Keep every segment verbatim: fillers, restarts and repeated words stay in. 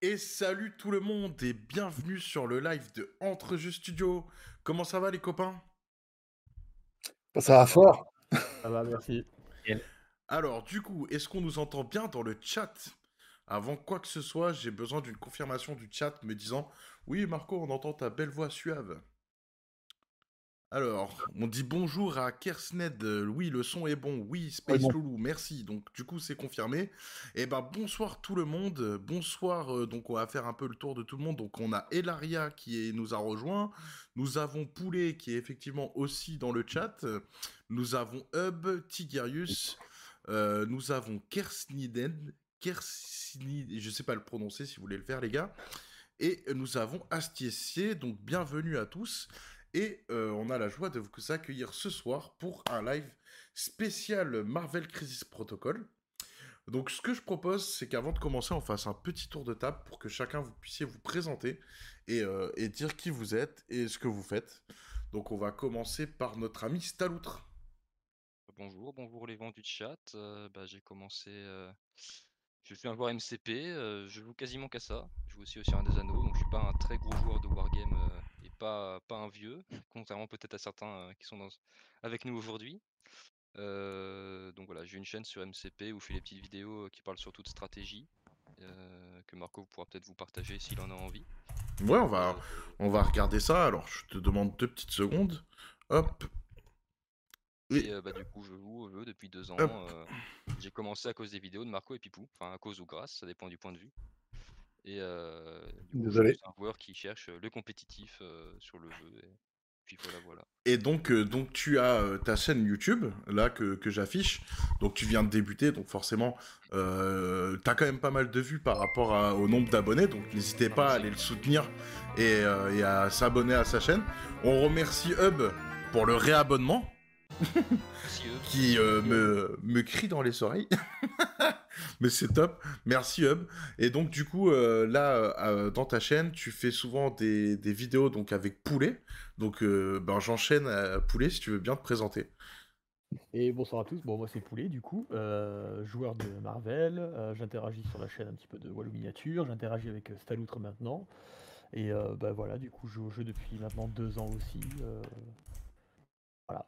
Et salut tout le monde et bienvenue sur le live de Entre Jeux Studio. Comment ça va les copains? Ça va fort. Ça va, merci. Alors du coup, est-ce qu'on nous entend bien dans le chat? Avant quoi que ce soit, j'ai besoin d'une confirmation du chat me disant oui Marco, on entend ta belle voix suave. Alors, on dit bonjour à Kersned, euh, oui le son est bon, oui Space bon. Loulou, merci, donc du coup c'est confirmé. Et ben bonsoir tout le monde, euh, bonsoir, euh, donc on va faire un peu le tour de tout le monde, donc on a Elaria qui est- nous a rejoint, nous avons Poulet qui est effectivement aussi dans le chat, euh, nous avons Hub, Tigerius, euh, nous avons Kersniden, Kersnid, je sais pas le prononcer si vous voulez le faire les gars, et nous avons Astiessier, donc bienvenue à tous. Et euh, on a la joie de vous accueillir ce soir pour un live spécial Marvel Crisis Protocol. Donc ce que je propose, c'est qu'avant de commencer, on fasse un petit tour de table pour que chacun vous puissiez vous présenter et, euh, et dire qui vous êtes et ce que vous faites. Donc on va commencer par notre ami Staloutre. Bonjour, bonjour les gens du chat. Euh, bah, j'ai commencé. euh, Je suis un joueur M C P, euh, je joue quasiment qu'à ça. Je joue aussi au Seigneur des Anneaux, donc je suis pas un très gros joueur de Wargame euh, et pas, pas un vieux, contrairement peut-être à certains euh, qui sont dans- avec nous aujourd'hui. Euh, donc voilà, j'ai une chaîne sur M C P où je fais des petites vidéos euh, qui parlent surtout de stratégie, euh, que Marco pourra peut-être vous partager s'il en a envie. Ouais, on va, Euh, on va regarder ça. Alors je te demande deux petites secondes. Hop. Et Et euh, bah, du coup, je joue au jeu depuis deux ans. hop. euh, J'ai commencé à cause des vidéos de Marco et Pipou, enfin à cause ou grâce, ça dépend du point de vue. Et euh, du coup, je suis Désolé. plus un joueur qui cherche le compétitif euh, sur le jeu. Et puis voilà, voilà. Et donc, euh, donc tu as euh, ta chaîne YouTube, là, que, que j'affiche. Donc tu viens de débuter, donc forcément, euh, tu as quand même pas mal de vues par rapport à- au nombre d'abonnés. Donc n'hésitez Ah, pas à merci. aller le soutenir et, euh, et à s'abonner à sa chaîne. On remercie Hub pour le réabonnement, Merci eux. qui euh, me, me crie dans les oreilles. Mais c'est top, merci Hub. Et donc du coup, euh, là, euh, dans ta chaîne, tu fais souvent des, des vidéos donc avec Poulet. Donc euh, ben, j'enchaîne à Poulet si tu veux bien te présenter. Et bonsoir à tous. Bon, moi c'est Poulet, du coup, euh, joueur de Marvel. Euh, j'interagis sur la chaîne un petit peu de Walou Miniature. J'interagis avec euh, Staloutre maintenant. Et euh, bah voilà, du coup, je joue au jeu depuis maintenant deux ans aussi. euh, Voilà.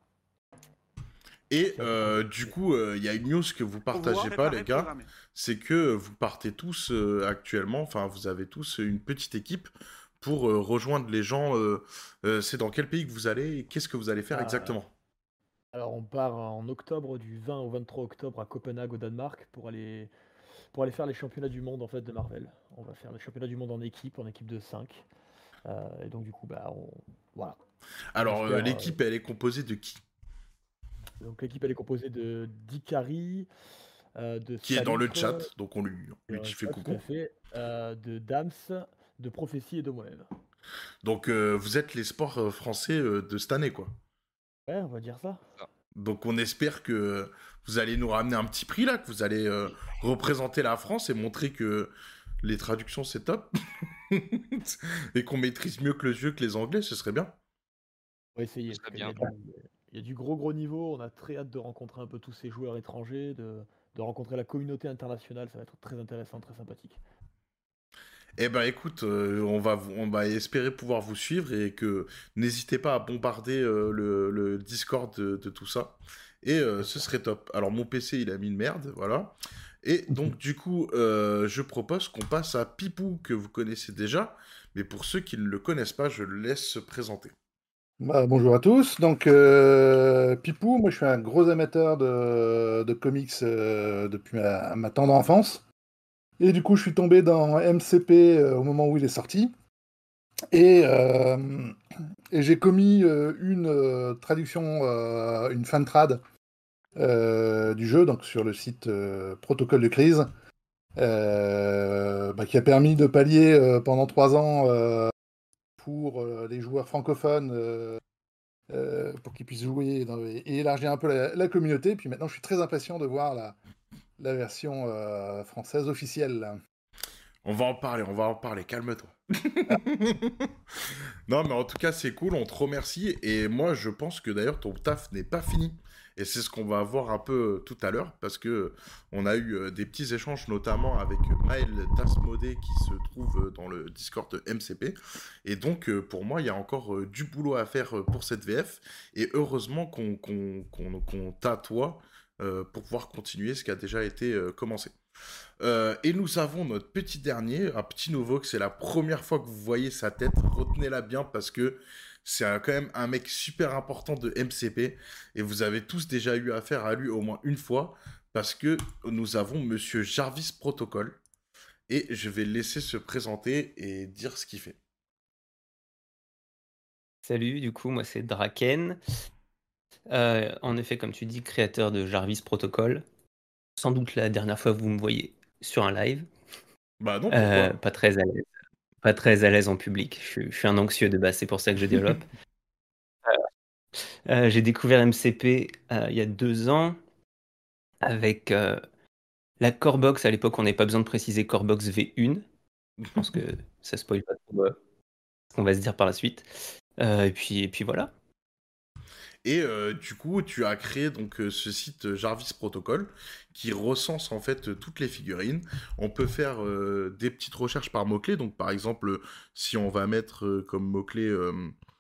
Et C'est à peu euh, près- du coup, il y a une news que vous partagez pas, les gars, c'est que vous partez tous euh, actuellement, enfin vous avez tous une petite équipe pour euh, rejoindre les gens. euh, euh, c'est dans quel pays que vous allez et qu'est-ce que vous allez faire Ah, exactement? alors on part en octobre, du vingt au vingt-trois octobre à Copenhague au Danemark pour aller, pour aller faire les championnats du monde en fait de Marvel. On va faire les championnats du monde en équipe, en équipe de cinq. Euh, et donc du coup, bah on, voilà. On Alors euh, espère. euh, l'équipe, elle est composée de qui? Donc l'équipe elle est composée de d'Ikari, euh, de Qui est dans le Staloutre, chat, donc on lui, et lui dans dit le fait chat, tout à coucou. fait, euh, de Dams, de Prophétie et de moi-même. Donc euh, vous êtes les sports euh, français euh, de cette année, quoi. Ouais, on va dire ça. Ah, Donc on espère que vous allez nous ramener un petit prix là, que vous allez euh, représenter la France et montrer que les traductions c'est top et qu'on maîtrise mieux que le jeu que les Anglais, ce serait bien. On va essayer, ce en tout serait cas. Il y, a bien. du, il y a du gros gros niveau, on a très hâte de rencontrer un peu tous ces joueurs étrangers, de, de rencontrer la communauté internationale, ça va être très intéressant, très sympathique. Eh ben écoute, euh, on va vous- on va espérer pouvoir vous suivre et que n'hésitez pas à bombarder euh, le, le Discord de, de tout ça. Et euh, ce serait top. Alors mon P C il a mis une merde, voilà. Et donc du coup, euh, je propose qu'on passe à Pipou que vous connaissez déjà, mais pour ceux qui ne le connaissent pas, je le laisse se présenter. Bah, bonjour à tous. Donc, euh, Pipou, moi je suis un gros amateur de, de comics euh, depuis ma, ma tendre enfance. Et du coup, je suis tombé dans M C P euh, au moment où il est sorti. Et, euh, et j'ai commis euh, une euh, traduction, euh, une fan trad euh, du jeu, donc sur le site euh, Protocole de crise, euh, bah, qui a permis de pallier euh, pendant trois ans euh, pour euh, les joueurs francophones euh, euh, pour qu'ils puissent jouer dans- et élargir un peu la, la communauté. Puis maintenant, je suis très impatient de voir la, la version euh, française officielle, là. On va en parler, on va en parler, calme-toi. Ah, Non, mais en tout cas, c'est cool, on te remercie. Et moi, je pense que d'ailleurs, ton taf n'est pas fini. Et c'est ce qu'on va voir un peu tout à l'heure, parce que on a eu euh, des petits échanges, notamment avec Maël Tasmodé, qui se trouve dans le Discord de M C P. Et donc, euh, pour moi, il y a encore euh, du boulot à faire euh, pour cette V F. Et heureusement qu'on qu'on, qu'on, qu'on t'a, toi, euh, pour pouvoir continuer ce qui a déjà été euh, commencé. Euh, et nous avons notre petit dernier, un petit nouveau, que c'est la première fois que vous voyez sa tête. Retenez-la bien parce que c'est un- quand même un mec super important de M C P. Et vous avez tous déjà eu affaire à lui au moins une fois. Parce que nous avons Monsieur Jarvis Protocol. Et je vais le laisser se présenter et dire ce qu'il fait. Salut, du coup, moi c'est Draken. Euh, en effet, comme tu dis, créateur de Jarvis Protocol. Sans doute la dernière fois que vous me voyez sur un live. Bah non, Euh, pourquoi? pas très à l'aise. Pas très à l'aise en public. Je, suis- je suis un anxieux de base, c'est pour ça que je développe. Euh, j'ai découvert M C P euh, il y a deux ans avec euh, la Corebox. À l'époque, on n'avait pas besoin de préciser Corebox V un. Je pense que ça spoil pas trop euh, ce qu'on va se dire par la suite. Euh, et puis, et puis voilà. Et euh, du coup, tu as créé donc euh, ce site euh, Jarvis Protocol qui recense en fait euh, toutes les figurines. On peut faire euh, des petites recherches par mots-clés. Donc par exemple, euh, si on va mettre euh, comme mot-clé... euh,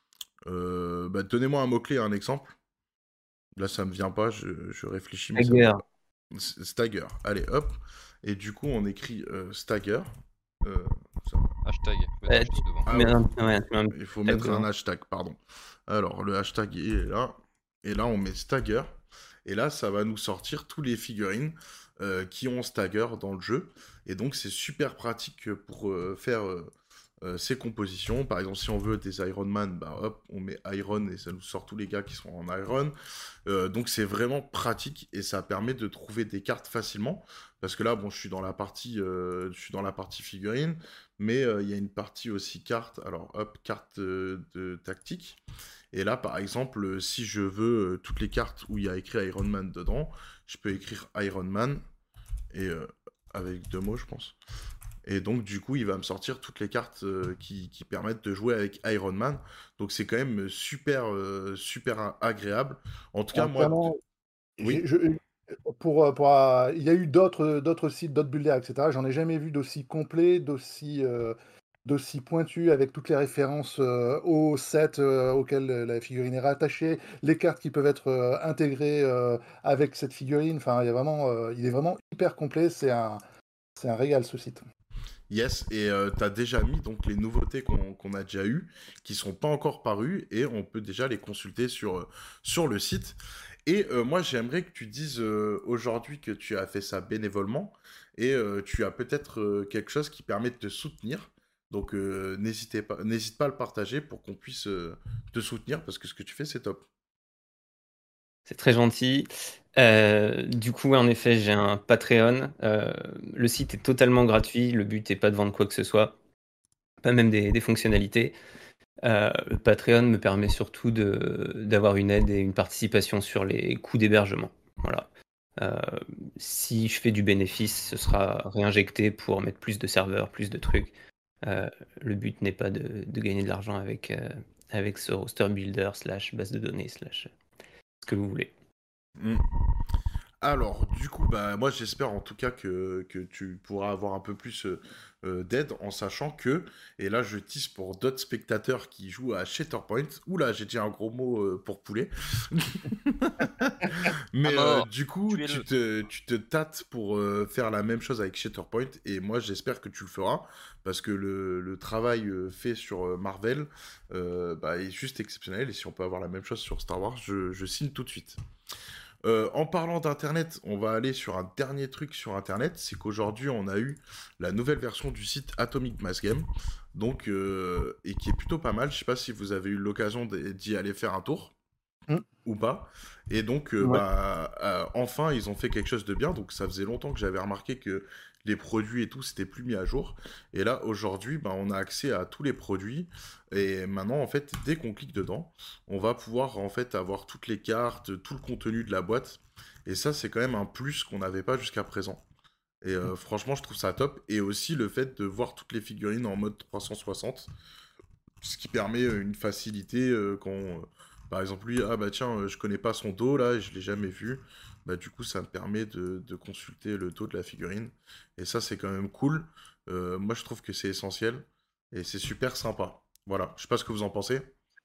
euh, bah, donnez-moi un mot-clé, un exemple. Là, ça me vient pas, je, je réfléchis, mais ça me vient Stagger. pas. S- Stagger, allez, hop. Et du coup, on écrit euh, Stagger. Euh, ça va. Hashtag, faut mettre Euh, un tu, juste devant. tu Ah mets oui, un, ouais, tu mets un il faut tag mettre un devant. hashtag, pardon. Alors, le hashtag il est là. Et là, on met Stagger. Et là, ça va nous sortir tous les figurines euh, qui ont Stagger dans le jeu. Et donc, c'est super pratique pour euh, faire euh, euh, ces compositions. Par exemple, si on veut des Iron Man, bah hop, on met Iron et ça nous sort tous les gars qui sont en Iron. Euh, donc, c'est vraiment pratique et ça permet de trouver des cartes facilement. Parce que là, bon, je suis dans la partie, euh, je suis dans la partie figurine, mais euh, il y a une partie aussi carte. Alors, hop, carte euh, de tactique. Et là, par exemple, euh, si je veux euh, toutes les cartes où il y a écrit Iron Man dedans, je peux écrire Iron Man, et euh, avec deux mots, je pense. Et donc, du coup, il va me sortir toutes les cartes euh, qui, qui permettent de jouer avec Iron Man. Donc, c'est quand même super, euh, super a- agréable. En tout cas, Alors, moi, clairement, de- j'ai- oui. je- pour, euh, pour, euh, il y a eu d'autres d'autres sites, d'autres builders, et cetera. J'en ai jamais vu d'aussi complet, d'aussi euh, d'aussi pointu, avec toutes les références euh, au set euh, auquel euh, la figurine est rattachée, les cartes qui peuvent être euh, intégrées euh, avec cette figurine. Enfin, il y a vraiment, euh, il est vraiment hyper complet. C'est un, c'est un régal, ce site. Yes, et euh, tu as déjà mis donc les nouveautés qu'on qu'on a déjà eues, qui sont pas encore parues, et on peut déjà les consulter sur, euh, sur le site. Et euh, moi, j'aimerais que tu dises euh, aujourd'hui que tu as fait ça bénévolement, et euh, tu as peut-être euh, quelque chose qui permet de te soutenir. Donc, euh, n'hésitez pas, n'hésite pas à le partager pour qu'on puisse euh, te soutenir, parce que ce que tu fais, c'est top. C'est très gentil. Euh, du coup, en effet, j'ai un Patreon. Euh, le site est totalement gratuit. Le but n'est pas de vendre quoi que ce soit, pas même des, des fonctionnalités. Euh, le Patreon me permet surtout de, d'avoir une aide et une participation sur les coûts d'hébergement. Voilà. Euh, si je fais du bénéfice, ce sera réinjecté pour mettre plus de serveurs, plus de trucs. Euh, le but n'est pas de, de gagner de l'argent avec, euh, avec ce roster builder slash base de données slash ce que vous voulez. Mm. Alors, du coup, bah, moi j'espère en tout cas que, que tu pourras avoir un peu plus euh, euh, d'aide en sachant que, et là je tease pour d'autres spectateurs qui jouent à Shatterpoint, oula, j'ai dit un gros mot euh, pour poulet, À mais euh, mort, du coup, tu tuez-le. te, tu te tâtes pour euh, faire la même chose avec Shatterpoint, et moi j'espère que tu le feras, parce que le, le travail euh, fait sur euh, Marvel euh, bah, est juste exceptionnel, et si on peut avoir la même chose sur Star Wars, je, je signe tout de suite. Euh, en parlant d'Internet, on va aller sur un dernier truc sur Internet, c'est qu'aujourd'hui on a eu la nouvelle version du site Atomic Mass Game, donc euh, et qui est plutôt pas mal. Je sais pas si vous avez eu l'occasion d'y aller faire un tour Mm. ou pas. Et donc, euh, Ouais. bah, euh, enfin, ils ont fait quelque chose de bien. Donc, ça faisait longtemps que j'avais remarqué que les produits et tout, c'était plus mis à jour. Et là, aujourd'hui, bah, on a accès à tous les produits. Et maintenant, en fait, dès qu'on clique dedans, on va pouvoir en fait avoir toutes les cartes, tout le contenu de la boîte. Et ça, c'est quand même un plus qu'on n'avait pas jusqu'à présent. Et euh, franchement, je trouve ça top. Et aussi le fait de voir toutes les figurines en mode trois cent soixante, ce qui permet euh, une facilité euh, quand, Par exemple, lui, ah bah tiens, euh, je connais pas son dos là, je l'ai jamais vu. Bah du coup, ça me permet de, de consulter le dos de la figurine. Et ça, c'est quand même cool. Euh, moi, je trouve que c'est essentiel. Et c'est super sympa. Voilà, je sais pas ce que vous en pensez.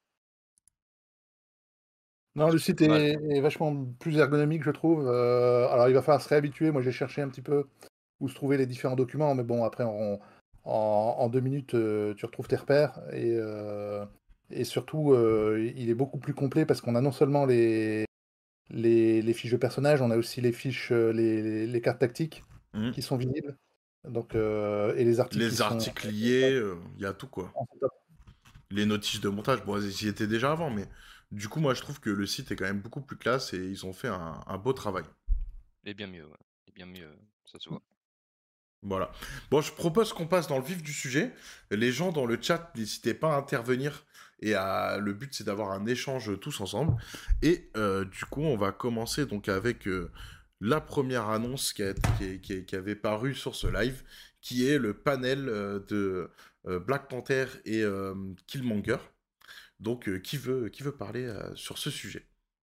Non, le C'est site pas mal. est, est vachement plus ergonomique, je trouve. Euh, alors, il va falloir se réhabituer. Moi, j'ai cherché un petit peu où se trouvaient les différents documents, mais bon, après, en, en, en deux minutes, euh, tu retrouves tes repères. Et, euh, et surtout, euh, il est beaucoup plus complet parce qu'on a non seulement les, les, les fiches de personnages, on a aussi les fiches, euh, les, les- les cartes tactiques Mhm. qui sont visibles. Donc, euh, et les articles qui Les sont articles liés, il y a tout quoi. en top. Les notices de montage, bon, ils y étaient déjà avant, mais du coup, moi, je trouve que le site est quand même beaucoup plus classe et ils ont fait un, un beau travail. Et bien mieux, ouais. Et bien mieux, ça se voit. Voilà. Bon, je propose qu'on passe dans le vif du sujet. Les gens dans le chat, n'hésitez pas à intervenir. Et à... le but, c'est d'avoir un échange tous ensemble. Et euh, du coup, on va commencer donc avec euh, la première annonce qui, a- qui, qui- qui avait paru sur ce live, qui est le panel euh, de euh, Black Panther et euh, Killmonger. Donc, euh, qui veut, qui veut parler euh, sur ce sujet?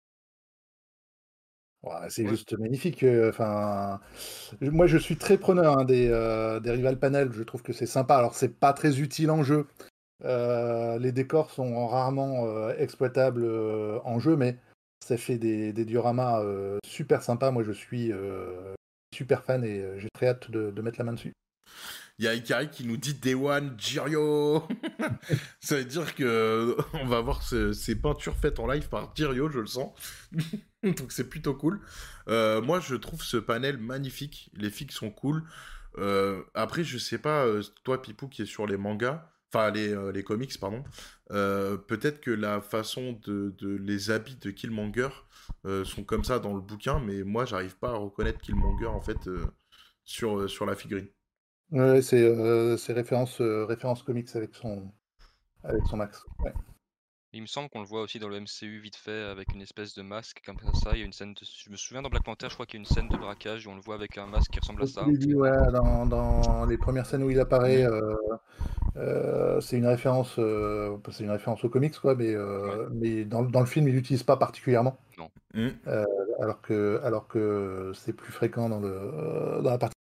Ouais, c'est Ouais. juste magnifique. euh, Enfin, moi, je suis très preneur hein, des, euh, des rival panels. Je trouve que c'est sympa. Alors, c'est pas très utile en jeu. Euh, les décors sont rarement euh, exploitables euh, en jeu, mais ça fait des, des dioramas euh, super sympas. Moi, je suis euh, super fan et euh, j'ai très hâte de, de mettre la main dessus. Il y a Ikari qui nous dit Day One, Jirio. Ça veut dire que on va voir ce- ces peintures faites en live par Jirio, je le sens. Donc c'est plutôt cool. Euh, moi, je trouve ce panel magnifique. Les figues sont cool. Euh, après, je sais pas, euh, toi, Pipou, qui est sur les mangas, enfin les, euh, les comics, pardon. Euh, peut-être que la façon de, de les habits de Killmonger euh, sont comme ça dans le bouquin, mais moi, j'arrive pas à reconnaître Killmonger en fait euh, sur, euh, sur la figurine. Ouais, c'est euh, c'est référence, euh, référence comics avec son, avec son max. Ouais. Il me semble qu'on le voit aussi dans le M C U vite fait avec une espèce de masque comme ça. Il y a une scène de... Je me souviens dans Black Panther, je crois qu'il y a une scène de braquage où on le voit avec un masque qui ressemble à Au tout ça, un petit début, peu. ouais, dans, dans les premières scènes où il apparaît, Mhm. euh, euh, c'est une référence, euh, c'est une référence aux comics, quoi, mais, Ouais, euh, mais dans, dans le film, il l'utilise pas particulièrement, non. Mhm. euh, alors que, alors que c'est plus fréquent dans le, euh, dans la partie.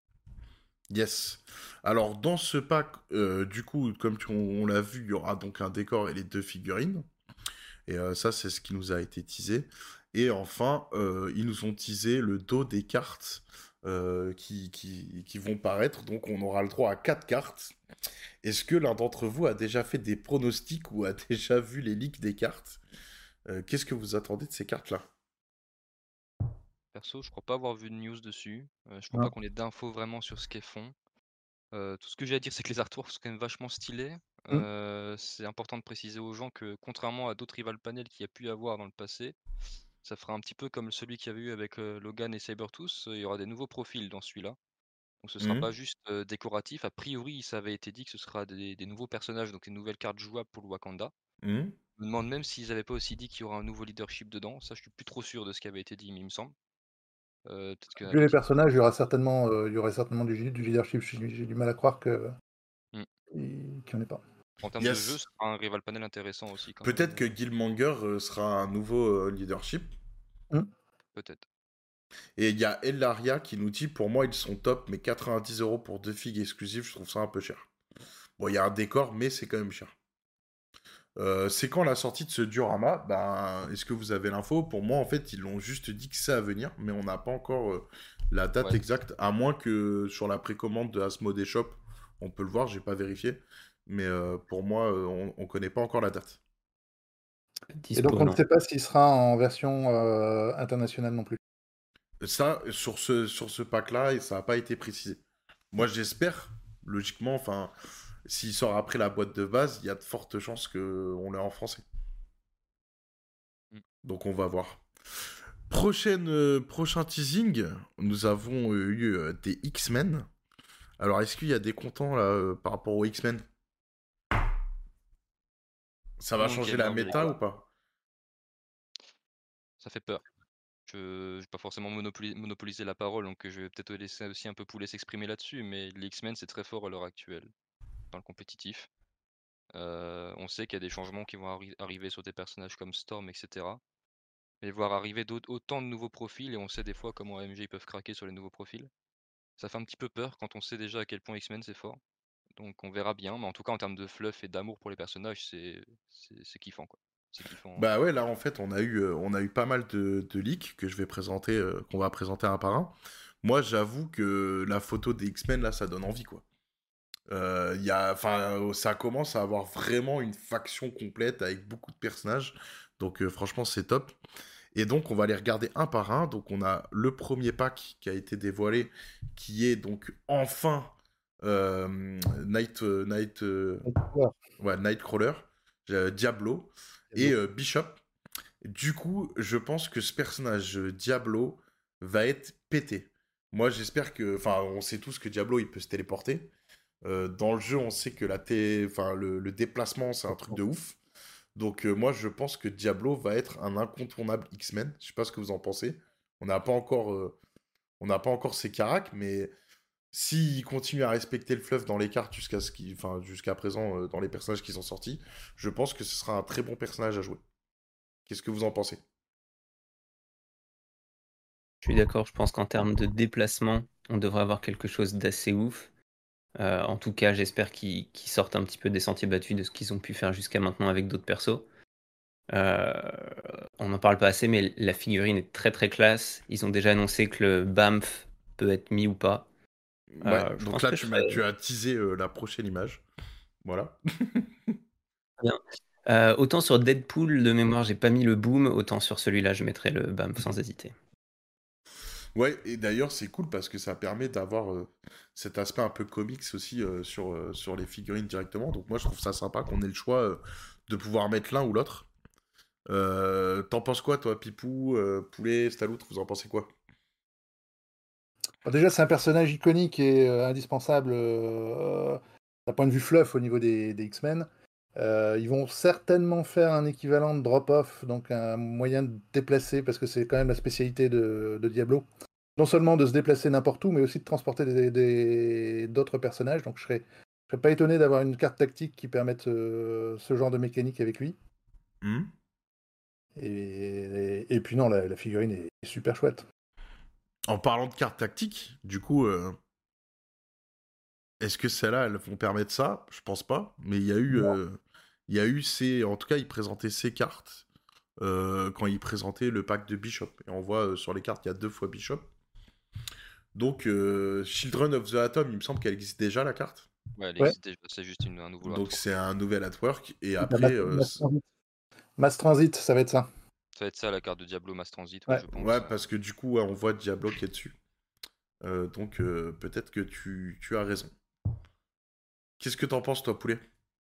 Yes. Alors, dans ce pack, euh, du coup, comme tu- on, on l'a vu, il y aura donc un décor et les deux figurines. Et euh, ça, c'est ce qui nous a été teasé. Et enfin, euh, ils nous ont teasé le dos des cartes euh, qui, qui, qui vont paraître. Donc, on aura le droit à quatre cartes. Est-ce que l'un d'entre vous a déjà fait des pronostics ou a déjà vu les leaks des cartes? Euh, Qu'est-ce que vous attendez de ces cartes-là? Perso, je crois pas avoir vu de news dessus. Euh, je crois pas Non. qu'on ait d'infos vraiment sur ce qu'elles font. Euh, tout ce que j'ai à dire, c'est que les artworks sont quand même vachement stylés. Mm. Euh, c'est important de préciser aux gens que, contrairement à d'autres rival panels qu'il y a pu avoir dans le passé, ça fera un petit peu comme celui qu'il y avait eu avec euh, Logan et Sabertooth. Il y aura des nouveaux profils dans celui-là. Donc ce sera Mhm. pas juste euh, décoratif. A priori, ça avait été dit que ce sera des, des nouveaux personnages, donc des nouvelles cartes jouables pour le Wakanda. Mhm. Je me demande même s'ils avaient pas aussi dit qu'il y aura un nouveau leadership dedans. Ça, je suis plus trop sûr de ce qui avait été dit, mais il me semble. Euh, peut-être qu'il y en a Vu les d'autres qui me personnages, il y aura certainement, euh, il y aurait certainement du, du leadership. J'ai j'ai du mal à croire que Hmm. qu'il n'y en ait pas. En termes de jeu, Yes. ce sera un rival panel intéressant aussi quand même. Peut-être Mais que Killmonger euh, sera un nouveau euh, leadership. Mm. peut-être. Et il y a Elaria qui nous dit, pour moi, ils sont top, mais quatre-vingt-dix euros pour deux figues exclusives, je trouve ça un peu cher. Bon, il y a un décor, mais c'est quand même cher. Euh, c'est quand la sortie de ce diorama? Ben, est-ce que vous avez l'info? Pour moi, en fait, ils l'ont juste dit que c'est à venir, mais on n'a pas encore euh, la date Ouais. exacte, à moins que sur la précommande de Asmodee Shop, on peut le voir, j'ai pas vérifié. Mais euh, pour moi, euh, on, on connaît pas encore la date. Et donc, Dispo, on ne non. sait pas s'il sera en version euh, internationale non plus. Ça, sur ce, sur ce pack-là, et ça n'a pas été précisé. Moi, j'espère, logiquement, enfin, s'il sort après la boîte de base, il y a de fortes chances qu'on l'ait en français. Mm. Donc, on va voir. Prochaine, euh, prochain teasing, nous avons euh, eu euh, des X-Men. Alors, est-ce qu'il y a des contents là euh, par rapport aux X-Men? Ça va Non changer la gamer de méta ou l'équipe. pas? Ça fait peur. Je ne vais pas forcément monopoli- monopoliser la parole, donc je vais peut-être laisser aussi un peu Poulet s'exprimer là-dessus, mais les X-Men, c'est très fort à l'heure actuelle dans le compétitif. Euh, on sait qu'il y a des changements qui vont arri- arriver sur des personnages comme Storm, et cetera. Mais voir arriver d'autres- autant de nouveaux profils, et on sait des fois comment A M G ils peuvent craquer sur les nouveaux profils, ça fait un petit peu peur quand on sait déjà à quel point X-Men c'est fort. Donc on verra bien, mais en tout cas en termes de fluff et d'amour pour les personnages, c'est c'est c'est kiffant quoi. C'est kiffant. Bah ouais, là en fait, on a eu, euh, on a eu pas mal de, de leaks que je vais présenter, euh, qu'on va présenter un par un. Moi, j'avoue que la photo des X-Men, là, ça donne envie, quoi. Euh, y a, enfin, ça commence à avoir vraiment une faction complète avec beaucoup de personnages. Donc euh, franchement, c'est top. Et donc, on va les regarder un par un. Donc, on a le premier pack qui a été dévoilé, qui est donc enfin euh, Night, euh, Night, euh, Ouais. ouais, Nightcrawler, euh, Diablo et euh, Bishop. Du coup, je pense que ce personnage euh, Diablo va être pété. Moi, j'espère que, enfin, on sait tous que Diablo, il peut se téléporter. Euh, dans le jeu, on sait que la té- enfin, le, le déplacement, c'est un truc de ouf. Donc, euh, moi, je pense que Diablo va être un incontournable X-Men. Je sais pas ce que vous en pensez. On n'a pas encore, euh, on n'a pas encore ses caracs, mais s'il continue à respecter le fluff dans les cartes jusqu'à ce qu'il, enfin, jusqu'à présent, euh, dans les personnages qui sont sortis, je pense que ce sera un très bon personnage à jouer. Qu'est-ce que vous en pensez? Je suis d'accord, je pense qu'en termes de déplacement, on devrait avoir quelque chose d'assez ouf. Euh, en tout cas, j'espère qu'ils qu'ils sortent un petit peu des sentiers battus de ce qu'ils ont pu faire jusqu'à maintenant avec d'autres persos. Euh, on n'en parle pas assez, mais la figurine est très très classe. Ils ont déjà annoncé que le B A M F peut être mis ou pas. Ouais, Euh, je donc pense là, que je tu m'as, serais tu as teasé euh, la prochaine image. Voilà. bien. Euh, autant sur Deadpool, de mémoire, j'ai pas mis le boom, autant sur celui-là, je mettrai le B A M F sans hésiter. Ouais, et d'ailleurs, c'est cool parce que ça permet d'avoir euh, cet aspect un peu comics aussi euh, sur, euh, sur les figurines directement. Donc moi, je trouve ça sympa qu'on ait le choix euh, de pouvoir mettre l'un ou l'autre. Euh, t'en penses quoi, toi, Pipou, euh, Poulet, Staloutre, vous en pensez quoi? Bon, déjà, c'est un personnage iconique et euh, indispensable euh, d'un point de vue fluff au niveau des, des X-Men. Euh, ils vont certainement faire un équivalent de drop-off, donc un moyen de déplacer, parce que c'est quand même la spécialité de, de Diablo. Non seulement de se déplacer n'importe où, mais aussi de transporter des- des- d'autres personnages. Donc je serais, je serais pas étonné d'avoir une carte tactique qui permette euh, ce genre de mécanique avec lui. Hmm. Et, et puis non, la, la figurine est super chouette. En parlant de cartes tactiques, du coup, euh, est-ce que celles-là, elles vont permettre ça? Je pense pas. Mais il y a eu, Non. euh, il y a eu ces, en tout cas, ils présentaient ces cartes euh, quand ils présentaient le pack de Bishop. Et on voit euh, sur les cartes, il y a deux fois Bishop. Donc, euh, Children of the Atom, il me semble qu'elle existe déjà, la carte. Ouais, elle Ouais. existe déjà, c'est juste une- un nouveau Donc, artwork. c'est un nouvel artwork. Et La après, Mass, euh, Mass c- Transit. Mass Transit, ça va être ça. Ça va être ça la carte de Diablo Mass Transit, ouais, Ouais. je pense. ouais, parce que du coup, ouais, on voit Diablo qui est dessus. Euh, donc, euh, peut-être que tu, tu as raison. Qu'est-ce que t'en penses, toi, Poulet?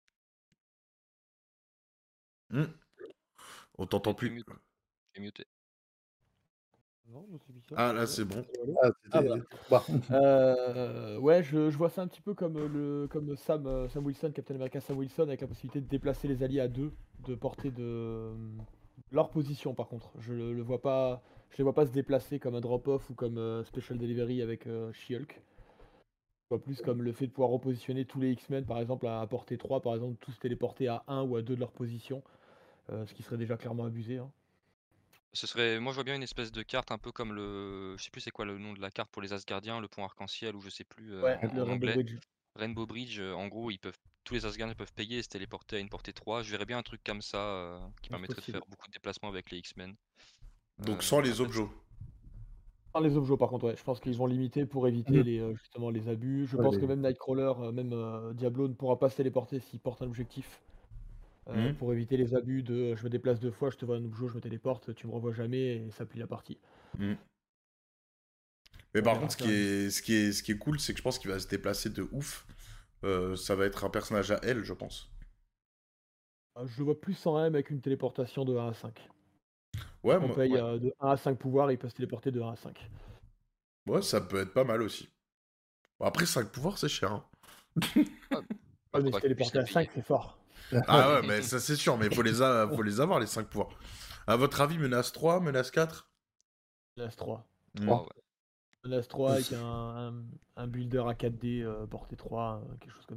Hmm. On t'entend Et tu es plus. muté. Tu es muté. Non, je suis bizarre. Ah, là, Ouais. c'est bon. Allô, allô Ah, Ah c'était voilà. bah. Euh, ouais, je, je vois ça un petit peu comme le comme Sam, euh, Sam Wilson, Captain America Sam Wilson, avec la possibilité de déplacer les alliés à deux, de porter de leur position par contre. Je le, le vois pas, je les vois pas se déplacer comme un drop-off ou comme euh, Special Delivery avec euh, She-Hulk. Je vois plus comme le fait de pouvoir repositionner tous les X-Men par exemple à, à portée trois, par exemple, tous téléportés à un ou à deux de leur position, euh, ce qui serait déjà clairement abusé, hein. Ce serait, moi je vois bien une espèce de carte un peu comme le, je sais plus c'est quoi le nom de la carte pour les Asgardiens, le pont arc-en-ciel ou je sais plus euh, Ouais, en, le en Rainbow anglais. Bridge. Rainbow Bridge, euh, en gros ils peuvent, tous les Asgardiens peuvent payer et se téléporter à une portée trois. Je verrais bien un truc comme ça euh, qui Ouais, c'est permettrait de possible. faire beaucoup de déplacements avec les X-Men. Donc, Euh, sans les après, objets. Sans les objets par contre, ouais. Je pense qu'ils vont limiter pour éviter Mhm. les, euh, justement les abus. Je Ouais, pense que les- même Nightcrawler, euh, même euh, Diablo ne pourra pas se téléporter s'il porte un objectif. euh, Hmm. pour éviter les abus de euh, je me déplace deux fois, je te vois un objet, je me téléporte, tu me revois jamais et ça plie la partie. Hmm. Mais On par verra contre, ce ça. qui est, ce qui est, ce qui est cool, c'est que je pense qu'il va se déplacer de ouf. Euh, ça va être un personnage à elle, je pense. Euh, Je le vois plus en M avec une téléportation de un à cinq. Ouais, On moi- paye ouais. euh, de un à cinq pouvoirs, il peut se téléporter de un à cinq. ouais, ça peut être pas mal aussi. Bon, après, cinq pouvoirs, c'est cher. Hein. Ah, bah, Ouais, mais se faudra que tu puisses téléporter les à payer. cinq, c'est fort. Ah ouais, mais ça c'est sûr, mais faut les, a- faut les avoir, les cinq pouvoirs. À votre avis, menace trois, menace quatre? Menace trois. Hmm. trois, ouais. Menace trois avec un, un, un builder à quatre D, euh, portée trois, euh, quelque chose comme ça.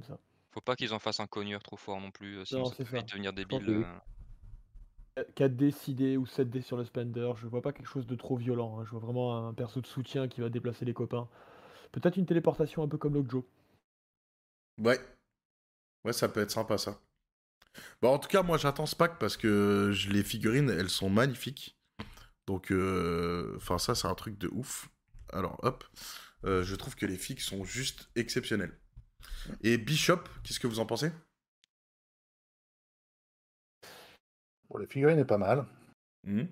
Faut pas qu'ils en fassent un cogneur trop fort non plus, euh, sinon Non, ça c'est peut ça. vite devenir Je pense débile. que euh. quatre D, six D ou sept D sur le Spender, je vois pas quelque chose de trop violent, hein. Je vois vraiment un perso de soutien qui va déplacer les copains. Peut-être une téléportation un peu comme Lockjaw. Ouais, ouais, ça peut être sympa ça. Bon, en tout cas, moi j'attends ce pack parce que je- les figurines, elles sont magnifiques. Donc, euh, enfin, ça, c'est un truc de ouf. Alors, hop. Euh, je trouve que les figues sont juste exceptionnelles. Et Bishop, qu'est-ce que vous en pensez? Bon, la figurine est pas mal. Mhm.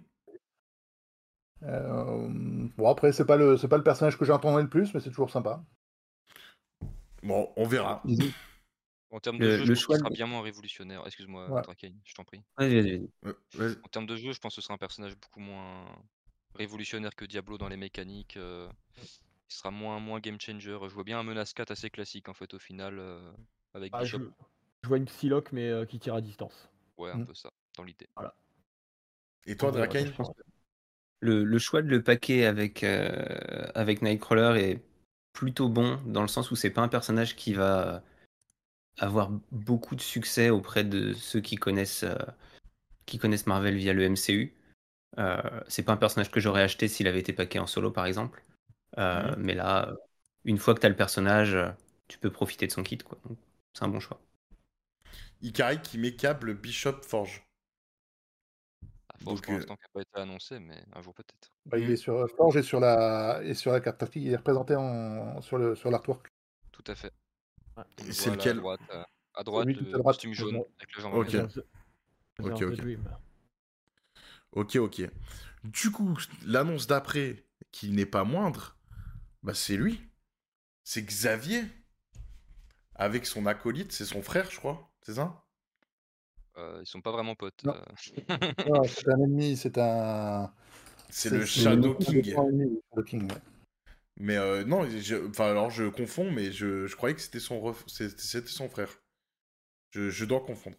Euh, Bon, après, c'est pas le, c'est pas le personnage que j'entendais le plus, mais c'est toujours sympa. Bon, on verra. Ils- En termes de Le, jeu, je le pense qu'il choix. sera de- bien moins révolutionnaire. Excuse-moi, Ouais. Draken, je t'en prie. Vas-y, vas-y, vas-y. Euh, vas-y. En termes de jeu, je pense que ce sera un personnage beaucoup moins révolutionnaire que Diablo dans les mécaniques. euh, Il sera moins, moins game changer. Je vois bien un menace quatre assez classique en fait au final euh, avec Ah, je, Bishop. je vois une Psylocke, mais euh, qui tire à distance. Ouais, un Mm. peu ça, dans l'idée. Voilà. Et toi, On verra, Draken? Je pense que le, le choix de le paquer avec, euh, avec Nightcrawler est plutôt bon, dans le sens où c'est pas un personnage qui va avoir beaucoup de succès auprès de ceux qui connaissent, euh, qui connaissent Marvel via le M C U. Euh, c'est pas un personnage que j'aurais acheté s'il avait été paqué en solo, par exemple. Euh, Mhm. Mais là, euh, une fois que tu as le personnage, euh, tu peux profiter de son kit, quoi. Donc, c'est un bon choix. Ikari qui met câble Bishop Forge. La forge Donc, pour euh, l'instant qui n'a pas été annoncée, mais un jour peut-être. Bah, il mm. est sur Forge et sur la, et sur la carte tactique. Il est représenté en, sur le, sur l'artwork. Tout à fait. Ouais. On Et le c'est voit là à lequel? droite. euh, À C'est droite, lui tout à le droite. costume jaune Faisant- avec la jambe en Ok. métal. faisant the- Ok, faisant the ok. Dream. Ok, ok. Du coup, l'annonce d'après, qui n'est pas moindre, bah c'est lui. C'est Xavier. Avec son acolyte, c'est son frère, je crois. C'est ça? Euh, ils sont pas vraiment potes. Non. euh. Non, c'est un ennemi, c'est un. C'est le c'est Shadow un King. ennemi, Shadow King, ouais. Mais euh, non, je- enfin alors je confonds, mais je, je croyais que c'était son, ref- c'était c'était son frère. Je, je dois confondre.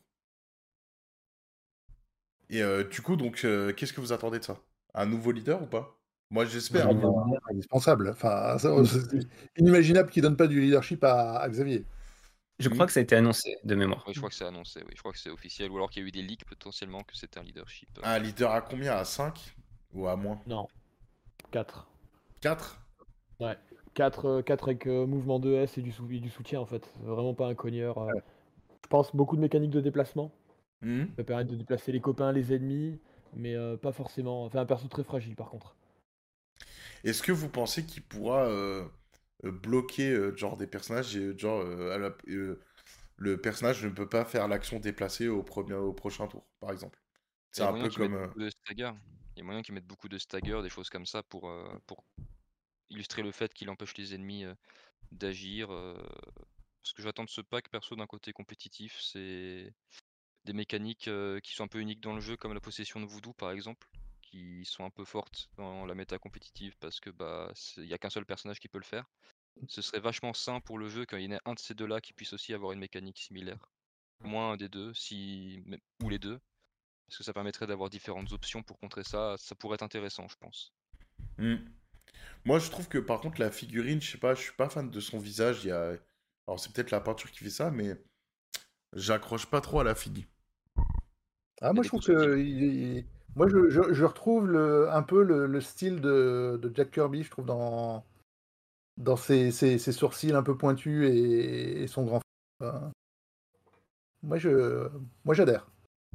Et euh, du coup, donc, euh, qu'est-ce que vous attendez de ça? Un nouveau leader ou pas? Moi, j'espère. Ah, Hein. bah, indispensable. Enfin, ça, c'est inimaginable qu'il donne pas du leadership à, à Xavier. Je Mm. crois que ça a été annoncé de mémoire. Oui, je crois que c'est annoncé. Oui, je crois que c'est officiel. Ou alors qu'il y a eu des leaks potentiellement que c'était un leadership. euh. Un leader à combien? À cinq? Ou à moins? Non, quatre. quatre? Ouais. quatre, quatre avec euh, mouvement de S et du, sou- et du soutien en fait. Vraiment pas un cogneur. euh. Ouais. Je pense beaucoup de mécaniques de déplacement. Hmm. Ça peut permettre de déplacer les copains, les ennemis, mais euh, pas forcément. Enfin, un perso très fragile par contre. Est-ce que vous pensez qu'il pourra euh, euh, bloquer euh, genre des personnages et genre euh, à la- euh, le personnage ne peut pas faire l'action déplacée au premier au prochain tour, par exemple? Il C'est y a un moyen peu qu'ils mettent comme euh, beaucoup de stagger. Il y a moyen qu'ils mettent beaucoup de stagger, des choses comme ça pour, euh, pour illustrer le fait qu'il empêche les ennemis euh, d'agir. euh. Ce que j'attends de ce pack perso d'un côté compétitif, c'est des mécaniques euh, qui sont un peu uniques dans le jeu, comme la possession de Voodoo par exemple, qui sont un peu fortes dans la méta compétitive parce que bah il n'y a qu'un seul personnage qui peut le faire. Ce serait vachement sain pour le jeu quand il y en ait un de ces deux-là qui puisse aussi avoir une mécanique similaire. Au moins un des deux, si même- ou les deux, parce que ça permettrait d'avoir différentes options pour contrer ça. Ça pourrait être intéressant, je pense. hmm. Moi, je trouve que par contre la figurine, je sais pas, je suis pas fan de son visage. Il y a alors c'est peut-être la peinture qui fait ça, mais j'accroche pas trop à la figue. Ah, Il y a moi, des je trouve coups subtils. que il- il- moi, je, je- je retrouve le, un peu le, le style de, de Jack Kirby, je trouve, dans, dans ses, ses- ses sourcils un peu pointus et, et son grand. Enfin, moi, je, moi, j'adhère.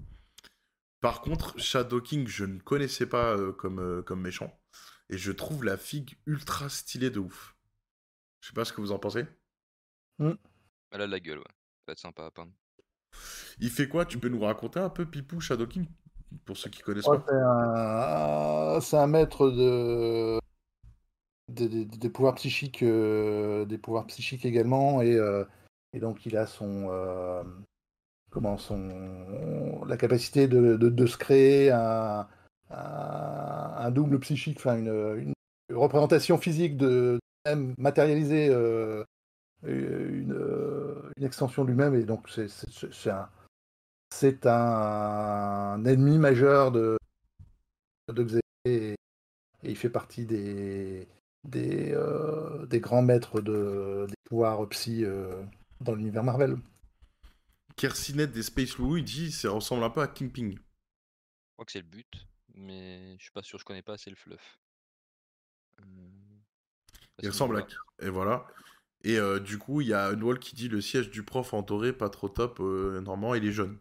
Par contre, Shadow King, je ne connaissais pas euh, comme, euh, comme méchant. Et je trouve la figue ultra stylée de ouf. Je sais pas ce que vous en pensez. Elle a de la gueule, ouais. Ça va être sympa à peindre. Il fait quoi? Tu peux nous raconter un peu Pipou Shadow King? Pour ceux qui connaissent Oh, pas. c'est un, c'est un maître de, des, des- des pouvoirs psychiques, euh, des pouvoirs psychiques également, et, euh, et donc il a son, euh, comment son, la capacité de, de, de se créer un, un, un double psychique, enfin une, une représentation physique de même matérialiser euh, une, euh, une extension de lui-même, et donc c'est c'est- c'est un, c'est un ennemi majeur de, de Xavier, et, et il fait partie des, des, euh, des grands maîtres de, des pouvoirs psy euh, dans l'univers Marvel. Kersinet des Space Loulou, il dit ça ressemble un peu à Kingpin. Je crois que c'est le but, mais je suis pas sûr, je connais pas assez le fluff. Euh, à Il ce ressemble à... niveau-là. Et voilà. Et euh, du coup, il y a une wall qui dit le siège du prof en doré, pas trop top, euh, normalement, il est jaune.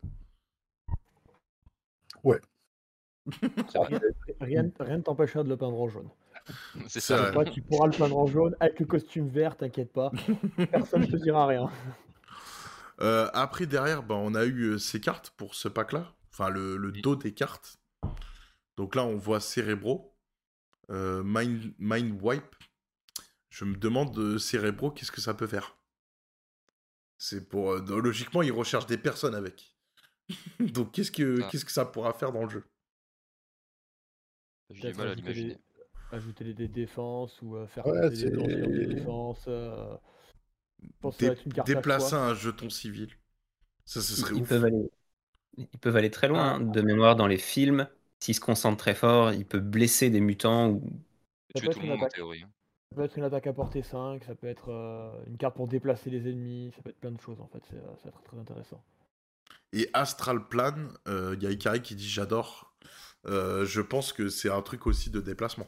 Ouais. C'est vrai, Rien, rien, rien ne t'empêchera de le peindre en jaune. c'est C'est ça. vrai. Toi, tu pourras le peindre en jaune avec le costume vert, t'inquiète pas. Personne ne te dira rien. Euh, après, derrière, bah, on a eu euh, ces cartes pour ce pack-là. Enfin, le, le Oui. dos des cartes. Donc là, on voit Cérébro, euh, Mind, Mind Wipe. Je me demande, euh, Cérébro, qu'est-ce que ça peut faire? C'est pour... euh, logiquement, ils recherchent des personnes avec. Donc, qu'est-ce que, Ça, qu'est-ce que ça pourra faire dans le jeu? j'ai du Peut-être mal à ajouter des, l'imaginer. ajouter des, des défenses ou euh, faire Ouais, péter des c'est. planches avec des défenses. euh, Je pense que ça va Dé- être une carte à déplacer choix. un jeton civil. Ça, ce Ils, serait ils ouf. peuvent aller, ils peuvent aller très loin. Ah, hein. De mémoire, dans les films, s'il se concentre très fort, il peut blesser des mutants ou ça Tuer peut tout être le une monde en attaque. théorie. hein. Ça peut être une attaque à portée cinq, ça peut être euh, une carte pour déplacer les ennemis, ça peut être plein de choses en fait, c'est, euh, ça va être très intéressant. Et Astral Plan, il y a Ikari qui dit j'adore. Euh, je pense que c'est un truc aussi de déplacement.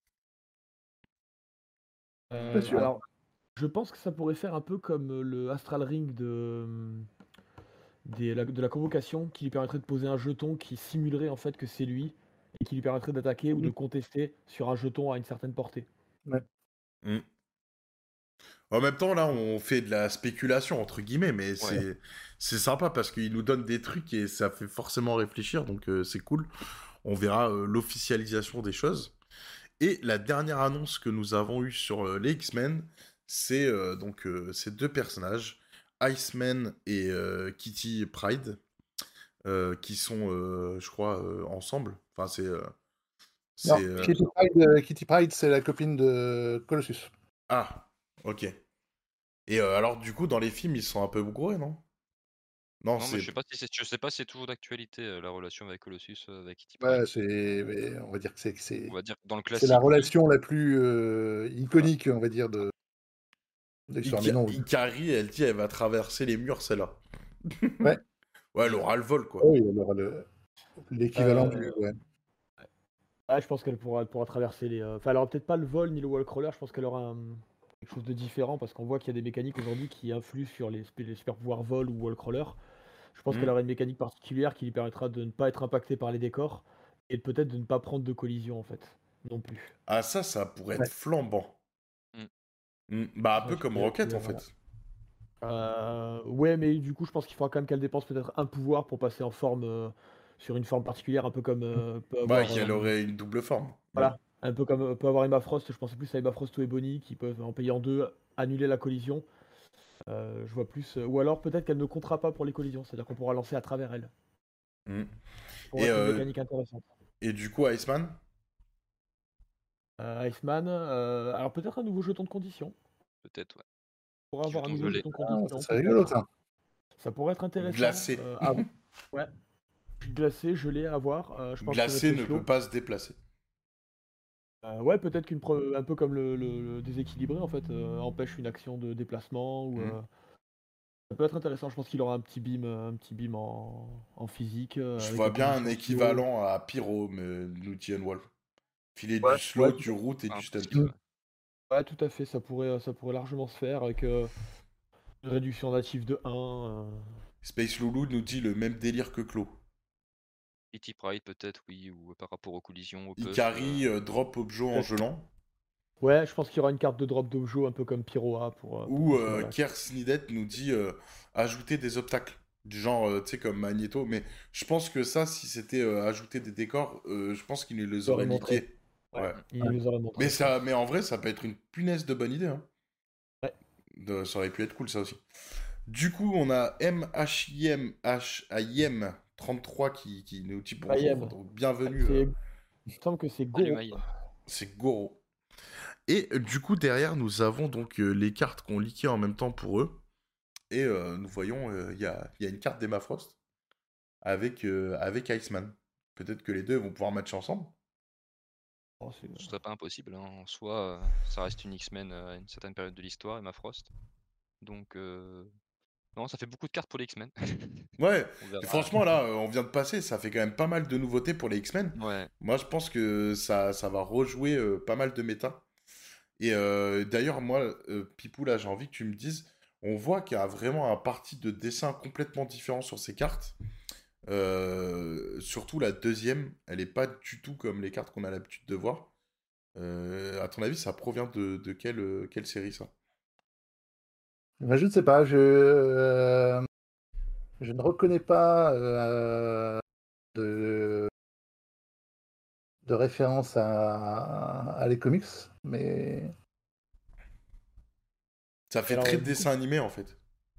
Euh, Pas sûr. alors, je pense que ça pourrait faire un peu comme euh, le Astral Ring de, des- la, de la convocation, qui lui permettrait de poser un jeton qui simulerait en fait que c'est lui, et qui lui permettrait d'attaquer ou de contester sur un jeton à une certaine portée. Ouais. Mm. En même temps, là, on fait de la spéculation, entre guillemets, mais Ouais. c'est c'est sympa parce qu'il nous donne des trucs et ça fait forcément réfléchir, donc euh, c'est cool. On verra euh, l'officialisation des choses. Et la dernière annonce que nous avons eue sur euh, les X-Men, c'est euh, donc euh, ces deux personnages, Iceman et euh, Kitty Pryde, euh, qui sont, euh, je crois, euh, ensemble. Enfin, c'est... euh, Non, c'est euh, Kitty Pryde, euh, Kitty Pryde, c'est la copine de Colossus. Ah, ok. Et euh, alors, du coup, dans les films, ils sont un peu bourrés, non? Non, Non, mais c'est... je sais pas si c'est, je sais pas si c'est toujours d'actualité euh, la relation avec Colossus, euh, avec Kitty Ouais, Pryde. c'est. mais On va dire que c'est. On C'est va dire que dans le c'est la classique, oui. relation la plus euh, iconique, on va dire, de, de l'histoire. Mais Ika- non. Ikari, elle dit, elle va traverser les murs, celle-là. Ouais. Ouais, elle aura le vol, quoi. Oui, elle aura le- l'équivalent du. Euh, Ouais. ah, je pense qu'elle pourra, elle pourra traverser les. euh, Enfin, elle aura peut-être pas le vol ni le wallcrawler, je pense qu'elle aura un- quelque chose de différent parce qu'on voit qu'il y a des mécaniques aujourd'hui qui influent sur les, spé- les super pouvoirs vol ou wallcrawler. Je pense Mm. qu'elle aura une mécanique particulière qui lui permettra de ne pas être impactée par les décors et peut-être de ne pas prendre de collision en fait, non plus. Ah, ça, ça pourrait Ouais. être flambant. Mm. Mm. Bah, un Ça, peu tu comme peux- Rocket, tu en verras. fait. Euh, ouais, mais du coup, je pense qu'il faudra quand même qu'elle dépense peut-être un pouvoir pour passer en forme euh, sur une forme particulière, un peu comme euh, peut Ouais, avoir. qu'elle euh, aurait une double forme. Voilà, un peu comme euh, peut avoir Emma Frost. Je pensais plus à Emma Frost ou Ebony qui peuvent, en payant deux, annuler la collision. Euh, je vois plus. euh, ou alors peut-être qu'elle ne comptera pas pour les collisions, c'est-à-dire qu'on pourra lancer à travers elle. Mm. Ça pourrait Et, être une euh, mécanique intéressante. et du coup, Iceman? Euh, Iceman, euh, alors peut-être un nouveau jeton de condition. Peut-être, ouais. On pourra avoir un Jeton nouveau gelé. jeton de Ah, condition. ça serait rigolo, peut-être. ça. Ça pourrait être intéressant. Glacé. Euh, à- Ouais, glacé, gelé à voir. Euh, je pense que Glacé notre ne slow. peut pas se déplacer. Euh, ouais, peut-être qu'une pre- un peu comme le, le- le déséquilibré en fait euh, empêche une action de déplacement ou Mm. euh, ça peut être intéressant. Je pense qu'il aura un petit beam, euh, un petit beam en, en physique. euh, Je avec vois des bien un conditions slow. équivalent à Pyro, mais nous dit Wolf. Filer Ouais, du slow, ouais, du route et Pas du stunt. impossible, ouais. Ouais, tout à fait. Ça pourrait, ça pourrait largement se faire avec euh, une réduction native de un. euh. Space Loulou nous dit le même délire que Clo. Kitty Pryde, peut-être, oui, ou euh, par rapport aux collisions, au puff. Ikari, euh, euh, drop objet en Peut-être. gelant. Ouais, je pense qu'il y aura une carte de drop d'objo un peu comme Pyroa pour. euh, pour Ou contrer euh, la lâche. Kers Nidet nous dit euh, ajouter des obstacles. Du genre, euh, tu sais, comme Magneto. Mais je pense que ça, si c'était euh, ajouter des décors, euh, je pense qu'il nous les Il aurait aurait montré. niqués. Ouais, Ouais. il nous aurait montré. Mais, je ça, pense. mais en vrai, ça peut être une punaise de bonne idée. Hein. Ouais. De- ça aurait pu être cool, ça aussi. Du coup, on a M H I M H I M trente-trois qui, qui nous dit bonjour. Ayem. Donc, bienvenue. C'est- euh, Il me semble que c'est Salut, Goro. Maïm. c'est Goro. Et euh, du coup, derrière, nous avons donc euh, les cartes qu'on liquait en même temps pour eux. Et euh, nous voyons, il y, a, y a une carte d'Emma Frost avec, euh, avec Iceman. Peut-être que les deux vont pouvoir matcher ensemble. Oh, c'est- Ce serait pas impossible, hein. En soi, euh, ça reste une X-Men euh, à une certaine période de l'histoire, Emma Frost. Donc, euh, Non, ça fait beaucoup de cartes pour les X-Men. Ouais, On et verra. franchement, là, euh, on vient de passer, ça fait quand même pas mal de nouveautés pour les X-Men. Ouais. Moi, je pense que ça, ça va rejouer euh, pas mal de méta. Et euh, d'ailleurs, moi, euh, Pipou, là, j'ai envie que tu me dises, on voit qu'il y a vraiment un parti de dessin complètement différent sur ces cartes. Euh, surtout la deuxième, elle est pas du tout comme les cartes qu'on a l'habitude de voir. Euh, à ton avis, ça provient de, de quelle, euh, quelle série, ça? Ben, je ne sais pas, je, euh, je ne reconnais pas euh, de, de référence à, à les comics, mais Ça Et fait alors, très euh, du coup, dessin animé, en fait.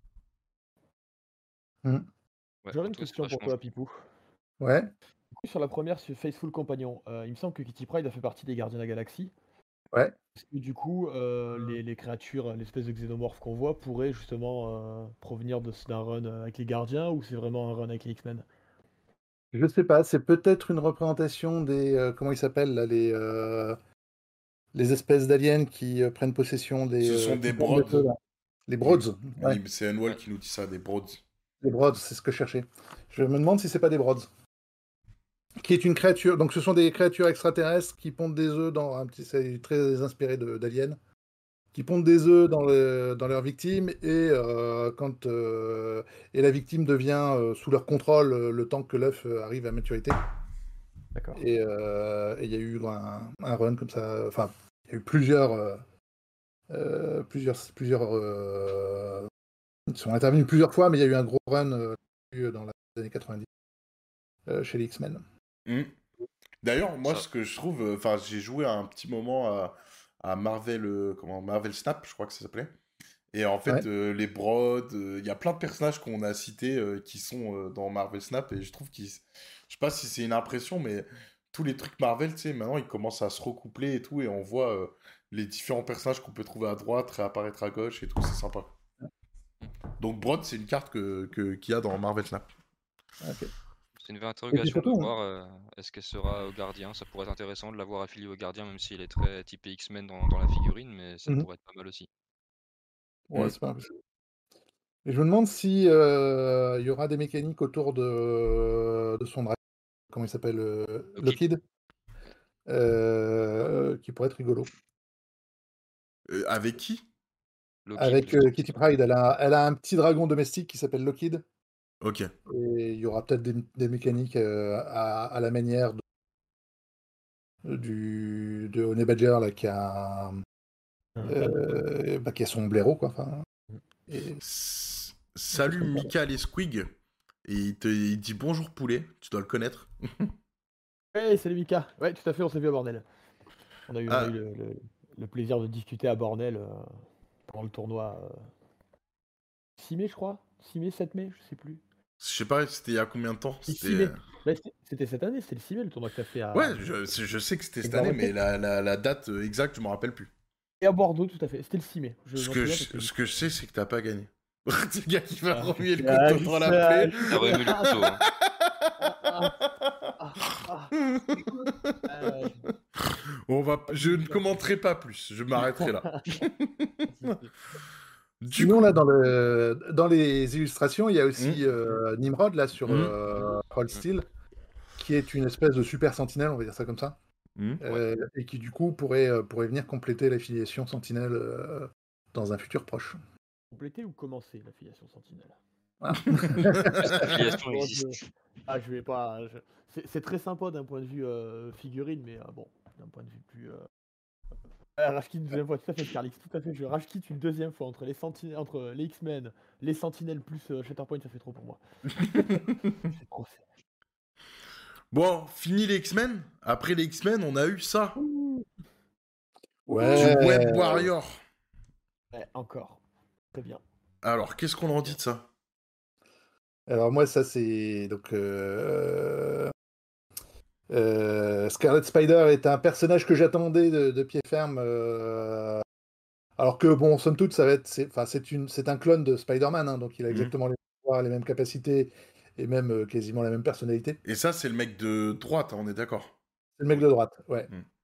hmm, Ouais, j'aurais pour une toi, c'est question pour vachement toi, joué. Pipou. ouais, Du coup, sur la première, sur Faithful Companion, euh, il me semble que Kitty Pryde a fait partie des Gardiens de la Galaxie. ouais. Est-ce que du coup, euh, les, les créatures, l'espèce de xénomorphe qu'on voit, pourraient justement euh, provenir de- d'un run euh, avec les Gardiens ou c'est vraiment un run avec les X-Men? Je sais pas, c'est peut-être une représentation des euh, comment ils s'appellent là, les euh, les espèces d'aliens qui euh, prennent possession des Ce euh, sont qui des tombent des feux, brods. là. Les Oui, Broads, ouais, oui, c'est Unwall Ouais. qui nous dit ça, des brods. les Broads, c'est ce que je cherchais. Je me demande si c'est pas des Broads, qui est une créature. Donc ce sont des créatures extraterrestres qui pondent des œufs dans un petit, c'est très inspiré de- d'aliens, qui pondent des œufs dans, le- dans leurs victimes et euh, quand euh, et la victime devient euh, sous leur contrôle euh, le temps que l'œuf euh, arrive à maturité. D'accord. Et euh, et il y a eu un, un run comme ça. Enfin, il y a eu plusieurs, euh, euh, plusieurs, plusieurs. euh, ils sont intervenus plusieurs fois, mais il y a eu un gros run euh, dans les années quatre-vingt-dix euh, chez les X-Men. Hmm. D'ailleurs, moi, Ça. ce que je trouve, euh, enfin, j'ai joué un petit moment à, à Marvel, euh, comment, Marvel Snap, je crois que ça s'appelait. Et en Ouais. fait, euh, les Brods, euh, il y a plein de personnages qu'on a cités euh, qui sont euh, dans Marvel Snap, et je trouve qu'ils, je sais pas si c'est une impression, mais tous les trucs Marvel, tu sais, maintenant, ils commencent à se recoupler et tout, et on voit euh, les différents personnages qu'on peut trouver à droite réapparaître à gauche et tout, c'est sympa. Donc Brod, c'est une carte que, que- qu'il y a dans Marvel Snap. Ok. C'est une vraie Et puis interrogation de surtout, voir euh, est-ce qu'elle sera au gardien. Ça pourrait être intéressant de l'avoir affiliée au gardien, même s'il est très typé X-Men dans, dans la figurine, mais ça mhm. pourrait être pas mal aussi. Ouais, Hmm. c'est pas impossible. Et je me demande si euh, il y aura des mécaniques autour de, de son dragon, comment il s'appelle, euh, Lockheed. Lockheed, euh, qui pourrait être rigolo. Euh, avec qui? Lockheed, le Avec euh, Kitty scientifique. Pryde, elle a, elle a un petit dragon domestique qui s'appelle Lockheed. Ok. Et il y aura peut-être des, des mécaniques euh, à, à la manière de, du, de Honey Badger là, qui, a, Un fan. euh, bah, qui a son blaireau, quoi. Enfin, Mm. et S- ça Salut serait pas mal. Mika les Squig. Et il te il dit bonjour poulet, tu dois le connaître. Hey, salut Mika! Ouais, tout à fait, on s'est vu à Bornel. On a eu, on a eu Ah, le, le- le plaisir de discuter à Bornel euh, pendant le tournoi euh, six mai, je crois. six mai, sept mai, je sais plus. je sais pas, c'était il y a combien de temps? Si, C'était. six mai. euh, Ouais, c'était c'était cette année, c'était le six mai le tournoi que t'as fait Ouais, à, je, c'est- je sais que c'était avec cette année, Darwin mais Tech. la, la, la date euh, exacte, je m'en rappelle plus. Et à Bordeaux, tout à fait. C'était le six mai. Je Ce m'en que souviens je, parce que du ce coup. que je sais, c'est que t'as pas gagné. C'est le gars qui va Ah, remuer le ah, couteau je dans la sais, ah, plaie. je T'as sais. remué le couteau, hein. Ah, ah, ah, ah. Ah, ouais, On va, je- je ne commenterai pas plus, je m'arrêterai là. Du Sinon, coup, là, dans, le, dans les illustrations, il y a hmm, aussi euh, Nimrod, là, sur hmm, euh, Hold Mm. Steel, qui est une espèce de super sentinelle, on va dire ça comme ça, hmm. Ouais. euh, et qui, du coup, pourrait, euh, pourrait venir compléter l'affiliation sentinelle euh, dans un futur proche. Compléter ou commencer l'affiliation Sentinelle? Voilà. Est-ce que l'affiliation Bon, je... existe? Ah, je vais pas. je- C'est c'est très sympa d'un point de vue euh, figurine, mais euh, bon, d'un point de vue plus. Euh... Ah, Rashkid une deuxième fois, tout à fait, Scarlix, tout à fait. Je Rashkid une deuxième fois entre les sentinelles, entre les X-Men, les Sentinelles plus euh, Shatterpoint, ça fait trop pour moi. C'est trop. c'est- Bon, fini les X-Men. Après les X-Men, on a eu ça. Ouh. Du Ouais. Web Warrior. Ouais, encore. Très bien. Alors, qu'est-ce qu'on en dit de ça? Alors moi, ça c'est donc euh, euh, Scarlet Spider est un personnage que j'attendais de, de pied ferme. euh, alors que bon, somme toute, ça va être, c'est, enfin, c'est une, c'est un clone de Spider-Man, hein, donc il a Mhm. exactement les pouvoirs, les mêmes capacités et même euh, quasiment la même personnalité. Et ça, c'est le mec de droite, hein, on est d'accord. C'est le mec Oui. de droite, ouais. Mm.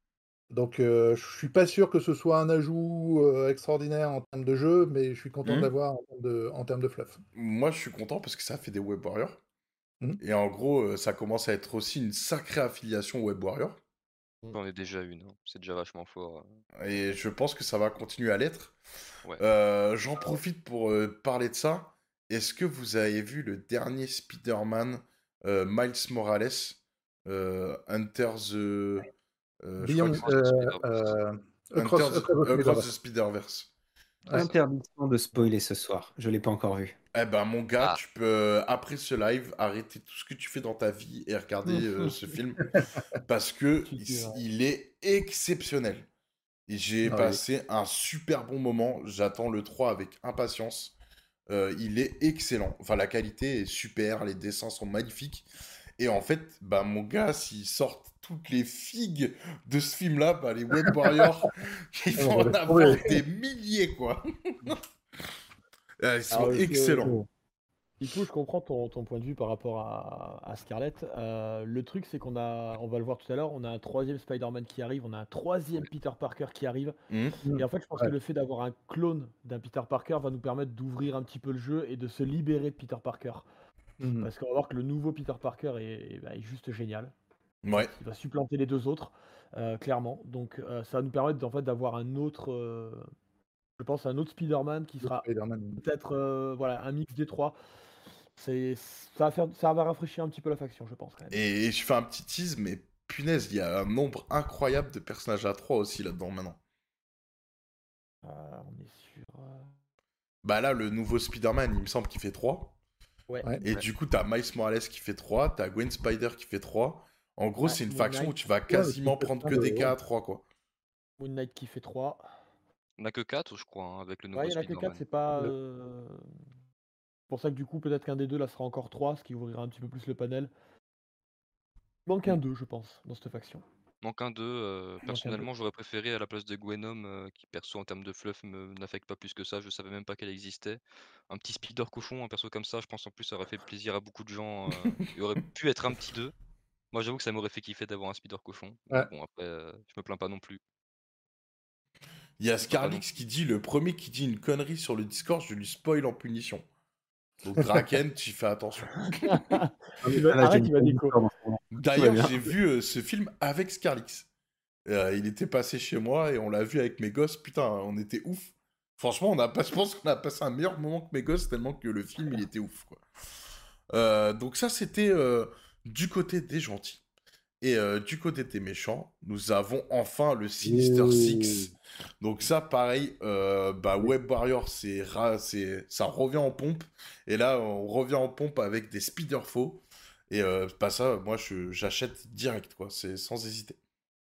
Donc euh, je suis pas sûr que ce soit un ajout euh, extraordinaire en termes de jeu, mais je suis content de Hmm. l'avoir en termes de, en termes de fluff. Moi, je suis content parce que ça fait des Web Warriors. Hmm. Et en gros, euh, ça commence à être aussi une sacrée affiliation Web Warrior. J'en ai déjà une, hein. C'est déjà vachement fort. euh. Et je pense que ça va continuer à l'être. Ouais. Euh, J'en profite pour euh, parler de ça. Est-ce que vous avez vu le dernier Spider-Man, euh, Miles Morales, euh, Enter the... euh, je crois que Beyond, c'est Across the euh, Spider-Verse. euh, Enter across, the, across the Across Spider-Verse. the Spider-Verse. C'est Ouais. ça. Interdiction de spoiler ce soir. Je l'ai pas encore vu. Eh ben mon gars, Ah. tu peux, euh, après ce live, arrêter tout ce que tu fais dans ta vie et regarder euh, ce film. Parce que Si il, tu veux, ouais. il est exceptionnel. Et j'ai Ah oui. passé un super bon moment. J'attends le trois avec impatience. Euh, il est excellent. Enfin, la qualité est super, les dessins sont magnifiques. Et en fait, bah, mon gars, s'ils sortent toutes les figues de ce film-là, bah, les Web Warriors, ils On vont va en laisser avoir tomber. des milliers, quoi. Euh, Ils sont Alors, je, excellents. Pipou, je comprends ton, ton point de vue par rapport à, à Scarlett. Euh, le truc, c'est qu'on a, on va le voir tout à l'heure, on a un troisième Spider-Man qui arrive, on a un troisième Peter Parker qui arrive. Hmm. Et en fait, je pense Ouais. que le fait d'avoir un clone d'un Peter Parker va nous permettre d'ouvrir un petit peu le jeu et de se libérer de Peter Parker. Mhm. Parce qu'on va voir que le nouveau Peter Parker est, est- bah, est juste génial. Ouais. Il va supplanter les deux autres, euh, clairement. Donc, euh, ça va nous permettre en fait, d'avoir un autre, euh, je pense, un autre Spider-Man qui Le sera Spider-Man. peut-être euh, voilà, un mix des trois. C'est, ça va faire, ça va rafraîchir un petit peu la faction, je pense quand même. Et, et je fais un petit tease, mais punaise, il y a un nombre incroyable de personnages à trois aussi là-dedans maintenant. Euh, on est sur. euh, Bah là, le nouveau Spider-Man, il me semble qu'il fait trois. Ouais. Ouais. Et Ouais. du coup, t'as Miles Morales qui fait trois, t'as Gwen Spider qui fait trois. En gros, Ouais, c'est une Moon faction où Knight. tu vas Ouais, quasiment c'est prendre plein que de- des ouais. cas à trois, quoi. Moon Knight qui fait trois. On a que quatre, je crois, hein, avec le nouveau Ouais, il y en a que quatre, Spider-Man. c'est pas. Le- euh, C'est pour ça que du coup, peut-être qu'un des deux là sera encore trois, ce qui ouvrira un petit peu plus le panel. Il manque un Mm. deux, je pense, dans cette faction. Manque un deux. euh, Il manque un deux. personnellement, j'aurais préféré à la place de Gwenom, euh, qui perso en termes de fluff me n'affecte pas plus que ça. Je savais même pas qu'elle existait. Un petit Spider cochon, un perso comme ça, je pense en plus ça aurait fait plaisir à beaucoup de gens. euh, il aurait pu être un petit deux. Moi, j'avoue que ça m'aurait fait kiffer d'avoir un Spider cochon. Mais Ouais. bon, après, euh, je me plains pas non plus. Il y a Je me plains pas non Scarlix plus. qui dit, le premier qui dit une connerie sur le Discord, je lui spoil en punition. Donc Draken, tu fais attention. Ah, mais Il va- ça va, Arrête, j'ai il va une déco. histoire dans ce moment. Tout va D'ailleurs, bien. j'ai vu euh, ce film avec Scarlix. Euh, il était passé chez moi et on l'a vu avec mes gosses. Putain, on était ouf. Franchement, on a pas, je pense qu'on a passé un meilleur moment que mes gosses tellement que le film, il était ouf, quoi. Euh, donc ça, c'était euh, du côté des gentils. Et euh, du côté des méchants, nous avons enfin le Sinister Ouh. Six. Donc ça, pareil, euh, bah Web Warrior, c'est ra- c'est ça revient en pompe. Et là, on revient en pompe avec des speeder faux. Et euh, pas ça, moi, je- j'achète direct, quoi. C'est sans hésiter.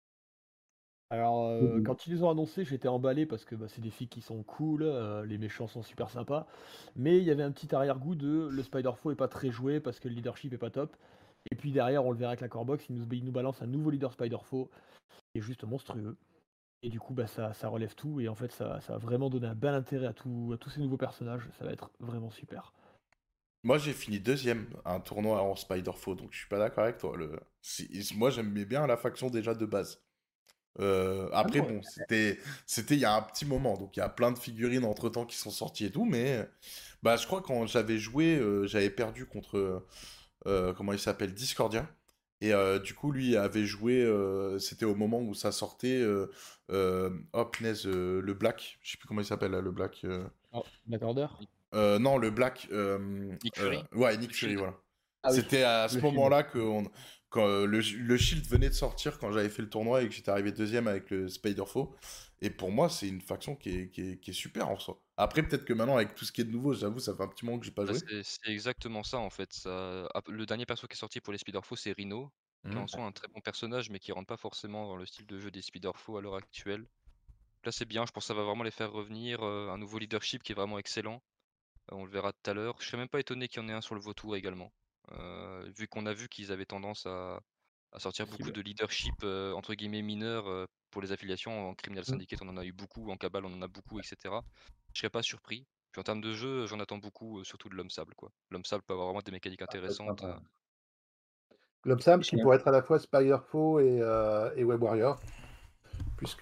Alors, euh, Mhm. quand ils les ont annoncé, j'étais emballé parce que bah, c'est des filles qui sont cool, euh, les méchants sont super sympas. Mais il y avait un petit arrière-goût de le Spider-Foe est pas très joué parce que le leadership est pas top. Et puis derrière, on le verra avec la Corebox, il nous, il nous balance un nouveau leader Spider-Foe qui est juste monstrueux. Et du coup, bah, ça, ça relève tout. Et en fait, ça, ça va vraiment donner un bel intérêt à, tout- à tous ces nouveaux personnages. Ça va être vraiment super. Moi, j'ai fini deuxième à un tournoi en Spider-Faux, donc je suis pas d'accord avec toi. Le... si- Moi, j'aimais bien la faction déjà de base. Euh, Ah après, non, ouais. bon, c'était, c'était il y a un petit moment, donc il y a plein de figurines entre-temps qui sont sorties et tout, mais bah, je crois que quand j'avais joué, euh, j'avais perdu contre, euh, comment il s'appelle, Discordia, et euh, du coup, lui avait joué, euh, c'était au moment où ça sortait, euh, euh, oh punaise, euh, le Black, je sais plus comment il s'appelle là, le Black, euh, Oh, Black Order. Nick, euh, non, le Black, euh, Nick euh, Fury, ouais, Nick le Fury, Shield. voilà. Ah oui, C'était à ce le Shield. moment-là que on- quand euh, le, le Shield venait de sortir, quand j'avais fait le tournoi et que j'étais arrivé deuxième avec le Spider-Foe. Et pour moi, c'est une faction qui est, qui est- qui est super en soi. Après, peut-être que maintenant, avec tout ce qui est de nouveau, j'avoue, ça fait un petit moment que j'ai pas Bah, joué. c'est c'est exactement ça en fait. Ça... ap- Le dernier perso qui est sorti pour les Spider-Foe, c'est Rhino, qui est Mhm. en soi un très bon personnage, mais qui rentre pas forcément dans le style de jeu des Spider-Foe à l'heure actuelle. Là, c'est bien, je pense que ça va vraiment les faire revenir. euh, un nouveau leadership qui est vraiment excellent. Euh, on le verra tout à l'heure. Je serais même pas étonné qu'il y en ait un sur le vautour également. Euh, vu qu'on a vu qu'ils avaient tendance à, à sortir beaucoup Possible. de leadership euh, entre guillemets mineurs euh, pour les affiliations. En Criminal Mhm. Syndicate, on en a eu beaucoup, en Cabal, on en a beaucoup, et cetera. Je serais pas surpris. Puis en termes de jeu, j'en attends beaucoup, euh, surtout de l'homme sable, quoi. L'homme sable peut avoir vraiment des mécaniques Ça peut être intéressantes. sympa. euh. L'homme sable qui J'ai- pourrait être à la fois Spider-Foe et, euh, et Web Warrior. puisque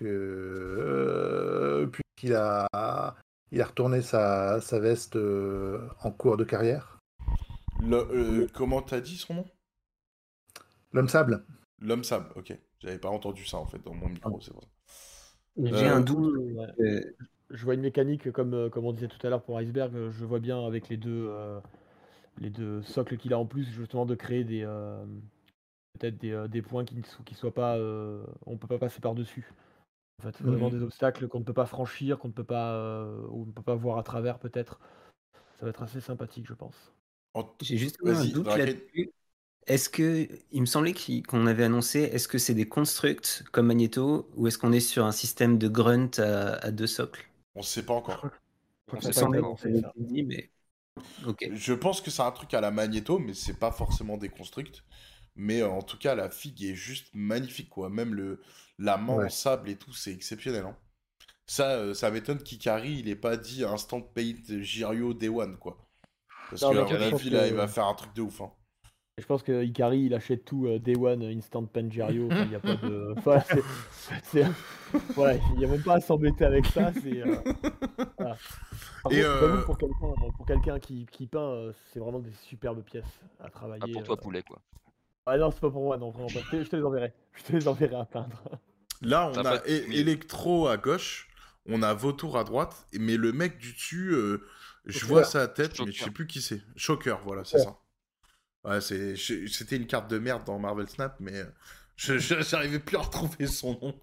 euh, puisqu'il a, il a retourné sa, sa veste euh, en cours de carrière. Le, euh, comment t'as dit son nom? L'homme sable. L'homme sable, ok. J'avais pas entendu ça en fait dans mon micro, c'est pour ça. Et J'ai Euh, un du doute. coup, ouais, euh, je vois une mécanique comme, euh, comme on disait tout à l'heure pour Iceberg, euh, je vois bien avec les deux, euh, les deux socles qu'il a en plus, justement de créer des euh, peut-être des, euh, des points qui ne so- qui soient pas, euh, on peut pas passer par-dessus. En fait, vraiment Mhm. des obstacles qu'on ne peut pas franchir, qu'on ne peut pas, euh, ou on ne peut pas voir à travers peut-être. Ça va être assez sympathique, je pense. En t- J'ai justement un Vas-y, doute Draken. là-dessus. Est-ce que, il me semblait qu'il- qu'on avait annoncé, est-ce que c'est des constructs comme Magneto ou est-ce qu'on est sur un système de grunt à, à deux socles? On sait pas Je encore. crois, que- je crois On que ça Il me n'a sait pas pas été semblait que encore. ça annoncé avait ça. été dit, mais ok. Je pense que c'est un truc à la Magneto, mais c'est pas forcément déconstruct. Mais euh, en tout cas, la figue est juste magnifique, quoi. Même le, la main en Ouais. sable et tout, c'est exceptionnel, hein. Ça, euh, ça m'étonne qu'Ikari, il ait pas dit Instant Paint Jirio Day One, quoi. Parce Non, que, mais à en mon fait, je pense avis, là, il que va faire un truc de ouf, hein. je pense que Ikari, il achète tout euh, Day One, euh, Instant Pangerio. Enfin, il n'y a pas de. Enfin, c'est, c'est- voilà, il n'y a même pas à s'embêter avec ça. C'est, euh, voilà. Par Et contre, j'avoue euh, que pour quelqu'un, pour quelqu'un qui, qui peint, euh, c'est vraiment des superbes pièces à Ah, travailler. pour euh. toi, poulet, quoi. Ah non, c'est pas pour moi, non, vraiment pas. Je te, je te les enverrai. Je te les enverrai à peindre. là, Ça on va pas a être E- mieux. Electro à gauche, on a Vautour à droite, et- mais le mec du dessus, euh, je Shocker. vois sa tête, mais je sais Shocker. plus qui c'est. Shocker, voilà, c'est ça. Ouais, c'est, je- c'était une carte de merde dans Marvel Snap, mais euh, je, je- j'arrivais plus à retrouver son nom.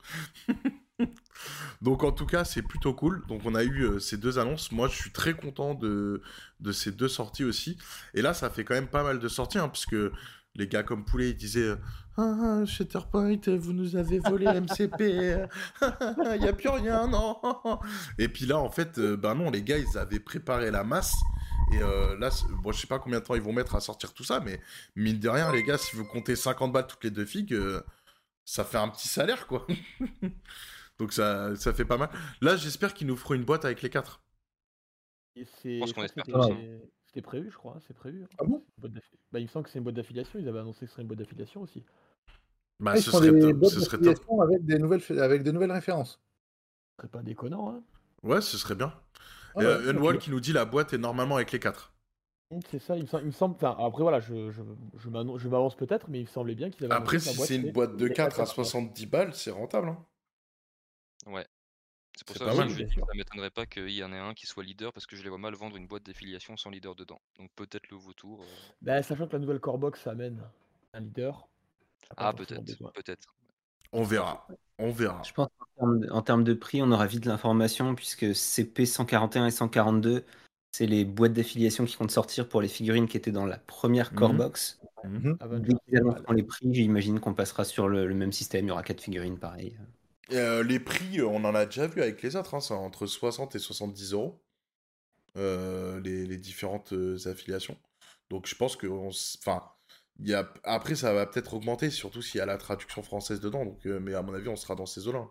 Donc en tout cas, c'est plutôt cool. Donc on a eu euh, ces deux annonces. Moi, je suis très content de, de ces deux sorties aussi. Et là, ça fait quand même pas mal de sorties, hein, puisque les gars comme Poulet, ils disaient euh, ah, ah, Shatterpoint, vous nous avez volé M C P, il n'y a plus rien, non. Et puis là, en fait, euh, ben non, les gars, ils avaient préparé la masse. Et euh, là, c'est- bon, je sais pas combien de temps ils vont mettre à sortir tout ça, mais mine de rien, les gars, si vous comptez cinquante balles toutes les deux figues, euh, ça fait un petit salaire, quoi. Donc ça, ça fait pas mal. Là, j'espère qu'ils nous feront une boîte avec les quatre. Et Je c'est, pense je qu'on crois que espère c'était, tous, hein. c'était prévu, je crois. C'est prévu. hein. Ah bon? Une boîte d'affi- bah, il me semble que c'est une boîte d'affiliation. Ils avaient annoncé que ce serait une boîte d'affiliation aussi. Bah, Ah, ils ce font serait des top. boîtes Ce serait top. d'affiliation avec des nouvelles, avec des nouvelles références. Ce serait pas déconnant, hein. Ouais, ce serait bien. Ah Et ouais, euh, ok. Unwall qui nous dit la boîte est normalement avec les quatre. Mm, C'est ça, il me, sem- il me semble. Enfin, après, voilà, je, je, je m'annon- je m'avance peut-être, mais il me semblait bien qu'ils avaient Après, annoncé que la si boîte c'est une était boîte de à quatre à quatre. soixante-dix balles, c'est rentable, hein. Ouais. C'est pour C'est ça pas aussi mal. que je bien dis que sûr. ça m'étonnerait pas qu'il y en ait un qui soit leader parce que je les vois mal vendre une boîte d'affiliation sans leader dedans. Donc peut-être le vautour. euh, Bah, sachant que la nouvelle core box amène un leader, t'as pas Ah, forcément peut-être. besoin. Peut-être. On C'est pas faux. verra. On verra. Je pense qu'en termes de, en termes de prix, on aura vite l'information puisque C P cent quarante et un et cent quarante-deux, c'est les boîtes d'affiliation qui comptent sortir pour les figurines qui étaient dans la première core Mhm. box. Mhm. Mhm. Avengers, Dès qu'ils c'est pas annonceront mal. les prix, j'imagine qu'on passera sur le, le même système. Il y aura quatre figurines pareil. Et, euh, les prix, euh, on en a déjà vu avec les autres, hein, c'est entre soixante et soixante-dix euros. euh, les, les différentes euh, affiliations. Donc je pense que, on s- enfin, il y a, après ça va peut-être augmenter, surtout s'il y a la traduction française dedans. Donc, euh, mais à mon avis, on sera dans ces eaux-là.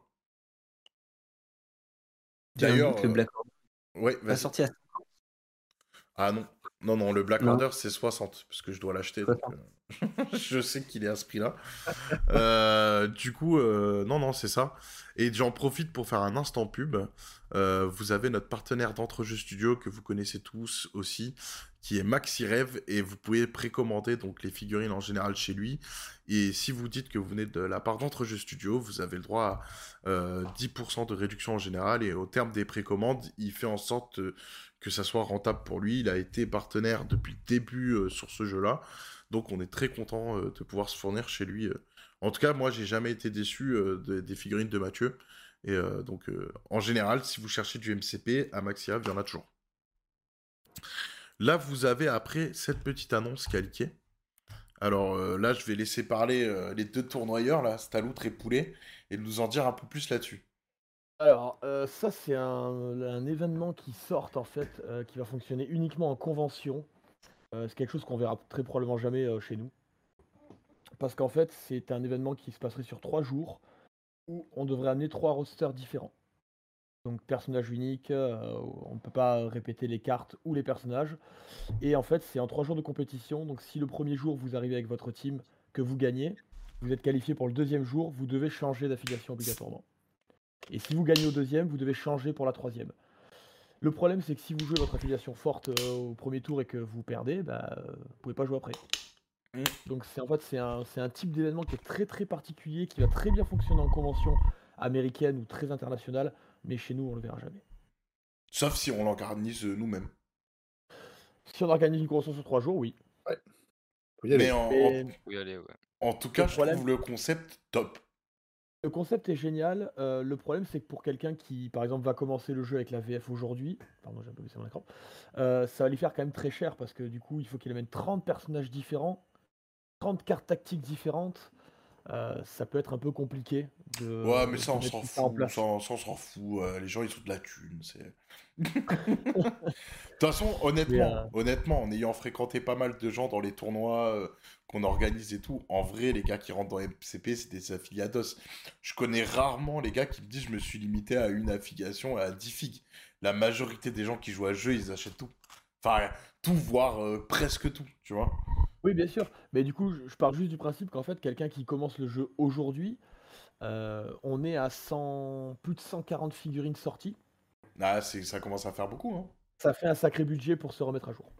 J'ai un D'ailleurs, doute, le euh, Black Order ouais, est pas vas-y. sorti à Ah non, non, non, le Black non. Order c'est soixante, parce que je dois l'acheter, donc soixante. euh, je sais qu'il est à ce prix-là. Euh, du coup, euh, non, non, c'est ça. Et j'en profite pour faire un instant pub. Euh, vous avez notre partenaire d'Entrejeux Studio que vous connaissez tous aussi, qui est MaxiRev, et vous pouvez précommander donc les figurines en général chez lui. Et si vous dites que vous venez de la part d'Entrejeux Studio, vous avez le droit à euh, dix pour cent de réduction en général. Et au terme des précommandes, il fait en sorte euh, que ça soit rentable pour lui. Il a été partenaire depuis le début euh, sur ce jeu-là. Donc on est très content euh, de pouvoir se fournir chez lui. euh. En tout cas, moi, j'ai jamais été déçu euh, de- des figurines de Mathieu. Et euh, donc, euh, en général, si vous cherchez du M C P, à Maxia, il y en a toujours. Là, vous avez après cette petite annonce qui a leaké. Alors euh, là, je vais laisser parler euh, les deux tournoyeurs, là, Staloutre et Poulet, et nous en dire un peu plus là-dessus. Alors, euh, ça, c'est un, un événement qui sort en fait, euh, qui va fonctionner uniquement en convention. Euh, c'est quelque chose qu'on verra très probablement jamais euh, chez nous. Parce qu'en fait, c'est un événement qui se passerait sur trois jours où on devrait amener trois rosters différents. Donc, personnage unique, euh, on ne peut pas répéter les cartes ou les personnages. Et en fait, c'est en trois jours de compétition. Donc, si le premier jour vous arrivez avec votre team, que vous gagnez, vous êtes qualifié pour le deuxième jour, vous devez changer d'affiliation obligatoirement. Et si vous gagnez au deuxième, vous devez changer pour la troisième. Le problème, c'est que si vous jouez votre affiliation forte euh, au premier tour et que vous perdez, bah, euh, vous pouvez pas jouer après. Mm. Donc c'est en fait c'est un, c'est un type d'événement qui est très très particulier, qui va très bien fonctionner en convention américaine ou très internationale, mais chez nous on le verra jamais. Sauf si on l'organise euh, nous-mêmes. Si on organise une convention sur trois jours, oui. Ouais. Faut y aller. Mais en, en- Mais Oui, allez, ouais. en tout cas, le je problème, trouve le concept top. le concept est génial. euh, le problème, c'est que pour quelqu'un qui, par exemple, va commencer le jeu avec la V F aujourd'hui, pardon, j'ai un peu baissé mon écran, euh, ça va lui faire quand même très cher parce que du coup, il faut qu'il amène trente personnages différents, trente cartes tactiques différentes. Euh, ça peut être un peu compliqué de, Ouais, mais ça, de on mettre s'en tout ça en fout. place. Ça, on ça, on s'en fout. euh, les gens, ils ont de la thune. C'est. De toute façon, Mais, honnêtement, euh, honnêtement, en ayant fréquenté pas mal de gens dans les tournois euh, qu'on organise et tout, en vrai, les gars qui rentrent dans M C P, c'est des affiliados. Je connais rarement les gars qui me disent je me suis limité à une affiliation et à dix figs. La majorité des gens qui jouent à ce jeu, ils achètent tout. Enfin, tout, voire euh, presque tout, tu vois. oui, bien sûr. Mais du coup, je, je pars juste du principe qu'en fait, quelqu'un qui commence le jeu aujourd'hui, euh, on est à cent, plus de cent quarante figurines sorties. Ah, c'est, ça commence à faire beaucoup, hein. Ça fait un sacré budget pour se remettre à jour.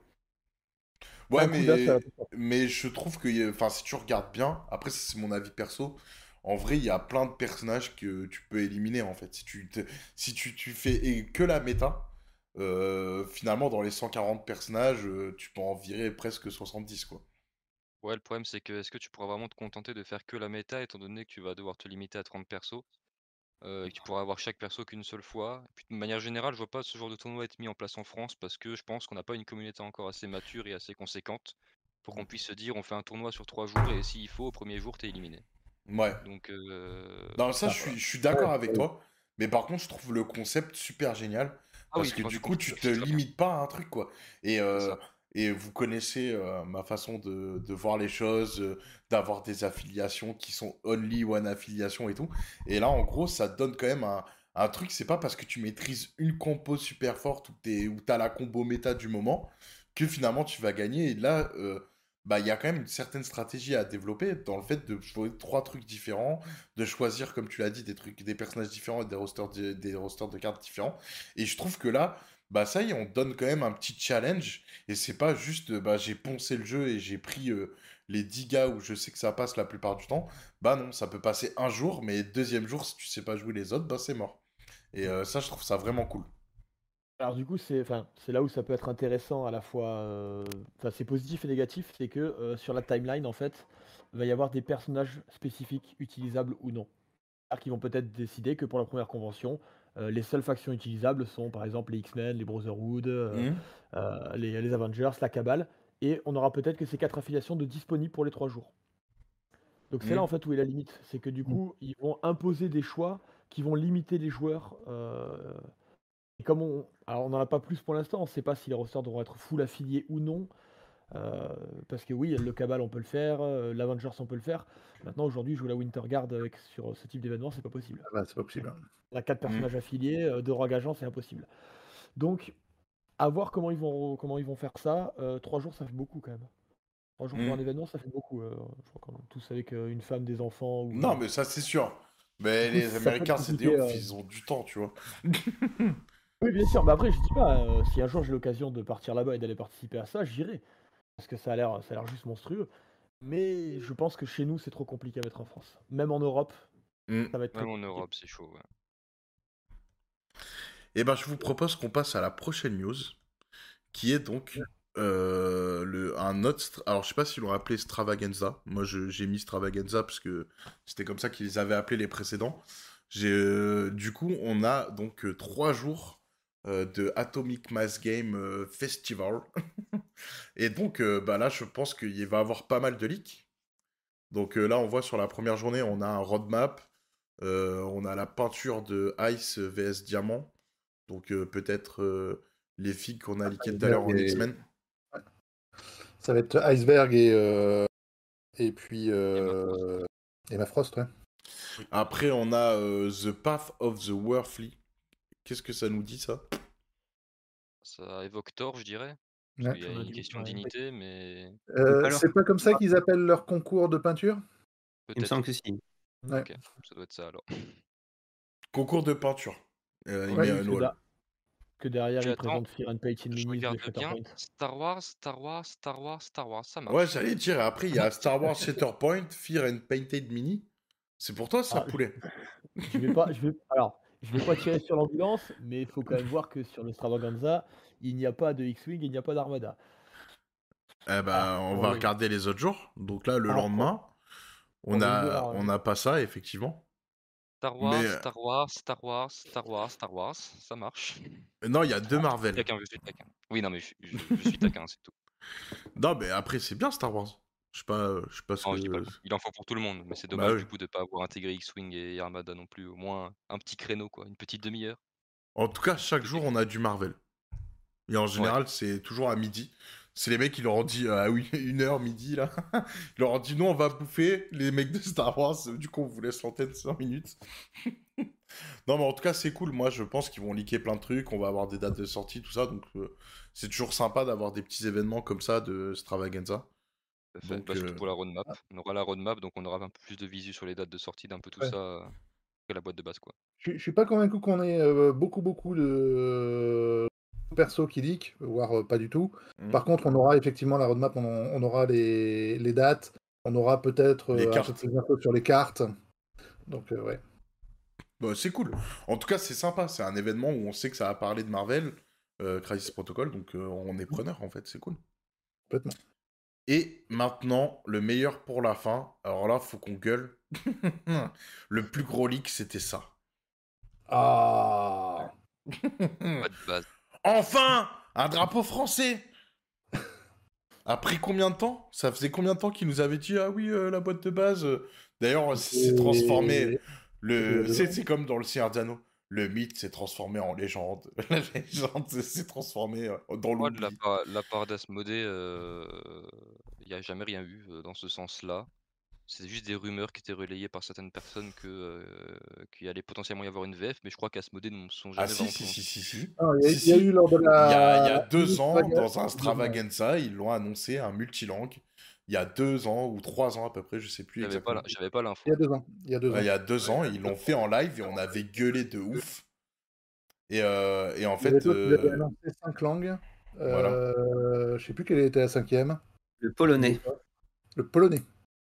C'est Ouais, un coup d'as à la mais, personne. mais je trouve que, enfin, si tu regardes bien, après, ça, c'est mon avis perso, en vrai, il y a plein de personnages que tu peux éliminer, en fait. Si tu, te- si tu, tu fais et que la méta, euh, finalement, dans les cent quarante personnages, euh, tu peux en virer presque soixante-dix, quoi. Ouais, le problème, c'est que est-ce que tu pourras vraiment te contenter de faire que la méta, étant donné que tu vas devoir te limiter à trente persos, euh, et que tu pourras avoir chaque perso qu'une seule fois. Et puis, de manière générale, je vois pas ce genre de tournoi être mis en place en France parce que je pense qu'on n'a pas une communauté encore assez mature et assez conséquente pour qu'on puisse se dire on fait un tournoi sur trois jours et s'il faut, au premier jour, t'es éliminé. Ouais. Donc, euh, Non, ça, je Bah, suis, je suis Ouais, d'accord avec ouais. toi. Mais par contre, je trouve le concept super génial. ah oui, Parce du que point de du vue coup, concept, tu te c'est très bien. limites pas à un truc, quoi. Et, C'est euh, ça. et vous connaissez euh, ma façon de, de voir les choses, euh, d'avoir des affiliations qui sont only one affiliation et tout. Et là, en gros, ça te donne quand même un, un truc. C'est pas parce que tu maîtrises une compo super forte ou t'es, ou t'as la combo méta du moment que finalement tu vas gagner. Et là, euh, bah, il y a quand même une certaine stratégie à développer dans le fait de jouer trois trucs différents, de choisir, comme tu l'as dit, des trucs, des personnages différents et des rosters, de, des rosters de cartes différents. Et je trouve que là, bah ça y est, on donne quand même un petit challenge. Et c'est pas juste, euh, bah j'ai poncé le jeu et j'ai pris euh, les dix gars où je sais que ça passe la plupart du temps. Bah non, ça peut passer un jour, mais deuxième jour, si tu sais pas jouer les autres, bah c'est mort. Et euh, ça, je trouve ça vraiment cool. alors du coup, c'est, enfin, c'est là où ça peut être intéressant à la fois. euh, Enfin, c'est positif et négatif, c'est que euh, sur la timeline, en fait, il va y avoir des personnages spécifiques utilisables ou non. C'est-à-dire qu'ils vont peut-être décider que pour la première convention, euh, les seules factions utilisables sont par exemple les X-Men, les Brotherhood, euh, Mhm. euh, les, les Avengers, la Cabale, et on aura peut-être que ces quatre affiliations de disponibles pour les trois jours. Donc c'est là en Mhm. fait où est la limite, c'est que du coup ils vont imposer des choix qui vont limiter les joueurs. euh, Et comme on, alors on n'en a pas plus pour l'instant, on ne sait pas si les rosters devront être full affiliés ou non, euh, parce que oui, le Cabal on peut le faire, euh, l'Avengers on peut le faire. Maintenant aujourd'hui jouer la Winterguard avec sur ce type d'événement c'est pas possible. Ah bah, c'est pas possible. hein. On a quatre Mhm. personnages affiliés, euh, deux rogues agents c'est impossible. Donc à voir comment ils vont comment ils vont faire ça. Euh, trois jours ça fait beaucoup quand même. Trois jours pour un Mhm. événement ça fait beaucoup. euh, je crois qu'on est tous avec euh, une femme, des enfants ou Non, euh, mais ça, c'est sûr. du Mais coup les ça peut être Américains, c'est des compliqué. ouf, euh. ils ont du temps, tu vois. Oui bien sûr, mais après je dis pas, euh, si un jour j'ai l'occasion de partir là-bas et d'aller participer à ça, j'irai. Parce que ça a l'air ça a l'air juste monstrueux. Mais je pense que chez nous, c'est trop compliqué à mettre en France. Même en Europe, Mhm. ça va être très Même en compliqué. Europe, c'est chaud. Ouais. Eh ben, je vous propose qu'on passe à la prochaine news, qui est donc euh, le, un autre... stra- Alors, je sais pas s'ils l'ont appelé Stravaganza. Moi, je- j'ai mis Stravaganza parce que c'était comme ça qu'ils avaient appelé les précédents. J'ai, euh, du coup, on a donc euh, trois jours euh, de Atomic Mass Game euh, Festival. Et donc, euh, bah là, je pense qu'il va y avoir pas mal de leaks. Donc euh, là, on voit sur la première journée, on a un roadmap. Euh, on a la peinture de Ice V S Diamant. Donc euh, peut-être euh, les figues qu'on a leakées tout à l'heure Iceberg en et... X-Men. Ça va être Iceberg et, euh, et puis Et ma France. euh, Emma Frost, ouais. Oui. Après, on a euh, The Path of the Worldly. Qu'est-ce que ça nous dit, ça? Ça évoque Thor, je dirais. Parce Ouais. qu'il y a On a une dit, question ouais. d'unité, mais C'est Euh, pas leur. c'est pas comme ça qu'ils appellent leur concours de peinture? Il me semble peut-être. que si. Ouais. Ok, ça doit être ça alors. Concours de peinture. Euh, il Et met Ouais. puis un que, wall. da- que derrière, Puis ils attends, présentent Fear and Painted je Minis de regarde bien. Shatterpoint. Star Wars, Star Wars, Star Wars, Star Wars, ça Ouais, marche. j'allais dire, après, il y a Star Wars Shatterpoint, Fear and Painted Mini. C'est pour toi, ça, Ah, je, poulet? je vais pas, je vais, alors, je vais pas tirer sur l'ambulance, mais il faut quand même voir que sur l'Extravaganza, il n'y a pas de X-Wing, il n'y a pas d'Armada. Eh ben, Alors, on pour va le, regarder les autres jours. Donc là, le alors, pour, lendemain, on pour le a, lore, on euh, n'a pas ça, effectivement. Star Mais Wars, euh, Star Wars, Star Wars, Star Wars, Star Wars, ça marche. non, il y a deux ah, Je suis Marvel. taquin, je suis taquin. Oui, non, mais je, je- je suis taquin, c'est tout. Non, mais après, c'est bien Star Wars. Je sais pas, je sais pas ce Non, je dis pas le que. contraire. Il en faut pour tout le monde, mais c'est Bah dommage oui. du coup de pas avoir intégré X-Wing et Armada non plus. Au moins un petit créneau, quoi, une petite demi-heure. En tout cas, chaque jour, on a du Marvel. Et en Ouais. général, c'est toujours à midi. C'est les mecs qui leur ont dit, euh, ah oui, une heure, midi, là. Ils leur ont dit, non, on va bouffer. Les mecs de Star Wars, du coup, on vous laisse l'antenne cinq minutes. Non, mais en tout cas, c'est cool. Moi, je pense qu'ils vont leaker plein de trucs. On va avoir des dates de sortie, tout ça. Donc, euh, c'est toujours sympa d'avoir des petits événements comme ça de Stravaganza. Tout à fait. Donc, Bah, surtout euh, pour la roadmap. On aura la roadmap, donc on aura un peu plus de visu sur les dates de sortie d'un peu tout Ouais. ça euh, que la boîte de base, quoi. Je, je suis pas convaincu qu'on ait euh, beaucoup, beaucoup de persos qui leak, voire euh, pas du tout. hmm. Par contre, on aura effectivement la roadmap, on, on aura les, les dates, on aura peut-être Les euh, un peu cartes. plus d'infos sur les cartes. Donc, euh, ouais. Bah, c'est cool. En tout cas, c'est sympa. C'est un événement où on sait que ça va parler de Marvel, euh, Crisis Protocol. Donc, euh, on est preneur, en fait. C'est cool. Complètement. Et maintenant, le meilleur pour la fin. Alors là, faut qu'on gueule. Le plus gros leak, c'était ça. Ah Pas de base. Enfin, un drapeau français. Après combien de temps? Ça faisait combien de temps qu'ils nous avaient dit, ah oui, euh, la boîte de base. euh. D'ailleurs, c'est transformé. Et- Le... et- C'est c'est comme dans le Seigneur des Anneaux. Le mythe s'est transformé en légende. La légende s'est transformée euh, dans Moi, de la l'oubli. part, la part d'Asmodée, il n'y a jamais rien eu euh, dans ce sens-là. C'est juste des rumeurs qui étaient relayées par certaines personnes que euh, qu'il allait potentiellement y avoir une V F, mais je crois qu'Asmodée ne sont Ah jamais si, vraiment si, si, prononcés. si, si. Ah, il y a, Si, il y a si. eu lors de Il y a, il y a la. deux ans, dans un Stravaganza, Stravaganza, ils l'ont annoncé, un multilangue. Il y a deux ans, ou trois ans à peu près, je sais plus J'avais pas, exactement. la- j'avais pas l'info. Il y a deux ans. Il y a deux Ouais, ans. il y a deux ans, ils l'ont fait en live et on avait gueulé de ouf. Et, euh, et en Il y avait fait, toi qui avait euh, annoncé cinq langues. voilà. Euh, je sais plus quelle était la cinquième. Le polonais. Le polonais.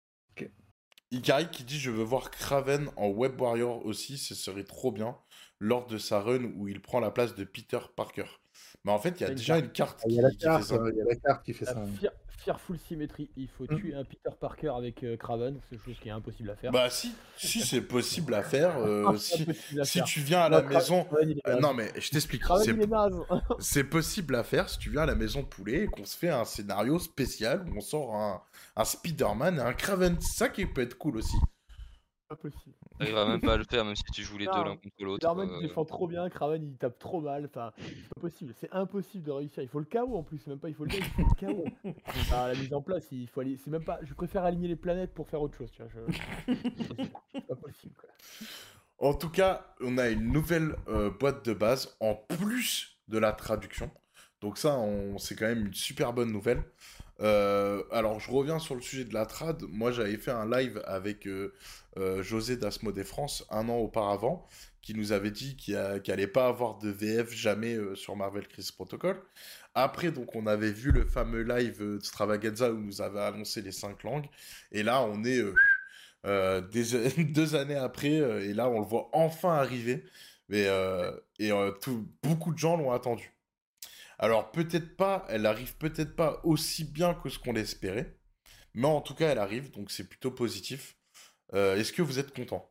Ikari qui dit je veux voir Kraven en Web Warrior aussi, ce serait trop bien lors de sa run où il prend la place de Peter Parker. Mais en fait, il y a Une déjà carte. une carte Ah, il qui, y a la qui fait carte, ça. euh, il y a la carte qui fait La ça. Fear- Fearful Symmetry, il faut Mm. tuer un Peter Parker avec euh, Kraven, c'est chose qui est impossible à faire. Bah si, si c'est possible à faire. euh, Ah, c'est si, impossible à si faire. tu viens à Non, la Kra- maison... Kraven, il est Euh, naze. non mais je t'explique. Kraven, C'est il est naze. c'est possible à faire si tu viens à la maison poulet et qu'on se fait un scénario spécial où on sort un, un Spider-Man et un Kraven. C'est ça qui peut être cool aussi. Pas possible. T'arriveras même pas à le faire, même si tu joues les deux Non, l'un contre l'autre. Spider-Man il euh, défend trop bien, Kraven il tape trop mal, enfin c'est pas possible, c'est impossible de réussir, il faut le K O en plus, c'est même pas il faut le gagner, il faut le K O. Ah, la mise en place, il faut aller, c'est même pas, je préfère aligner les planètes pour faire autre chose, tu vois, je... c'est pas possible, c'est pas possible quoi. En tout cas, on a une nouvelle euh, boîte de base en plus de la traduction. Donc ça, on... c'est quand même une super bonne nouvelle. Euh, alors, je reviens sur le sujet de la trad. Moi, j'avais fait un live avec euh, euh, José d'Asmodée France un an auparavant, qui nous avait dit qu'il n'allait pas avoir de V F jamais euh, sur Marvel Crisis Protocol. Après, donc, on avait vu le fameux live euh, de Stravaganza où nous avait annoncé les cinq langues. Et là, on est euh, euh, des- deux années après, euh, et là, on le voit enfin arriver. Mais, euh, et euh, tout- beaucoup de gens l'ont attendu. Alors peut-être pas, elle arrive peut-être pas aussi bien que ce qu'on l'espérait, mais en tout cas elle arrive, donc c'est plutôt positif. Euh, Est-ce que vous êtes content?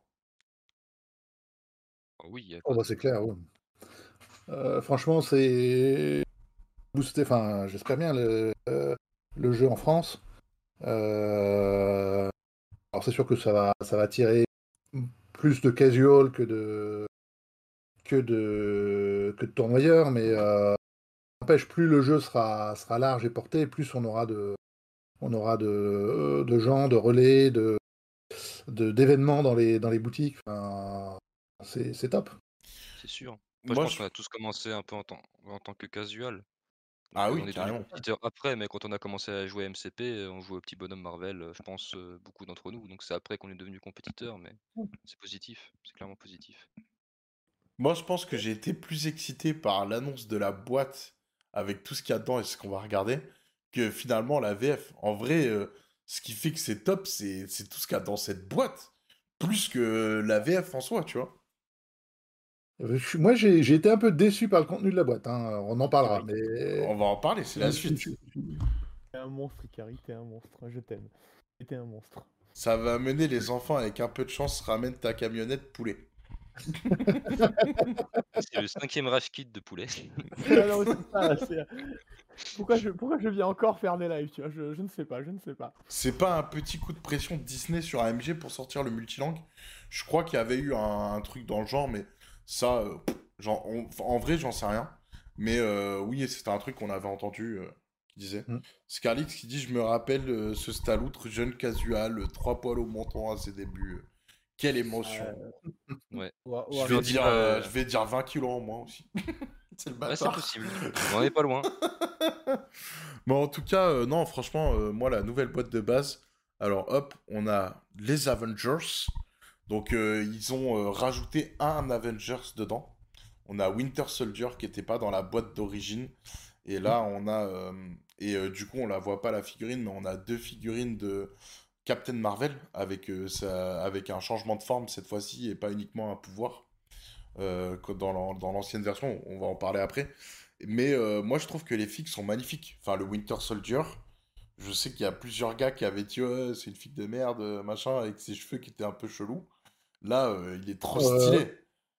oh oui, y a Oh pas bah de- c'est clair, oui. Euh, franchement, c'est boosté, enfin j'espère bien le, euh, le jeu en France. Euh, Alors c'est sûr que ça va, ça va attirer plus de casual que de que de que de tournoyeurs, mais euh, n'empêche, plus le jeu sera sera large et porté, plus on aura de on aura de, de gens, de relais, de de- d'événements dans les dans les boutiques. Enfin, c'est c'est top. c'est sûr. Après, je Moi, pense je... qu'on a tous commencé un peu en tant, en tant que casual. Ah Euh, oui, on est devenu carrément. compétiteur après, mais quand on a commencé à jouer M C P, euh, on jouait au petit bonhomme Marvel, euh, je pense euh, beaucoup d'entre nous. Donc c'est après qu'on est devenu compétiteur, mais c'est positif, c'est clairement positif. Moi, je pense que j'ai été plus excité par l'annonce de la boîte avec tout ce qu'il y a dedans et ce qu'on va regarder que finalement la V F. En vrai, euh, ce qui fait que c'est top, c'est c'est tout ce qu'il y a dans cette boîte, plus que la V F en soi, tu vois. Euh, je suis- Moi, j'ai j'ai été un peu déçu par le contenu de la boîte, hein. On en parlera, Oui. mais On va en parler, c'est la je- suite. je- T'es un monstre, Ikari, t'es un monstre. Je t'aime. Et T'es un monstre. Ça va amener les enfants avec un peu de chance, ramène ta camionnette poulet. C'est le cinquième rage kit de poulet. Ah non, c'est ça, là, c'est- Pourquoi je, pourquoi je viens encore faire des lives, tu vois, je, je ne sais pas, je ne sais pas. C'est pas un petit coup de pression de Disney sur A M G pour sortir le multilangue? Je crois qu'il y avait eu un, un truc dans le genre, mais ça, euh, pff, genre, on- en vrai, j'en sais rien. Mais euh, oui, c'était un truc qu'on avait entendu euh, qui disait. Mm. Scarlix qui dit, je me rappelle euh, ce Staloutre, jeune casual, euh, trois poils au menton à ses débuts. euh. Quelle émotion. Euh, Ouais. on va- on Je va vais, faire- dire, euh, euh, je vais dire vingt kilos en moins aussi. C'est le Ouais, c'est bâtard. possible. On en est pas loin. Bon, en tout cas, euh, non, franchement, euh, moi, la nouvelle boîte de base, alors hop, on a les Avengers. Donc, euh, ils ont euh, rajouté un Avengers dedans. On a Winter Soldier qui n'était pas dans la boîte d'origine. Et là, on a. euh, et euh, du coup, on la voit pas la figurine, mais on a deux figurines de Captain Marvel avec, euh, sa- avec un changement de forme cette fois-ci et pas uniquement un pouvoir. Euh, que dans l'an- dans l'ancienne version, on va en parler après. Mais euh, moi, je trouve que les figues sont magnifiques. Enfin, le Winter Soldier, je sais qu'il y a plusieurs gars qui avaient dit ouais, c'est une figue de merde, euh, machin, avec ses cheveux qui étaient un peu chelous. Là, euh, il est trop Euh, stylé.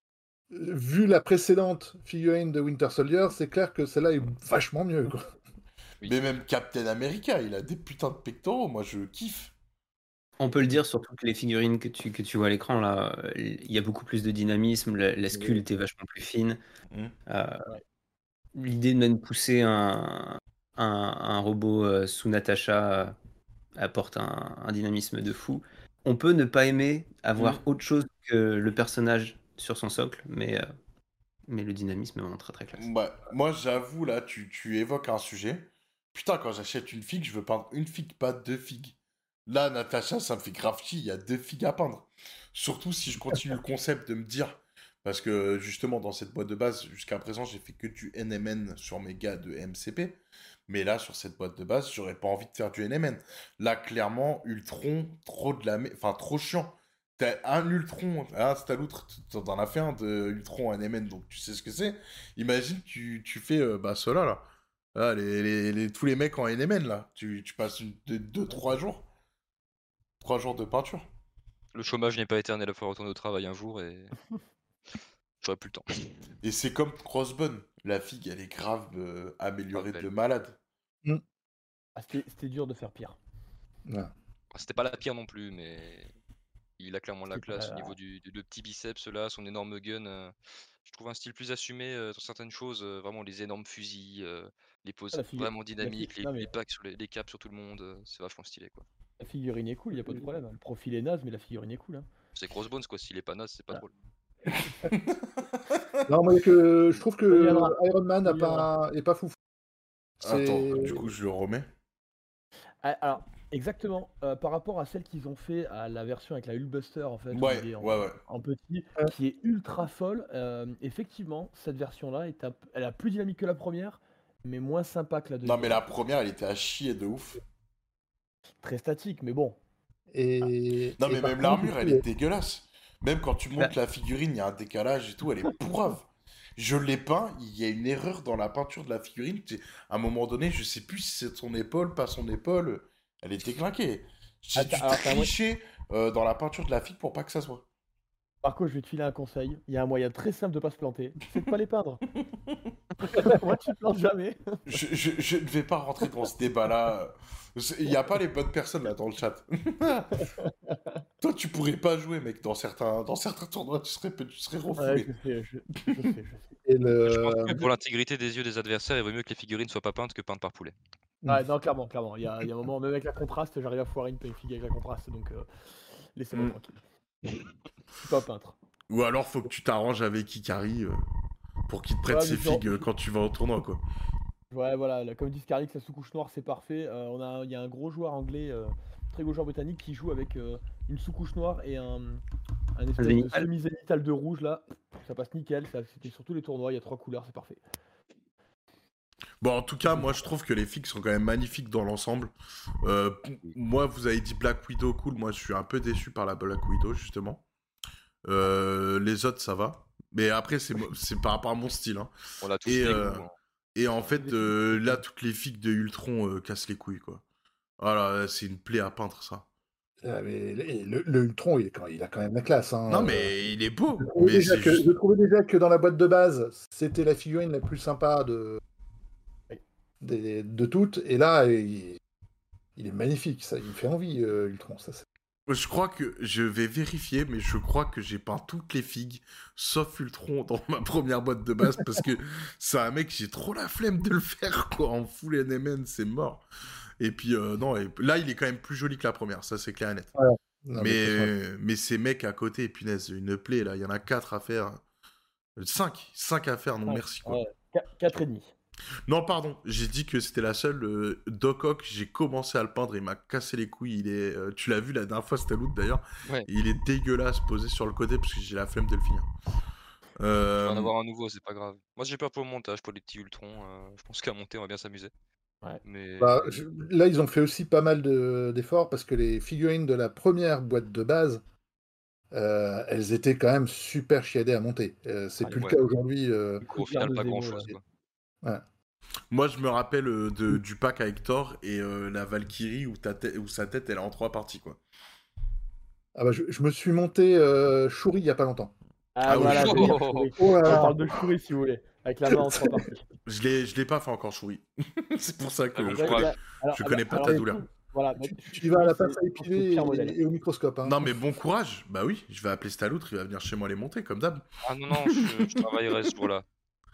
Vu la précédente figurine de Winter Soldier, c'est clair que celle-là est vachement mieux, quoi. Oui. Mais même Captain America, il a des putains de pectoraux. Moi, je kiffe. On peut le dire sur toutes les figurines que tu, que tu vois à l'écran, là, euh, il y a beaucoup plus de dynamisme, la, la sculpte est vachement plus fine. Mm. Euh, Ouais. L'idée de même pousser un, un, un robot euh, sous Natasha euh, apporte un, un dynamisme de fou. On peut ne pas aimer avoir Mm. autre chose que le personnage sur son socle, mais, euh, mais le dynamisme est vraiment très très classe. Ouais, moi, j'avoue, là, tu, tu évoques un sujet. Putain, quand j'achète une figue, je veux peindre une figue, pas deux figues. Là, Natacha, ça me fait grave chier, il y a deux figues à peindre. Surtout si je continue le concept de me dire, parce que justement, dans cette boîte de base, jusqu'à présent, j'ai fait que du N M N sur mes gars de M C P. Mais là, sur cette boîte de base, j'aurais pas envie de faire du N M N. Là, clairement, Ultron, trop de la... mé- Enfin, trop chiant. T'as un Ultron, ah, c'est à l'autre, t'en as fait un de Ultron N M N, donc tu sais ce que c'est. Imagine, tu, tu fais euh, bah, ceux-là, là. Ah, les, les- les- tous les mecs en N M N, là. Tu, tu passes une, deux, deux, trois jours. Trois jours de peinture. Le chômage n'est pas éternel, il faut retourner au travail un jour et j'aurai plus le temps. Et c'est comme Crossbone. La figue, elle est grave euh, améliorée Grave de belle. malade. Ah, c'était c'était dur de faire pire. Voilà. C'était pas la pire non plus, mais il a clairement la C'était classe pas- au niveau du, du- le petit biceps là, son énorme gun. euh, je trouve un style plus assumé euh, sur certaines choses, euh, vraiment les énormes fusils, euh, les poses Ah, la figu- vraiment la fi- dynamiques, les, non, mais- les packs sur les, les caps sur tout le monde, euh, c'est vachement stylé quoi. La figurine est cool, y a pas de problème. Le profil est naze, mais la figurine est cool. Hein. C'est Crossbones quoi, s'il est pas naze, c'est pas Ah. drôle. Non, mais que, je trouve On y que viendra. Iron Man On n'a y pas, est pas fou. Attends, du coup, je le remets. Ah, alors, exactement. euh, par rapport à celle qu'ils ont fait à la version avec la Hulkbuster, en fait, où Ouais, il est en, ouais, ouais. en petit, Ouais. qui est ultra folle. euh, effectivement, cette version-là, est un- elle a plus dynamique que la première, mais moins sympa que la deuxième. Non, mais la première, elle était à chier de ouf. Très statique, mais bon. Et, Non, et mais par même contre, l'armure, du elle coup, est dégueulasse. Même quand tu montes la figurine, il y a un décalage et tout, elle est pourrave. Je l'ai peint, il y a une erreur dans la peinture de la figurine. Tu sais, à un moment donné, je sais plus si c'est son épaule, pas son épaule. Elle était claquée. J'ai Attends, dû alors, t'as un moyen- tricher euh, dans la peinture de la figue pour pas que ça soit. Par contre, je vais te filer un conseil. Il y a un moyen très simple de pas se planter, c'est de pas les peindre. Moi, tu te plantes jamais. Je, je, je ne vais pas rentrer dans ce débat-là. C'est- Il n'y a pas les bonnes personnes là dans le chat. Toi, tu pourrais pas jouer, mec. Dans certains, dans certains tournois, tu serais, tu serais Ouais, refoulé. je sais, je, je sais, je sais. et Je le, pense que pour l'intégrité des yeux des adversaires, il vaut mieux que les figurines soient pas peintes que peintes par poulet. Ouais, non, clairement, clairement. Il y a, il y a un moment, même avec la contraste, j'arrive à foirer une figue avec la contraste, donc euh, laissez-moi Mm. tranquille. Je suis pas peintre. Ou alors, faut que tu t'arranges avec Ikari euh, pour qu'il te prête Ouais, ses mais genre- figues euh, quand tu vas au tournoi, quoi. Ouais, voilà, là, comme dit Scarlix, la sous-couche noire, c'est parfait. Euh, on a, il y a un gros joueur anglais, euh, très gros joueur britannique, qui joue avec euh, une sous-couche noire et un, Un espèce de Zénithal. semi-zénithal de rouge là, ça passe nickel, ça, c'était sur tous les tournois, il y a trois couleurs, c'est parfait. Bon, en tout cas, moi je trouve que les figues sont quand même magnifiques dans l'ensemble. Euh, p- moi, vous avez dit Black Widow, cool. Moi, je suis un peu déçu par la Black Widow, justement. Euh, les autres, ça va. Mais après, c'est mo- c'est par rapport à mon style. Hein. On l'a tous Et, des euh, goûts, hein. et en C'est fait, des euh, figues. là, toutes les figues de Ultron euh, cassent les couilles, quoi. Voilà, c'est une plaie à peindre, ça. Ah, mais le, le- le Ultron, il, est quand- il a quand même la classe. Hein. Non, Euh, mais il est je, beau. trouvais Mais déjà c'est que, juste. je trouvais déjà que dans la boîte de base, c'était la figurine la plus sympa de, Oui. des- de toutes. Et là, il, il est magnifique. Ça, il me fait envie, euh, Ultron. Ça, c'est- Je crois que je vais vérifier, mais je crois que j'ai peint toutes les figues, sauf Ultron, dans ma première boîte de base, parce que c'est un mec, j'ai trop la flemme de le faire, quoi, en full N M N, c'est mort. Et puis, euh, non, et là, il est quand même plus joli que la première, ça c'est clair et net. Voilà. Non, mais de toute façon, Mais, mais ces mecs à côté, punaise, une plaie, là, il y en a quatre à faire. Cinq, cinq à faire, non Ouais, merci, quoi. ouais, qu- quatre et demi. Non, pardon, j'ai dit que c'était la seule. euh, Doc Ock, j'ai commencé à le peindre, il m'a cassé les couilles. Il est, euh, tu l'as vu la dernière fois, c'était l'autre d'ailleurs. Ouais, Il est dégueulasse posé sur le côté parce que j'ai la flemme de le finir. je vais Euh, en avoir un nouveau, c'est pas grave. Moi j'ai peur pour le montage, pour les petits Ultrons. euh, je pense qu'à monter, on va bien s'amuser. Ouais. Mais bah, je- là, ils ont fait aussi pas mal de- d'efforts parce que les figurines de la première boîte de base, euh, elles étaient quand même super chiadées à monter. Euh, c'est Ah, plus les- le ouais, cas aujourd'hui. euh, les au coups de final, de pas Zemo, grand chose là. quoi. ouais. Moi, je me rappelle euh, de, du pack avec Thor et euh, la Valkyrie où, ta tête- où sa tête elle est en trois parties, quoi. Ah bah, je, je me suis monté euh, Shuri il y a pas longtemps. Ah Ah oui, voilà, je- j'allais dire Shuri. Oh là On là. parle de Shuri si vous voulez, avec la main en trois parties. Je l'ai, je l'ai pas fait encore, Shuri. C'est pour ça que Ah, bon je Ouais, connais, bah, alors, je ah bah, connais pas alors, ta du douleur. coup, voilà, bah, Tu, tu Shuri, y vas à la c'est pince à je pense, le épiler pire et, modèle. et au microscope. Hein. Non, mais bon courage. Bah oui, je vais appeler Staloutre, il va venir chez moi les monter, comme d'hab. Ah non, non, je, je travaillerai ce jour-là.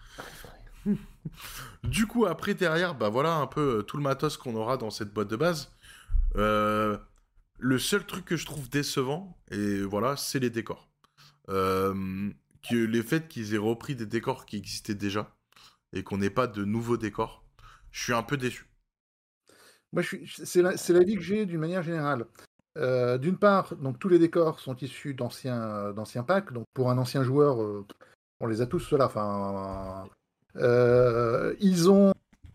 Du coup, après, derrière, bah voilà un peu euh, tout le matos qu'on aura dans cette boîte de base. Euh, le seul truc que je trouve décevant, et voilà, c'est les décors. Euh, que les faits qu'ils aient repris des décors qui existaient déjà et qu'on n'ait pas de nouveaux décors, je suis un peu déçu. Moi, je suis, c'est la- c'est l'avis que j'ai d'une manière générale. Euh, d'une part, donc tous les décors sont issus d'anciens d'anciens packs. Donc pour un ancien joueur, euh, on les a tous ceux-là. Enfin, euh, ils ont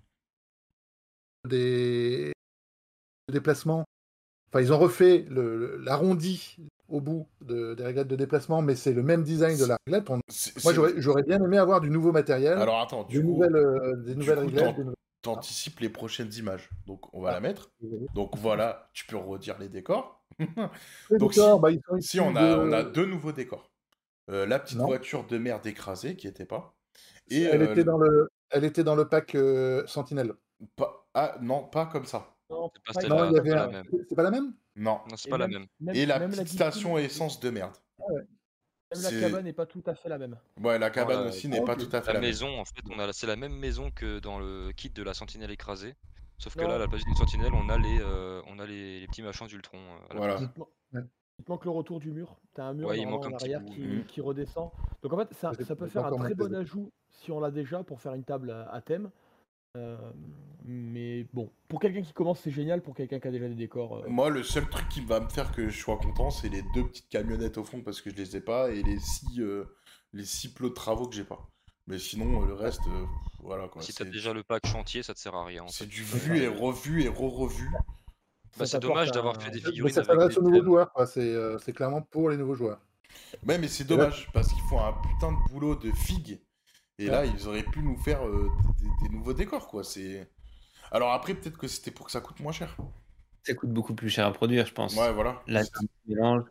des déplacements. Enfin, ils ont refait le- le- l'arrondi au bout de- des réglettes de déplacement, mais c'est le même design de la réglette. On- C'est- Moi, c'est- j'aurais j'aurais bien aimé avoir du nouveau matériel, Alors attends, du des coup, nouvelles, euh, des du nouvelles coup, réglettes. t'an- des nouvelles- t'anticipes les prochaines images. Donc on va Ah, la mettre. désolé. Donc voilà, tu peux redire les décors. Les Donc décors, si, bah, ils sont si issus on a, de- on a deux nouveaux décors. Euh, la petite Non. voiture de merde écrasée qui était pas. Et Elle, euh, était dans le... Elle était dans le pack euh, Sentinelle. pas, ah non, pas comme ça. Non, C'est pas pas celle-là, Non, il y c'est avait pas un- la même. C'est pas la même? Non. Non, c'est Et pas la même, même. même, Et la même petite guillotine, station essence de merde. même la C'est- cabane n'est pas tout à fait la même. Ouais, la Non, cabane la, aussi n'est Ah, pas ok. tout à fait la la même. maison, en fait, on a, la- c'est la même maison que dans le kit de la sentinelle écrasée. Sauf que là, Non. à la place d'une sentinelle, on a les, euh, on a les, les petits machins d'Ultron euh, à la Voilà. place. Il te, man- il te manque le retour du mur. Tu as un mur Ouais, il normalement manque un en petit arrière bout. qui, Mhm. qui redescend. Donc en fait, ça, J'ai- ça peut j'ai faire pas un encore très monté, bon ça. ajout si on l'a déjà pour faire une table à, à thème. Euh, mais bon, pour quelqu'un qui commence, c'est génial. Pour quelqu'un qui a déjà des décors. euh, Moi, le seul truc qui va me faire que je sois content, c'est les deux petites camionnettes au fond parce que je les ai pas et les six, euh, les six plots de travaux que j'ai pas. Mais sinon, euh, le reste, euh, voilà quoi. Si t'as C'est déjà le pack chantier, ça te sert à rien. En c'est fait. du C'est vu ça. et revu et re-revu. ça Bah, c'est t'apporte dommage un- d'avoir fait des Mais figurines ça avec des s'adresse aux nouveaux thèmes. joueurs, quoi. C'est euh, c'est clairement pour les nouveaux joueurs. Ouais, mais c'est Et là- dommage parce qu'ils font un putain de boulot de figue. Et Ouais. là, ils auraient pu nous faire euh, des, des- des nouveaux décors quoi. C'est. Alors après, peut-être que c'était pour que ça coûte moins cher. Ça coûte beaucoup plus cher à produire, je pense. Ouais, voilà. Là, c'est un mélange.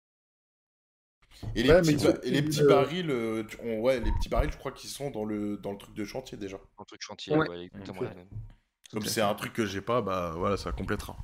Et les Ouais, mais petits, ils ont- ba- et les ils, petits euh, barils, euh, tu- on- ouais, les petits barils, je crois qu'ils sont dans le dans le truc de chantier déjà. Un truc chantier, Ouais. ouais, exactement Ok. les mêmes. Comme Tout à c'est fait. un truc que j'ai pas, bah voilà, ça complétera.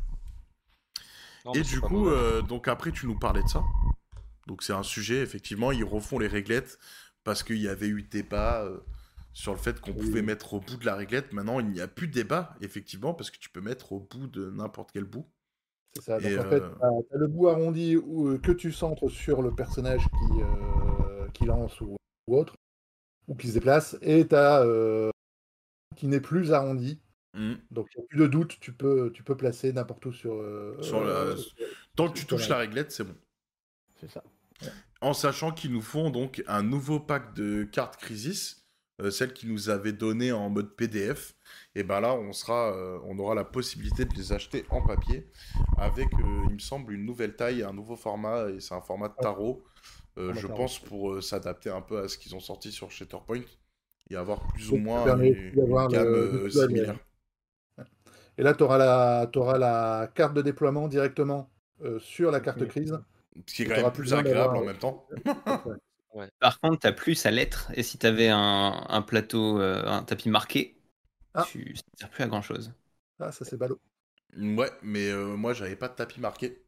Non, Et mais c'est du pas coup, mauvais. euh, donc après, tu nous parlais de ça. Donc c'est un sujet, effectivement, ils refont les réglettes parce qu'il y avait eu débat euh, sur le fait qu'on Oui. pouvait mettre au bout de la réglette. Maintenant, il n'y a plus de débat, effectivement, parce que tu peux mettre au bout de n'importe quel bout. C'est ça. Donc Et, en fait, euh, t'as t'as le bout arrondi où, euh, que tu centres sur le personnage qui, euh, qui lance ou, ou autre, ou qui se déplace, et t'as euh, qui n'est plus arrondi. hmm, Donc il n'y a plus de doute, tu peux, tu peux placer n'importe où sur. euh, sur la- euh, Tant que tu sur touches la- la réglette, c'est bon. C'est ça. En sachant qu'ils nous font donc un nouveau pack de cartes Crisis, euh, celles qu'ils nous avaient données en mode P D F. Et ben là, on sera, euh, on aura la possibilité de les acheter en papier avec, euh, il me semble, une nouvelle taille, un nouveau format, et c'est un format de tarot. Euh, Format je tarot, pense ok. pour euh, s'adapter un peu à ce qu'ils ont sorti sur Shatterpoint et avoir plus ou Donc, ça moins permet une, aussi une d'avoir gamme le euh, visuel. similaire. euh, Et là, tu auras la, t'auras la carte de déploiement directement euh, sur la Donc, carte oui. crise. Ce qui est Et quand tu même auras plus plus besoin agréable d'avoir. en même temps. Ouais. Ouais. Par contre, t'as plus à lettres, et si t'avais un, un plateau, euh, un tapis marqué, Ah. tu, ça ne sert plus à grand chose. Ah, ça c'est ballot. Ouais, mais euh, moi, j'avais pas de tapis marqué.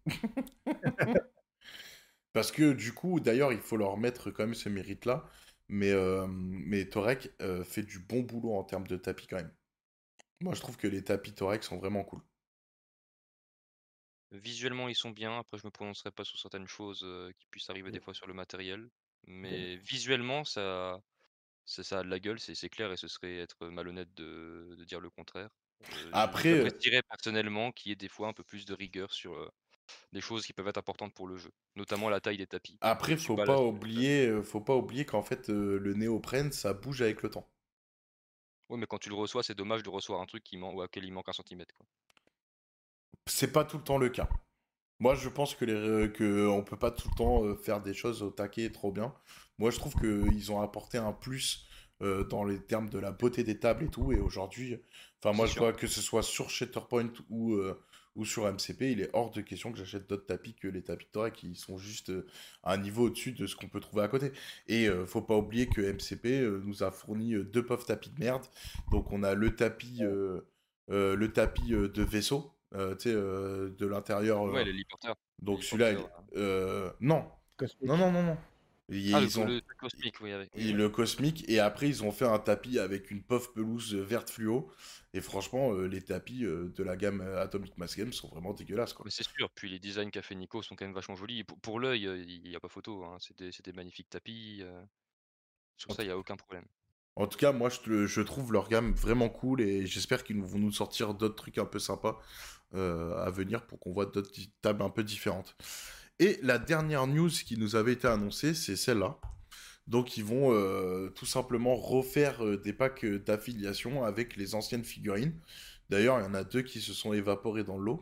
Parce que du coup, d'ailleurs, il faut leur mettre quand même ce mérite-là. Mais, euh, mais Torek euh, fait du bon boulot en termes de tapis quand même. Moi, je trouve que les tapis Torek sont vraiment cool. Visuellement, ils sont bien. Après, je me prononcerai pas sur certaines choses euh, qui puissent arriver des fois sur le matériel. Mais visuellement, ça, ça, ça a de la gueule, c'est c'est clair, et ce serait être malhonnête de, de dire le contraire. Euh, j- Après, euh, J'apprécierais personnellement qu'il y ait des fois un peu plus de rigueur sur euh, des choses qui peuvent être importantes pour le jeu, notamment la taille des tapis. après, Je suis faut pas là. pas oublier, euh, faut pas oublier qu'en fait, euh, le néoprène, ça bouge avec le temps. Oui, mais quand tu le reçois, c'est dommage de recevoir un truc qui man... auquel il manque un centimètre, quoi. C'est pas tout le temps le cas. Moi, je pense que les, euh, que on peut pas tout le temps euh, faire des choses au taquet trop bien. Moi, je trouve qu'ils ont apporté un plus euh, dans les termes de la beauté des tables et tout. Et aujourd'hui, enfin, moi, C'est je sûr. vois que ce soit sur Shatterpoint ou, euh, ou sur M C P, il est hors de question que j'achète d'autres tapis que les tapis Torek qui sont juste euh, à un niveau au-dessus de ce qu'on peut trouver à côté. Et euh, faut pas oublier que M C P euh, nous a fourni euh, deux pauvres tapis de merde. Donc, on a le tapis, euh, euh, le tapis euh, de vaisseau. Euh, tu sais, euh, de l'intérieur. Ouais, euh, les porteurs. donc celui-là, il... euh, non. Cosmique. Non, non, non, non. Ils, Ah, le, ils ont... le cosmique, oui, avec. ils- le cosmique, et après, ils ont fait un tapis avec une pauvre pelouse euh, verte fluo. Et franchement, euh, les tapis euh, de la gamme euh, Atomic Mass Games sont vraiment dégueulasses, quoi. Mais c'est sûr, puis les designs qu'a fait Nico sont quand même vachement jolis. Pour, pour l'œil, euh, il n'y a pas photo, hein. C'est des, c'est des magnifiques tapis. euh, Sur En, ça, tout... il n'y a aucun problème. en tout cas, moi, je, te- je trouve leur gamme vraiment cool, et j'espère qu'ils vont nous sortir d'autres trucs un peu sympas euh, à venir pour qu'on voit d'autres di- tables un peu différentes. Et la dernière news qui nous avait été annoncée, c'est celle-là. Donc ils vont euh, tout simplement refaire euh, des packs euh, d'affiliation avec les anciennes figurines. D'ailleurs, il y en a deux qui se sont évaporés dans l'eau.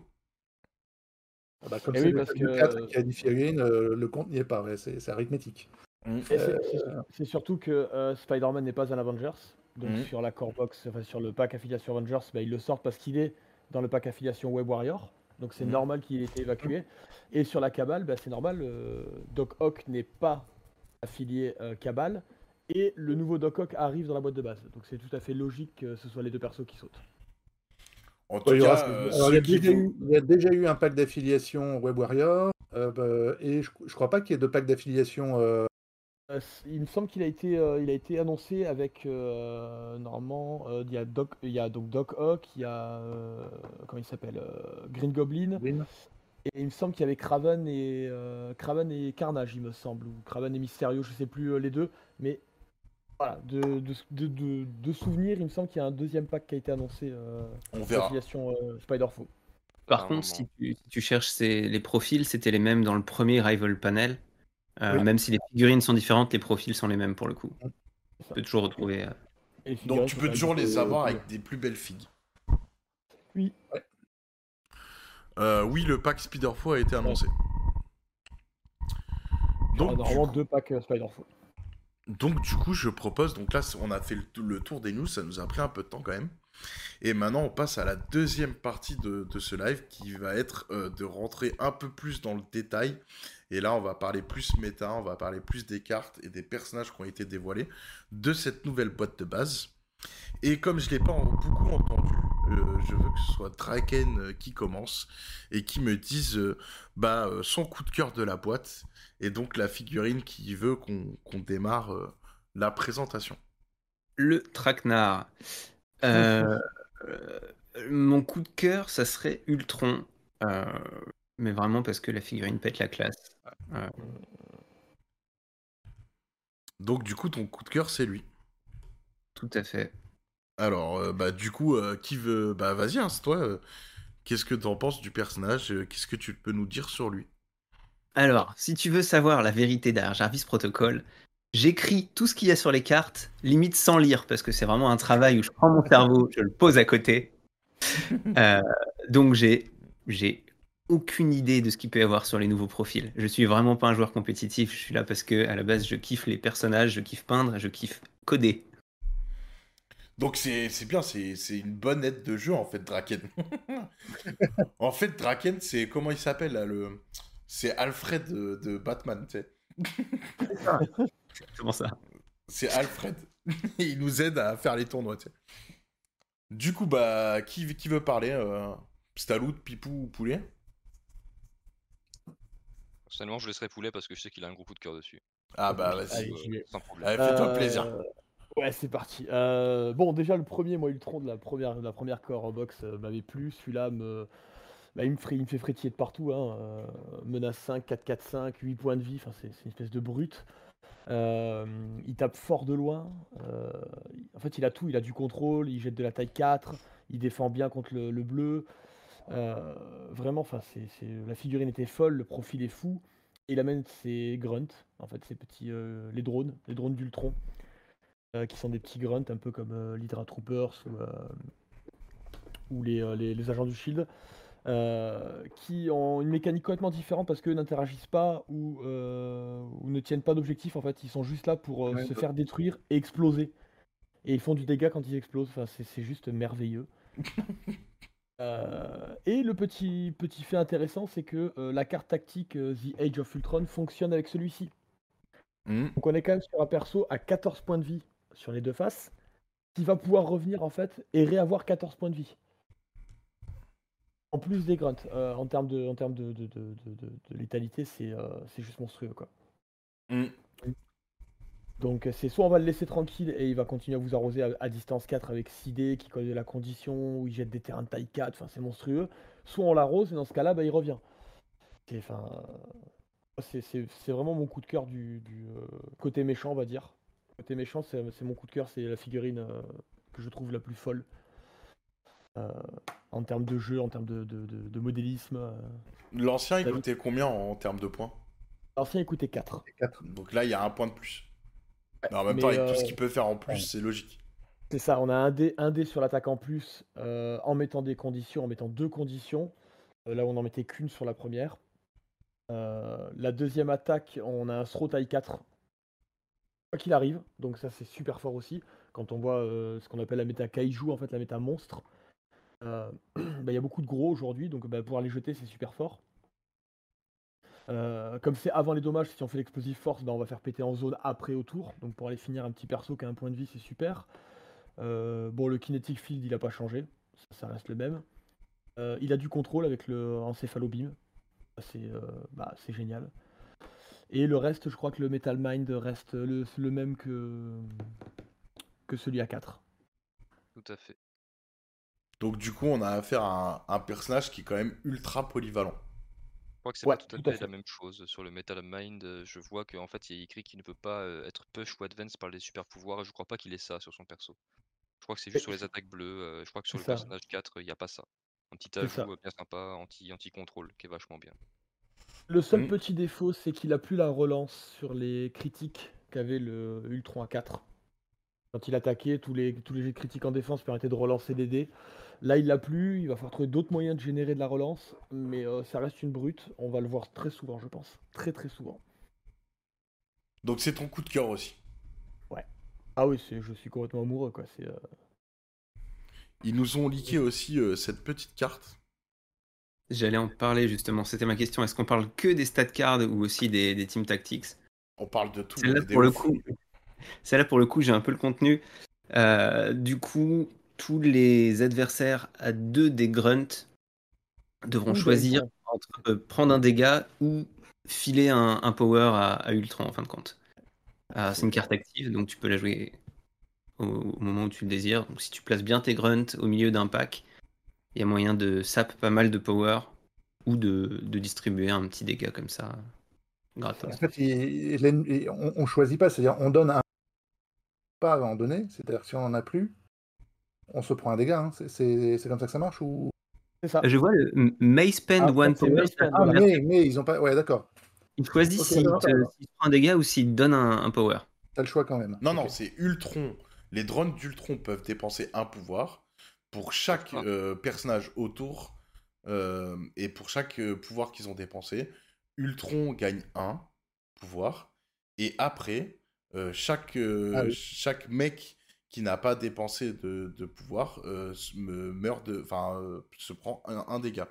Ah bah, comme Et c'est oui, le parce pack de quatre que qui a des figurines, euh, le compte n'y est pas, ouais, c'est c'est arithmétique. Mm. et c'est Euh, c'est- c'est surtout que euh, Spider-Man n'est pas un Avengers. Donc Mhm. sur la core box, enfin sur le pack affiliation Avengers, bah, ils le sortent parce qu'il est dans le pack affiliation Web Warrior. Donc c'est Mhm. normal qu'il ait été évacué. Et sur la Cabal, bah, c'est normal, euh, Doc Ock n'est pas affilié euh, Cabal. Et le nouveau Doc Ock arrive dans la boîte de base. Donc c'est tout à fait logique que ce soit les deux persos qui sautent. En ouais, tout il y aura- cas, euh, alors, il, y ceux a qui déjà vont... eu, il y a déjà eu un pack d'affiliation Web Warrior, euh, bah, et je, je crois pas qu'il y ait de pack d'affiliation. euh, Euh, c- il me semble qu'il a été, euh, il a été annoncé avec euh, normalement, euh, il y a Doc, il y a donc Doc Ock, il y a euh, comment il s'appelle, euh, Green Goblin, Green. et il me semble qu'il y avait Kraven et euh, Kraven et Carnage, il me semble, ou Kraven et Mysterio, je sais plus euh, les deux, mais voilà, de, de, de, de- de souvenir, il me semble qu'il y a un deuxième pack qui a été annoncé euh, On verra. d'affiliation euh, Spider-Foe. Par À un contre, moment. si tu, si tu cherches ces- les profils, c'était les mêmes dans le premier Rival Panel. Euh, Oui. Même si les figurines sont différentes, les profils sont les mêmes pour le coup. Mm. C'est Tu ça. peux toujours retrouver. euh, Et les Donc figurines tu sont peux quand même toujours les plutôt- avoir plutôt avec des plus belles figues. bien. Oui. Euh, oui, le pack Spider-Foe a été annoncé. Il y aura Donc, du normalement coup- deux packs euh, Spider-Foe. Donc du coup, je propose, donc là, on a fait le, le tour des news, ça nous a pris un peu de temps quand même. Et maintenant, on passe à la deuxième partie de, de ce live qui va être euh, de rentrer un peu plus dans le détail. Et là, on va parler plus méta, on va parler plus des cartes et des personnages qui ont été dévoilés de cette nouvelle boîte de base. Et comme je ne l'ai pas en- beaucoup entendu, euh, je veux que ce soit Draken euh, qui commence et qui me dise euh, bah, euh, son coup de cœur de la boîte et donc la figurine qui veut qu'on qu'on démarre euh, la présentation. Le traquenard. Euh, euh, mon coup de cœur, ça serait Ultron. Euh, mais vraiment parce que la figurine pète la classe. Euh, Donc du coup, ton coup de cœur, c'est lui. tout à fait. Alors, euh, bah du coup, euh, qui veut... Bah vas-y, hein, c'est toi. euh, Qu'est-ce que t'en penses du personnage? euh, Qu'est-ce que tu peux nous dire sur lui? Alors, si tu veux savoir la vérité derrière Jarvis Protocol, j'écris tout ce qu'il y a sur les cartes, limite sans lire, parce que c'est vraiment un travail où je prends mon cerveau, je le pose à côté. Euh, donc j'ai j'ai aucune idée de ce qu'il peut y avoir sur les nouveaux profils. Je suis vraiment pas un joueur compétitif, je suis là parce que à la base je kiffe les personnages, je kiffe peindre, je kiffe coder. Donc c'est c'est bien, c'est c'est une bonne aide de jeu en fait, Draken. En fait, Draken, c'est comment il s'appelle là le c'est Alfred de, de Batman, tu sais. Comment ça? C'est Alfred. Il nous aide à faire les tournois, tu sais. Du coup, bah, qui, qui veut parler euh, Stalout, Pipou ou Poulet? Personnellement, je laisserai Poulet parce que je sais qu'il a un gros coup de cœur dessus. Ah bah Allez, vas-y. j'y vais. Sans problème. Allez, fais-toi plaisir. Euh, Ouais, c'est parti. Euh, bon, déjà, le premier, moi, Ultron de la première, de la première core box euh, m'avait plu. Celui-là, me, bah, il, me fri- il me fait frétiller de partout. Hein. Euh, menace cinq, quatre, quatre, cinq, huit points de vie. Enfin, c'est c'est une espèce de brute. Euh, il tape fort de loin. Euh, il- en fait, il a tout. Il a du contrôle. Il jette de la taille quatre. Il défend bien contre le, le bleu. Euh, vraiment, enfin, c'est, c'est- la figurine était folle. Le profil est fou. Et il amène ses grunts, en fait, ces petits, euh, les drones, les drones d'Ultron euh, qui sont des petits grunts, un peu comme euh, l'Hydra Troopers ou, euh, ou les, euh, les, les agents du Shield, euh, qui ont une mécanique complètement différente parce qu'eux n'interagissent pas ou, euh, ou ne tiennent pas d'objectif. En fait, ils sont juste là pour euh, Ouais. se faire détruire et exploser. Et ils font du dégât quand ils explosent. Enfin, c'est c'est juste merveilleux. Euh, et le petit, petit fait intéressant, c'est que euh, la carte tactique euh, The Age of Ultron fonctionne avec celui-ci. Hmm. Donc on est quand même sur un perso à quatorze points de vie sur les deux faces, qui va pouvoir revenir en fait et réavoir quatorze points de vie. En plus des grunts. Euh, en termes de, en termes de, de, de, de, de- de létalité, c'est euh, c'est juste monstrueux quoi. Hmm. Donc c'est soit on va le laisser tranquille et il va continuer à vous arroser à, à distance quatre avec six dés qui colle de la condition, où il jette des terrains de taille quatre, enfin c'est monstrueux. Soit on l'arrose et dans ce cas-là, bah, il revient. C'est enfin, euh, c'est- c'est- c'est vraiment mon coup de cœur du, du, euh, côté méchant, on va dire. Côté méchant, c'est c'est mon coup de cœur, c'est la figurine euh, que je trouve la plus folle. euh, en termes de jeu, en termes de, de, de- de modélisme. euh. L'ancien, il T'as vu coûtait combien en termes de points? L'ancien, il coûtait quatre. Quatre. Donc là, il y a un point de plus. Mais en même Mais temps, avec tout euh, ce qu'il peut faire en plus, ouais. c'est logique. C'est ça, on a un dé, un dé sur l'attaque en plus, euh, en mettant des conditions, en mettant deux conditions. Euh, là, on n'en mettait qu'une sur la première. Euh, la deuxième attaque, on a un throw taille quatre. Quoi qu'il arrive, donc ça c'est super fort aussi. Quand on voit euh, ce qu'on appelle la méta kaiju, en fait la méta monstre, euh, bah, il y a beaucoup de gros aujourd'hui, donc bah, pouvoir les jeter c'est super fort. Euh, comme c'est avant les dommages, si on fait l'explosive force, bah, on va faire péter en zone après au tour. Donc pour aller finir un petit perso qui a un point de vie, c'est super. Euh, bon, le kinetic field, il n'a pas changé, ça, ça reste le même. Euh, il a du contrôle avec le encéphalobeam, ça, c'est euh, bah, c'est génial. Et le reste, je crois que le Metal Mind reste le, le même que, que celui à quatre. Tout à fait. Donc du coup, on a affaire à un, un personnage qui est quand même ultra polyvalent. Je crois que c'est Ouais, pas tout à tout à fait la fait. même chose sur le Metal Mind. euh, Je vois qu'en fait, il y a écrit qu'il ne peut pas euh, être push ou advance par les super pouvoirs et je crois pas qu'il ait ça sur son perso. Je crois que c'est juste Et sur les c'est attaques bleues. euh, Je crois que sur c'est le ça, personnage quatre, il n'y a pas ça. Un petit c'est ça. ajout euh, bien sympa, anti, anti-contrôle, qui est vachement bien. Le seul Hmm. petit défaut, c'est qu'il a plus la relance sur les critiques qu'avait le Ultron A quatre. Quand il attaquait, tous les, tous les jets de critiques en défense permettaient de relancer des dés. Là, il l'a plus, il va falloir trouver d'autres moyens de générer de la relance, mais euh, ça reste une brute. On va le voir très souvent, je pense. Très très souvent. Donc c'est ton coup de cœur aussi. Ouais. Ah oui, c'est, je suis complètement amoureux, quoi. C'est, euh, Ils nous ont leaké aussi euh, cette petite carte. J'allais en parler justement, c'était ma question. Est-ce qu'on parle que des stat cards ou aussi des, des team tactics? On parle de tout, on Celle-là est des pour le ouf. coup, celle-là pour le coup, j'ai un peu le contenu. Euh, du coup, tous les adversaires à deux des grunts devront Ou d'un choisir Ultron. entre euh, prendre un dégât ou filer un, un power à, à Ultron en fin de compte. Ah, c'est une carte active, donc tu peux la jouer au, au moment où tu le désires. Donc si tu places bien tes grunts au milieu d'un pack, il y a moyen de sap pas mal de power ou de, de distribuer un petit dégât comme ça, gratos. En fait, il- l'en- il- on, on choisit pas, c'est-à-dire on donne un pas à en donner, c'est-à-dire que si on en a plus, on se prend un dégât. Hein. C'est c'est- c'est comme ça que ça marche ou... C'est ça. Je vois le m- may spend Ah, one c'est power. may spend, Ah, voilà. mais, mais ils ont pas. Ouais, d'accord. Il choisit Ok, s'il non, te, ça va. s'il te prend un dégât ou s'il te donne un, un power. T'as le choix quand même. Non, non, Ok. c'est Ultron. Les drones d'Ultron peuvent dépenser un pouvoir pour chaque pas. euh, personnage autour euh, et pour chaque euh, pouvoir qu'ils ont dépensé. Ultron gagne un pouvoir et après, euh, chaque, euh, Ah oui. chaque mec qui n'a pas dépensé de, de pouvoir euh, se- me meurt de, enfin, euh, se prend un, un dégât.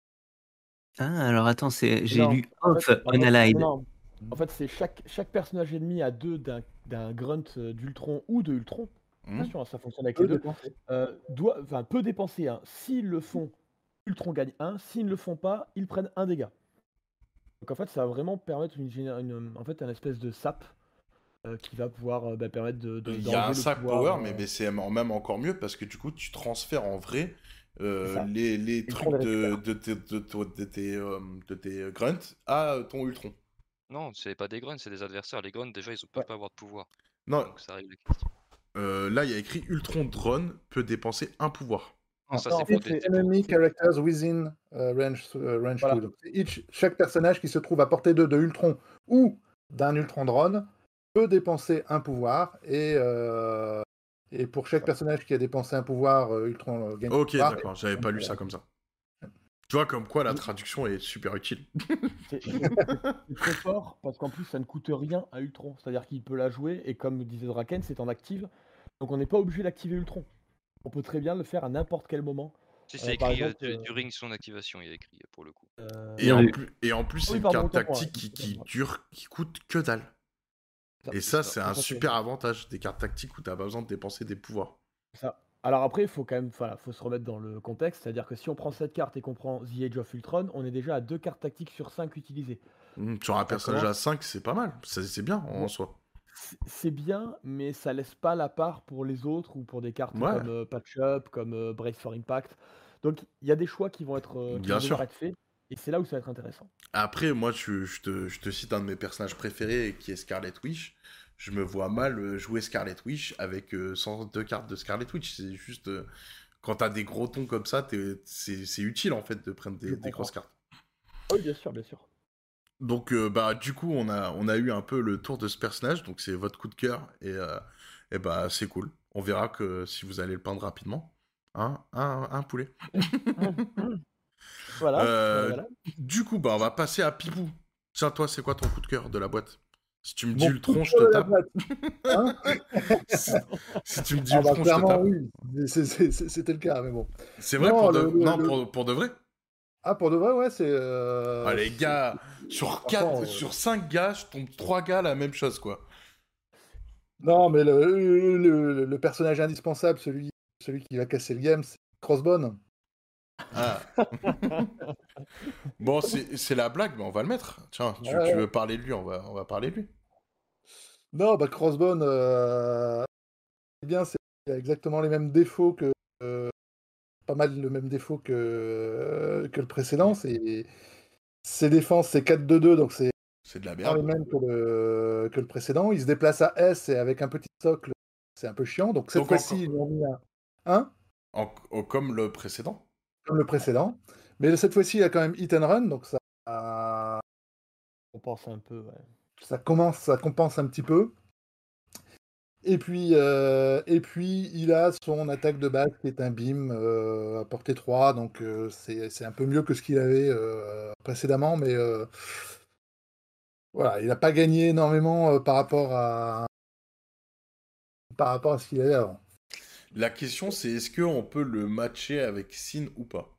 Ah, alors attends, c'est, j'ai Non, lu en Off fait, en fait, Unallied. non, en fait, c'est chaque, chaque personnage ennemi a deux d'un d'un grunt euh, d'Ultron ou de Ultron. Hmm. Attention, hein, ça fonctionne avec Peu les deux. dépensé. Euh, doit, enfin, peut dépenser un. S'ils le font, Ultron gagne un. S'ils ne le font pas, ils prennent un dégât. Donc en fait, ça va vraiment permettre une, géné- une- en fait, un espèce de sap euh, qui va pouvoir euh, bah, permettre de, de- Il y a un d'enlever le sac pouvoir. power, euh, mais, mais c'est en- même encore mieux parce que du coup, tu transfères en vrai euh, C'est ça. les, les Ultron trucs les de, récupère. de, tes- de, de- de tes, euh, de tes grunts à ton Ultron. Non, c'est pas des grunts, c'est des adversaires. Les grunts, déjà, ils ne peuvent Ouais. pas avoir de pouvoir. Non, Donc ça arrive la question. euh, là, il y a écrit Ultron Drone peut dépenser un pouvoir. Non, ça, Non, c'est en pour fait, des. c'est- c'est pour- Enemy c'est- characters within euh, range, euh, range Voilà. two. Donc, each- chaque personnage qui se trouve à portée de, de Ultron ou d'un Ultron drone peut dépenser un pouvoir et, euh, et pour chaque Ça. personnage qui a dépensé un pouvoir, euh, Ultron euh, gagne un Ok, pouvoir. d'accord, j'avais pas lu ça comme ça. Tu vois, comme quoi la traduction est super utile. C'est c'est- c'est- c'est très fort parce qu'en plus ça ne coûte rien à Ultron. C'est-à-dire qu'il peut la jouer et comme disait Draken, c'est en active. Donc on n'est pas obligé d'activer Ultron. On peut très bien le faire à n'importe quel moment. Si, Euh, c'est par écrit euh, exemple, du- euh, during son activation, il y a écrit pour le coup. euh, Et Bien en, vu. plus, et en plus, Ah c'est oui, une pardon, carte autant pour moi. tactique qui, qui dure, qui coûte que dalle. Ça, Et c'est ça, ça. c'est ça, un ça, c'est- super avantage des cartes tactiques où t'as pas besoin de dépenser des pouvoirs. ça. Alors après, il faut quand même, voilà, faut se remettre dans le contexte. C'est-à-dire que si on prend cette carte et qu'on prend The Age of Ultron, on est déjà à deux cartes tactiques sur cinq utilisées. Hmm, sur un Ça personnage commence- à cinq, c'est pas mal. Ça, c'est bien en Bon. soi. C'est- C'est bien, mais ça laisse pas la part pour les autres ou pour des cartes Ouais. comme euh, Patch Up, comme euh, Brace for Impact. Donc il y a des choix qui vont être euh, qui Bien vont sûr. devoir être faits, et c'est là où ça va être intéressant. Après, moi, je, je te, je te cite un de mes personnages préférés qui est Scarlet Witch. Je me vois mal euh, jouer Scarlet Witch avec euh, cent deux cartes de Scarlet Witch. C'est juste. euh, quand t'as des gros tons comme ça, t'es- c'est c'est utile en fait de prendre Je des, des comprends. grosses cartes. Ah oui, bien sûr, bien sûr. Donc, euh, bah, du coup, on a, on a eu un peu le tour de ce personnage. Donc, c'est votre coup de cœur. Et, euh, et bah, c'est cool. On verra que si vous allez le peindre rapidement. Hein, un, un poulet. Voilà, Euh, voilà, voilà. Du coup, bah, on va passer à Pipou. Tiens, toi, c'est quoi ton coup de cœur de la boîte? Si tu me dis Mon Ultron, coup de je te cœur de la tape. boîte. Hein si, si tu me dis Ah bah Ultron, je te clairement tape. oui, C'est- c'est- c'est- c'était le cas, mais bon. C'est vrai Non, pour de... le- le- Non, le- pour, pour de vrai? Ah pour de vrai ouais c'est. euh, Ah, les c'est- gars, sur, franchement, quatre, euh, sur cinq gars, je tombe trois gars, la même chose, quoi. Non mais le, le, le- le personnage indispensable, celui, celui qui va casser le game, c'est Crossbone. Ah. Bon, c'est c'est la blague, mais on va le mettre. Tiens, tu, Ouais. tu veux parler de lui, on va, on va parler de lui. Non bah Crossbone, euh, c'est bien, c'est il a exactement les mêmes défauts que euh, pas mal le même défaut que que le précédent. C'est ses défenses c'est quatre deux deux donc c'est C'est de la pas les merde. mêmes que le que le précédent. Il se déplace à S et avec un petit socle, c'est un peu chiant. Donc cette Donc, fois-ci encore- ils lui ont mis un un En- en- comme le précédent. comme le précédent, mais cette fois-ci il a quand même hit and run donc ça On pense un peu, ouais. ça commence, ça compense un petit peu. Et puis, euh, et puis il a son attaque de base qui est un beam euh, à portée trois, donc euh, c'est c'est un peu mieux que ce qu'il avait euh, précédemment, mais euh, voilà, il n'a pas gagné énormément euh, par rapport à par rapport à ce qu'il avait avant. La question, c'est est-ce qu'on peut le matcher avec Sin ou pas?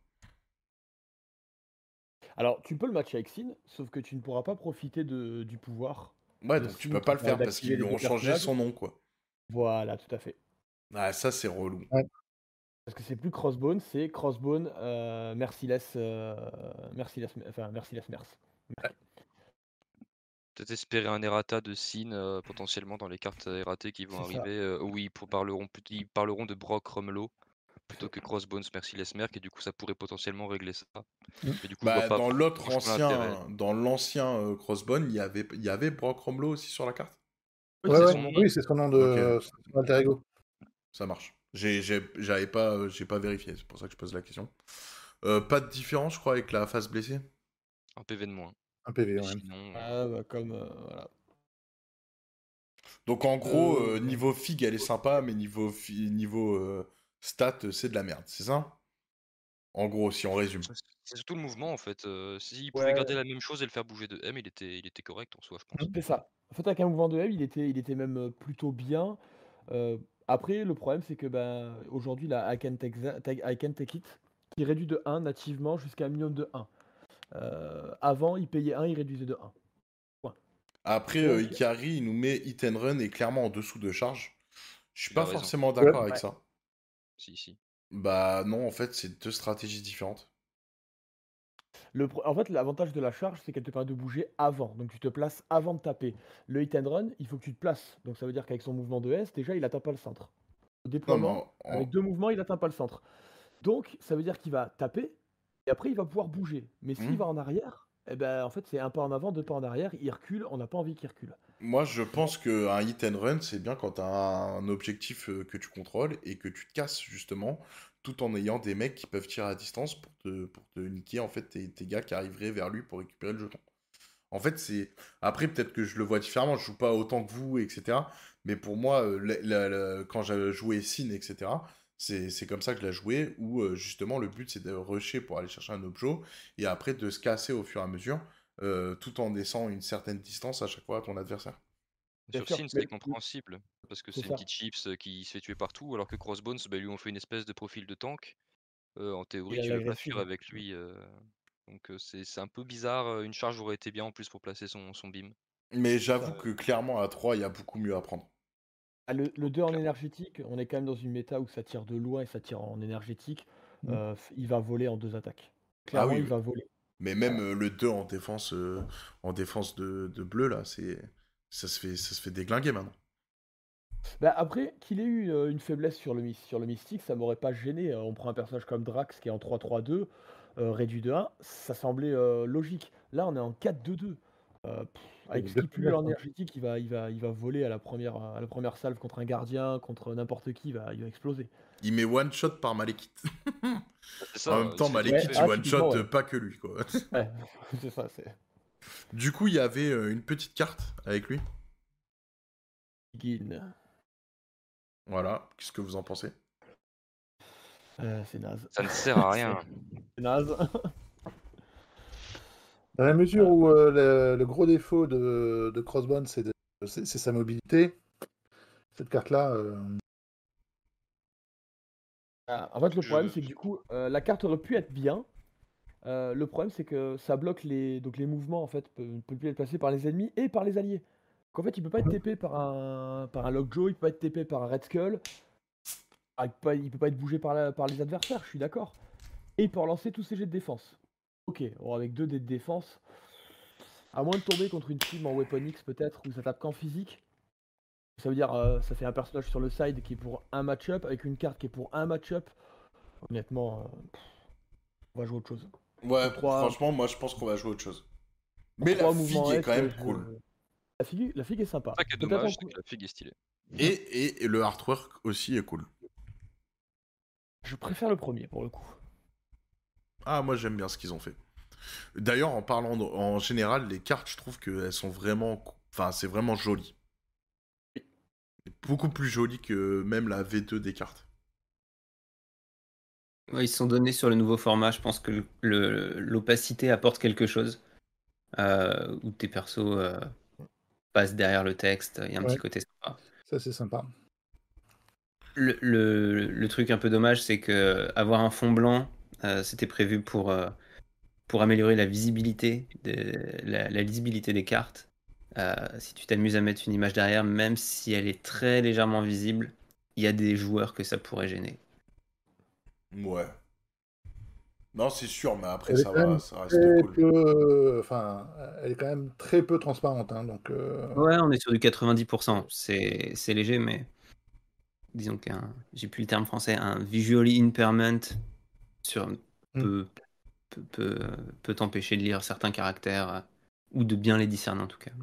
Alors tu peux le matcher avec Sin, sauf que tu ne pourras pas profiter de, du pouvoir. Ouais, de donc tu Sin peux pas qui le faire permet parce d'activer qu'ils lui les ont deux changé personnages. son nom, quoi. Voilà, tout à fait. Ah, ça, c'est relou. Parce que c'est plus Crossbone, c'est Crossbone euh, Merciless, euh, Merciless, enfin Merciless Merc. Peut-être espérer un errata de Sin euh, potentiellement dans les cartes erratées qui vont C'est ça. arriver, euh, où ils pour- parleront, plutôt- ils parleront de Brock Rumlow plutôt que Crossbones Merciless Merc, et du coup ça pourrait potentiellement régler ça. Mm. Mais du coup je Bah, vois pas dans l'autre franchement l'intérêt. ancien, dans l'ancien euh, Crossbone, il y avait, il y avait Brock Romlo aussi sur la carte. Oui, Ouais, c'est ouais, son nom. oui, c'est son nom de Ok. son alter ego. Ça marche. J'ai, j'ai, j'avais pas, euh, j'ai pas vérifié, c'est pour ça que je pose la question. Euh, pas de différence, je crois, avec la face blessée. Un P V de moins. Un P V, Mais ouais. sinon, euh, Ah, bah, comme. euh, voilà. Donc en gros, Euh, euh, niveau fig, elle est sympa, mais niveau, fi- niveau euh, stat, euh, c'est de la merde, c'est ça? En gros, si on résume. c'est c'est surtout le mouvement en fait. Euh, S'il pouvait Ouais, garder la même chose et le faire bouger de M, il était, il était correct en soi, je pense. c'est ça. En fait, avec un mouvement de M, il était, il était même euh, plutôt bien. Euh, après, le problème, c'est que ben, aujourd'hui, la I Can Take, Tha- Take- I Can Take It, qui réduit de un nativement jusqu'à un minimum de un. Euh, avant, il payait un, il réduisait de un. Point. Après, euh, Donc, Ikari, il nous met hit and run et clairement en dessous de charge. Je suis Il a pas raison. forcément Ouais. d'accord avec ouais. ça. Si, si. Bah non, en fait, c'est deux stratégies différentes. Le pro- en fait, l'avantage de la charge, c'est qu'elle te permet de bouger avant. Donc, tu te places avant de taper. Le hit and run, il faut que tu te places. Donc, ça veut dire qu'avec son mouvement de S, déjà, il atteint pas le centre. Au Non, mais déploiement, en- avec en- deux mouvements, il atteint pas le centre. Donc, ça veut dire qu'il va taper et après, il va pouvoir bouger. Mais s'il hmm. va en arrière, eh ben, en fait, c'est un pas en avant, deux pas en arrière. Il recule. On n'a pas envie qu'il recule. Moi, je pense qu'un hit and run, c'est bien quand tu as un objectif euh, que tu contrôles et que tu te casses, justement, tout en ayant des mecs qui peuvent tirer à distance pour te, pour te niquer, en fait, tes, tes gars qui arriveraient vers lui pour récupérer le jeton. En fait, c'est... Après, peut-être que je le vois différemment, je joue pas autant que vous, et cetera. Mais pour moi, euh, la- la- la- quand j'ai joué Sin, et cetera, c'est c'est comme ça que je l'ai joué, où euh, justement le but c'est de rusher pour aller chercher un objet, et après de se casser au fur et à mesure, euh, tout en laissant une certaine distance à chaque fois à ton adversaire. Bien Sur sûr. Sin, Mais c'est compréhensible, parce que c'est c'est une ça. petite chips euh, qui se fait tuer partout, alors que Crossbones, bah, lui ont fait une espèce de profil de tank. Euh, en théorie, Il a tu veux pas fuir l'agressive. avec lui. euh, Donc euh, c'est c'est un peu bizarre. euh, Une charge aurait été bien en plus pour placer son, son beam. Mais C'est j'avoue ça. que clairement à trois, il y a beaucoup mieux à prendre. Ah, le, le Oh, deux en clairement. énergétique, on est quand même dans une méta où ça tire de loin et ça tire en énergétique. Mm. Euh, f- il va voler en deux attaques. Ah Clairement, oui, il oui. va voler. Mais même Voilà. euh, le deux en défense, euh, en défense de, de bleu, là, c'est... Ça se fait, ça se fait déglinguer maintenant. Bah, après, qu'il ait eu euh, une faiblesse sur le, mys- sur le mystique, ça m'aurait pas gêné. Euh, On prend un personnage comme Drax qui est en trois trois deux, euh, réduit de un, ça semblait euh, logique. Là, on est en quatre deux deux. Euh, pff, avec ce qui pue en énergétique, il va, il, va, il va voler à la première, à la première salve contre un gardien, contre n'importe qui, il va, il va exploser. Il met one shot par Malekith. Bah, c'est En ça, même il temps, se fait Ouais, Malekith, découper. il ah, one shot typiquement, euh, ouais. pas que lui, quoi. Ouais, c'est ça, c'est Du coup, il y avait euh, une petite carte avec lui. Gin. Voilà, qu'est-ce que vous en pensez? Euh, c'est naze. Ça ne sert à rien. C'est naze. Dans la mesure où euh, le, le gros défaut de, de Crossbone, c'est de- c'est c'est sa mobilité, cette carte-là, euh, Ah, en fait, le problème, Je... c'est que du coup, euh, la carte aurait pu être bien. Euh, le problème, c'est que ça bloque les, donc les mouvements, en fait, peuvent, peuvent plus être placés par les ennemis et par les alliés. Donc, en fait, il peut pas être T P par un, par un Lockjaw, il peut pas être T P par un Red Skull, ah, il peut pas, il peut pas être bougé par, la- par les adversaires, je suis d'accord. Et il peut relancer tous ses jets de défense. Ok, bon, avec deux dés de défense, à moins de tomber contre une team en Weapon X peut-être, où ça tape qu'en physique, ça veut dire euh, ça fait un personnage sur le side qui est pour un match-up, avec une carte qui est pour un match-up. Honnêtement, euh, pff, on va jouer autre chose. Ouais, trois, franchement, moi je pense qu'on va jouer autre chose. Mais la trois figue mouvements est S, quand même je- cool. La figue, la figue est sympa. C'est ça qui est Peut-être dommage, en c'est cou- que la figue est stylée. Et, et, et le artwork aussi est cool. Je préfère le premier pour le coup. Ah, moi j'aime bien ce qu'ils ont fait. D'ailleurs, en parlant de- en général, les cartes, je trouve qu'elles sont vraiment... cou- Enfin, c'est vraiment joli. Beaucoup plus joli que même la V deux des cartes. Ouais, ils se sont donnés sur le nouveau format. Je pense que le- le- l'opacité apporte quelque chose. Euh, où tes persos euh, passent derrière le texte. Il y a un Ouais. petit côté sympa. ça c'est sympa. Le, le- le truc un peu dommage, c'est que avoir un fond blanc, euh, c'était prévu pour, euh, pour améliorer la visibilité, de, la, la lisibilité des cartes. Euh, si tu t'amuses à mettre une image derrière, même si elle est très légèrement visible, il y a des joueurs que ça pourrait gêner. Ouais. Non, c'est sûr, mais après, Elle est ça quand va, même ça reste très cool. peu, euh, enfin, elle est quand même très peu transparente, hein, donc. euh, Ouais, on est sur du quatre-vingt-dix pour cent. C'est, c'est léger, mais disons qu'un, j'ai plus le terme français, un visually impairment sur peut, peut, peut, peut t'empêcher de lire certains caractères euh, ou de bien les discerner en tout cas.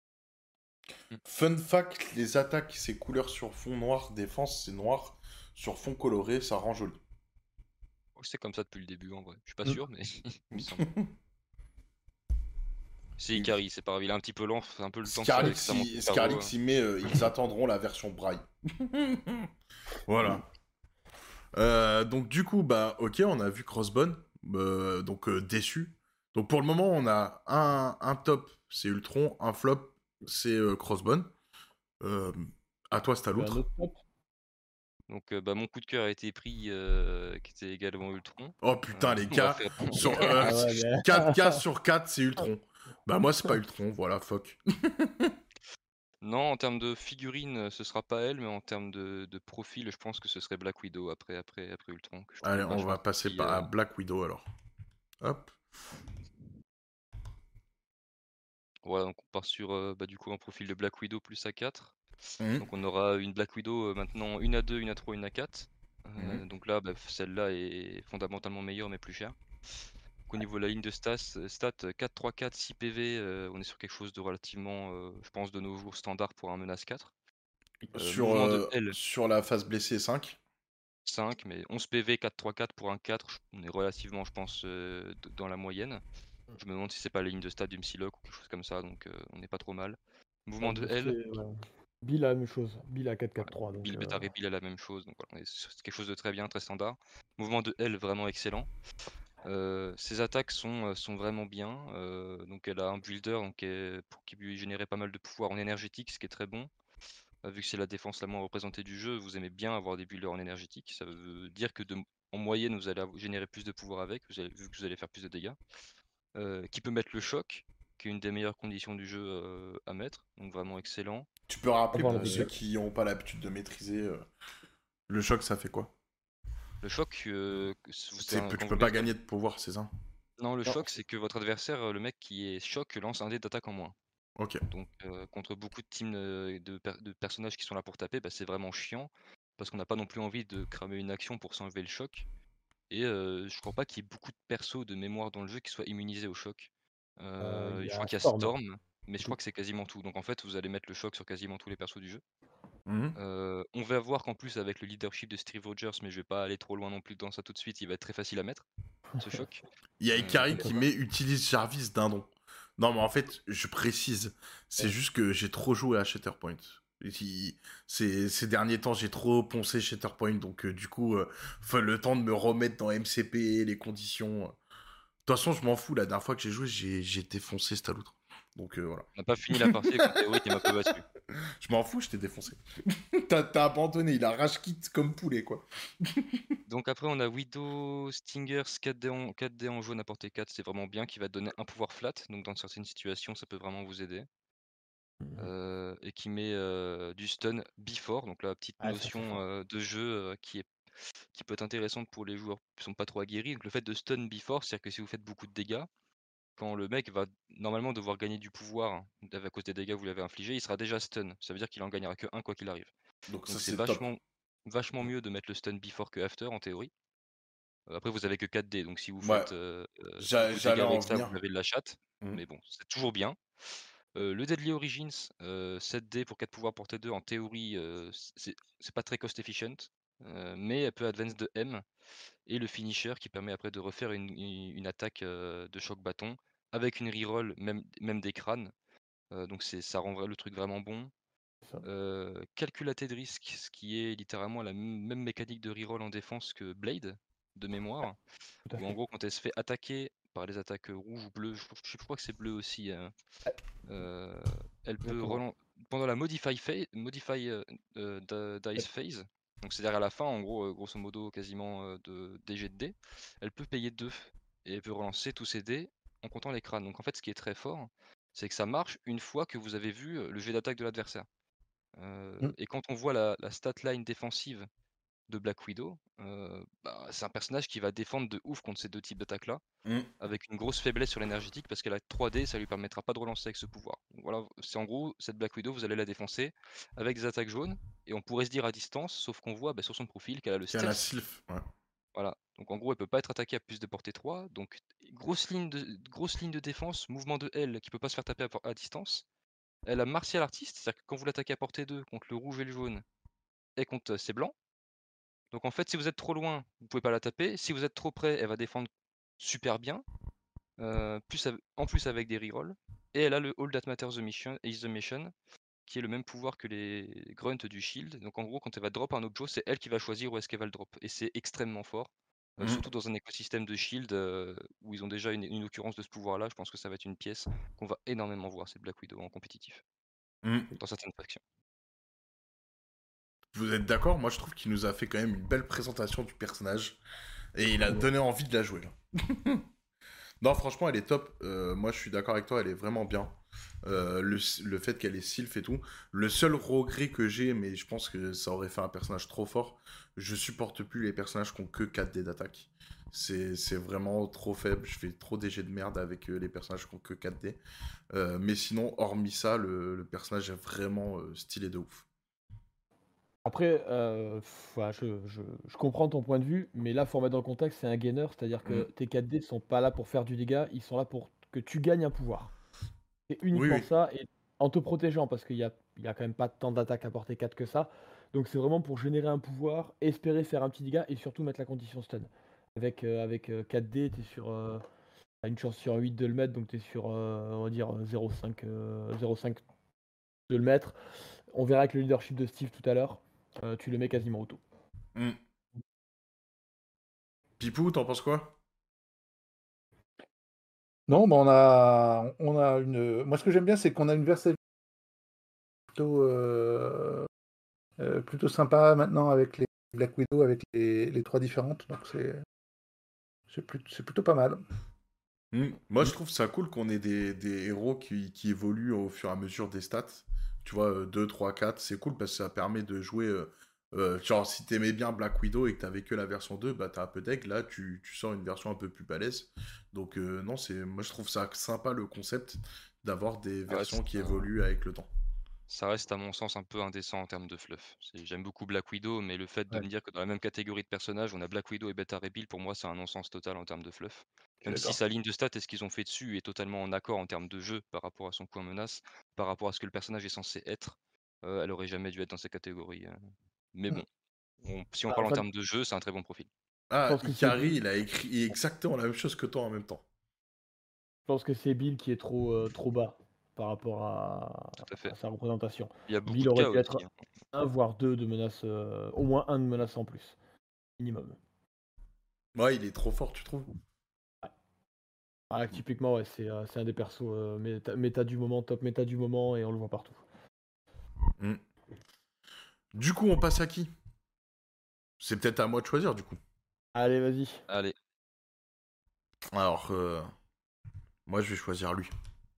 Fun fact, les attaques, c'est couleur sur fond noir, défense, c'est noir. Sur fond coloré, ça rend joli. Oh, c'est comme ça depuis le début en vrai. Je suis pas Mm. sûr, mais il me semble. C'est Il- Ikari, c'est pas grave, il est un petit peu lent, c'est un peu le temps de faire Scarlix, l'expérience il, du cerveau. Scarlix, il met, euh, ils attendront la version braille. Voilà. Euh, donc du coup, bah ok, on a vu Crossbone, euh, donc euh, déçu. Donc pour le moment, on a un, un top, c'est Ultron, un flop, c'est euh, Crossbone. Euh, à toi, c'est à Tu veux un l'autre. autre top? Donc euh, bah, mon coup de cœur a été pris, euh, qui était également Ultron. Oh putain, Euh, les on va cas, faire... sur euh, Ah ouais, mais... quatre cas sur quatre, c'est Ultron. Bah moi, c'est pas Ultron, voilà, fuck. Non, en termes de figurine, euh, ce sera pas elle, mais en termes de, de profil, je pense que ce serait Black Widow après, après, après Ultron, que je Allez, trouve on vachement va passer sexy, par à euh. Black Widow alors. Hop. Voilà, donc on part sur euh, bah, du coup un profil de Black Widow plus A quatre. Mhm. Donc on aura une Black Widow euh, maintenant une A deux, une A trois, une A quatre. Euh, Mhm. donc là, bah, celle-là est fondamentalement meilleure mais plus chère. Donc, au niveau de la ligne de stats, euh, stats euh, quatre trois quatre, six P V, euh, on est sur quelque chose de relativement, euh, je pense, de nos jours standard pour un menace quatre. Euh, Sur, mouvement de euh, L, sur la phase blessée cinq. cinq, mais onze P V, quatre trois quatre pour un quatre, je- on est relativement, je pense, euh, d- dans la moyenne. Je me demande si c'est pas la ligne de stats du Psylocke ou quelque chose comme ça, donc euh, on n'est pas trop mal. Mouvement de L, C'est, ouais. Bill a la même chose. Bill a quatre quatre voilà. trois. Donc, Bill euh, Beta Bill a la même chose, donc voilà, on est sur quelque chose de très bien, très standard. Mouvement de L vraiment excellent. Euh, ses attaques sont, euh, sont vraiment bien. Euh, donc elle a un builder donc, euh, pour qui lui générait pas mal de pouvoir en énergétique, ce qui est très bon. Euh, vu que c'est la défense la moins représentée du jeu, vous aimez bien avoir des builders en énergétique. Ça veut dire que de, en moyenne, vous allez générer plus de pouvoir avec, vous allez, vu que vous allez faire plus de dégâts. Euh, qui peut mettre le choc, qui est une des meilleures conditions du jeu euh, à mettre, donc vraiment excellent. Tu peux rappeler avoir la pour ceux dégâts. qui n'ont pas l'habitude de maîtriser euh, le choc, ça fait quoi? Le choc, euh, que c- c'est C'est- un- Tu quand peux vous pas mettez... gagner de pouvoir, c'est ça? Non, le Non, choc, c'est que votre adversaire, euh, le mec qui est choc, lance un dé d'attaque en moins. Ok. Donc euh, contre beaucoup de teams euh, de, per- de personnages qui sont là pour taper, bah, c'est vraiment chiant, parce qu'on n'a pas non plus envie de cramer une action pour s'enlever le choc. Et euh, je crois pas qu'il y ait beaucoup de persos de mémoire dans le jeu qui soient immunisés au choc. euh, Euh, il y je crois a qu'il y a Storm. Storm, mais je Tout. crois que c'est quasiment tout. Donc en fait, vous allez mettre le choc sur quasiment tous les persos du jeu. Mhm. Euh, on va voir qu'en plus avec le leadership de Steve Rogers, mais je vais pas aller trop loin non plus dans ça tout de suite, il va être très facile à mettre, ce choc. Il y a Euh, Ikari donc, qui met utilise Jarvis dindon. Non, mais en fait, je précise, c'est juste que j'ai trop joué à Shatterpoint. Et si- Ces, ces derniers temps, j'ai trop poncé Shatterpoint, donc euh, du coup, euh, faut le temps de me remettre dans M C P, les conditions. euh. De toute façon, je m'en fous, la dernière fois que j'ai joué, j'ai j'ai défoncé Staloutre. Donc euh, voilà. on n'a pas fini la partie avec le théorique qui m'a peu battu. Je m'en fous, je t'ai défoncé. T'as t'as abandonné, il a rage kit comme poulet, quoi. Donc après on a Widow, Stingers, quatre D en, quatre D en jaune à portée quatre, c'est vraiment bien, qui va te donner un pouvoir flat, donc dans certaines situations ça peut vraiment vous aider. Euh, et qui met euh, du stun before, donc la petite Ah, ça, c'est notion fort. euh, de jeu euh, qui, est, qui peut être intéressante pour les joueurs qui sont pas trop aguerris. Donc le fait de stun before, c'est-à-dire que si vous faites beaucoup de dégâts, quand le mec va normalement devoir gagner du pouvoir hein, à cause des dégâts que vous lui avez infligés, il sera déjà stun. Ça veut dire qu'il en gagnera que un quoi qu'il arrive. Donc ça, Donc c'est c'est top. vachement, vachement mieux de mettre le stun before que after en théorie. Euh, Après vous avez que quatre D, donc si vous Ouais, faites euh, euh, j'a- beaucoup de dégâts j'allais en avec ça, venir. vous avez de la chatte. Mhm. Mais bon, c'est toujours bien. Euh, le Deadly Origins, euh, sept D pour quatre pouvoirs portée deux, en théorie, euh, c'est c'est pas très cost efficient, euh, mais elle peut advance de M. Et le finisher qui permet après de refaire une, une- une attaque euh, de choc bâton avec une reroll, même, même des crânes. Euh, donc c'est ça rend vra- le truc vraiment bon. C'est ça. Euh, calculaté de risque, ce qui est littéralement la m- même mécanique de reroll en défense que Blade, de mémoire. Tout à Où en fait. gros, quand elle se fait attaquer par les attaques rouges ou bleues, je, crois- je crois que c'est bleu aussi, hein, euh, elle peut Exactement. relan- pendant la modify, phase, modify euh, euh, di- dice phase, donc c'est-à-dire à la fin, en gros, euh, grosso modo, quasiment euh, de des jets de dés, elle peut payer deux et elle peut relancer tous ses dés en comptant les crânes. Donc en fait, ce qui est très fort, c'est que ça marche une fois que vous avez vu euh, le jet d'attaque de l'adversaire. Euh, Mm. et quand on voit la, la stat line défensive de Black Widow, euh, bah, c'est un personnage qui va défendre de ouf contre ces deux types d'attaques-là Mhm. avec une grosse faiblesse sur l'énergétique parce qu'elle a trois D, ça lui permettra pas de relancer avec ce pouvoir. Donc voilà, c'est en gros cette Black Widow, vous allez la défoncer avec des attaques jaunes et on pourrait se dire à distance, sauf qu'on voit bah, sur son profil qu'elle a le Qui a la stealth. sylph. Ouais. Voilà, donc en gros elle peut pas être attaquée à plus de portée trois, donc grosse ligne de, grosse ligne de défense, mouvement de L qui peut pas se faire taper à, à distance. Elle a martial artiste, c'est-à-dire que quand vous l'attaquez à portée deux contre le rouge et le jaune et contre ses blancs, donc en fait si vous êtes trop loin, vous pouvez pas la taper, si vous êtes trop près, elle va défendre super bien. Euh, plus av- en plus avec des rerolls. Et elle a le All That Matters the Mission, is the Mission, qui est le même pouvoir que les grunts du shield. Donc en gros, quand elle va drop un objet, c'est elle qui va choisir où est-ce qu'elle va le drop. Et c'est extrêmement fort. Euh, Mm. surtout dans un écosystème de shield euh, où ils ont déjà une, une occurrence de ce pouvoir-là, je pense que ça va être une pièce qu'on va énormément voir, c'est Black Widow en compétitif, Mm. dans certaines factions. Vous êtes d'accord? Moi, je trouve qu'il nous a fait quand même une belle présentation du personnage. Et il a Ouais. donné envie de la jouer, là. Non, franchement, elle est top. Euh, moi, je suis d'accord avec toi, elle est vraiment bien. Euh, le, le fait qu'elle est sylph et tout. Le seul regret que j'ai, mais je pense que ça aurait fait un personnage trop fort, je supporte plus les personnages qui ont que quatre dés d'attaque. C'est c'est vraiment trop faible. Je fais trop des jets de merde avec euh, les personnages qui ont que quatre dés. Euh, mais sinon, hormis ça, le, le personnage est vraiment euh, stylé de ouf. Après, euh, pff, voilà, je, je- je comprends ton point de vue, mais là, faut remettre dans le contexte, c'est un gainer, c'est-à-dire que Mm. tes quatre dés sont pas là pour faire du dégât, ils sont là pour que tu gagnes un pouvoir. C'est Oui, uniquement oui. ça, et en te protégeant, parce qu'il y a, il y a quand même pas tant d'attaques à portée quatre que ça. Donc c'est vraiment pour générer un pouvoir, espérer faire un petit dégât, et surtout mettre la condition stun. Avec, euh, avec euh, quatre dés, tu es sur euh, t'as une chance sur huit de le mettre, donc tu es sur, euh, on va dire, zéro virgule cinq euh, zéro virgule cinq de le mettre. On verra avec le leadership de Steve tout à l'heure, euh, tu le mets quasiment auto. Mm. Pipou, t'en penses quoi? Non, bah on a, on a une. Moi, ce que j'aime bien, c'est qu'on a une versatilité plutôt, euh, euh, plutôt sympa maintenant avec les Black Widow, avec les, les trois différentes. Donc c'est, c'est, plus- c'est plutôt pas mal. Mm. Moi, je trouve ça cool qu'on ait des, des héros qui, qui évoluent au fur et à mesure des stats. Tu vois, euh, deux, trois, quatre, c'est cool parce que ça permet de jouer. Euh, euh, genre, si t'aimais bien Black Widow et que t'avais que la version deux, bah t'as un peu d'egg. Là, tu, tu sors une version un peu plus balèze. Donc, euh, non, c'est, moi, je trouve ça sympa le concept d'avoir des Ça versions reste, qui euh, évoluent avec le temps. ça reste à mon sens un peu indécent en termes de fluff. C'est- J'aime beaucoup Black Widow, mais le fait de Ouais, me dire que dans la même catégorie de personnages, on a Black Widow et Beta Ray Bill, pour moi, c'est un non-sens total en termes de fluff. je suis Même si d'accord. sa ligne de stats et ce qu'ils ont fait dessus est totalement en accord en termes de jeu par rapport à son point menace, par rapport à ce que le personnage est censé être, euh, elle aurait jamais dû être dans cette catégorie. euh. Mais Mm. bon, on- si on Bah, parle en en fait, termes de jeu, c'est un très bon profil. je Ah, pense que c'est Ikari, Bill. il a écrit exactement la même chose que toi en même temps. Je pense que c'est Bill qui est trop, euh, trop bas par rapport à, Tout à fait. à sa représentation. Il y a beaucoup Bill de aurait cas dû aussi, être hein. un voire deux de menaces, euh, au moins un de menaces en plus, minimum. Ouais, il est trop fort, tu trouves? Ah, typiquement, ouais, c'est euh, c'est un des persos euh, méta, méta du moment, top méta du moment, et on le voit partout. Mm. Du coup, on passe à qui? C'est peut-être à moi de choisir, du coup. Allez, vas-y. Allez, Alors, euh, moi, je vais choisir lui.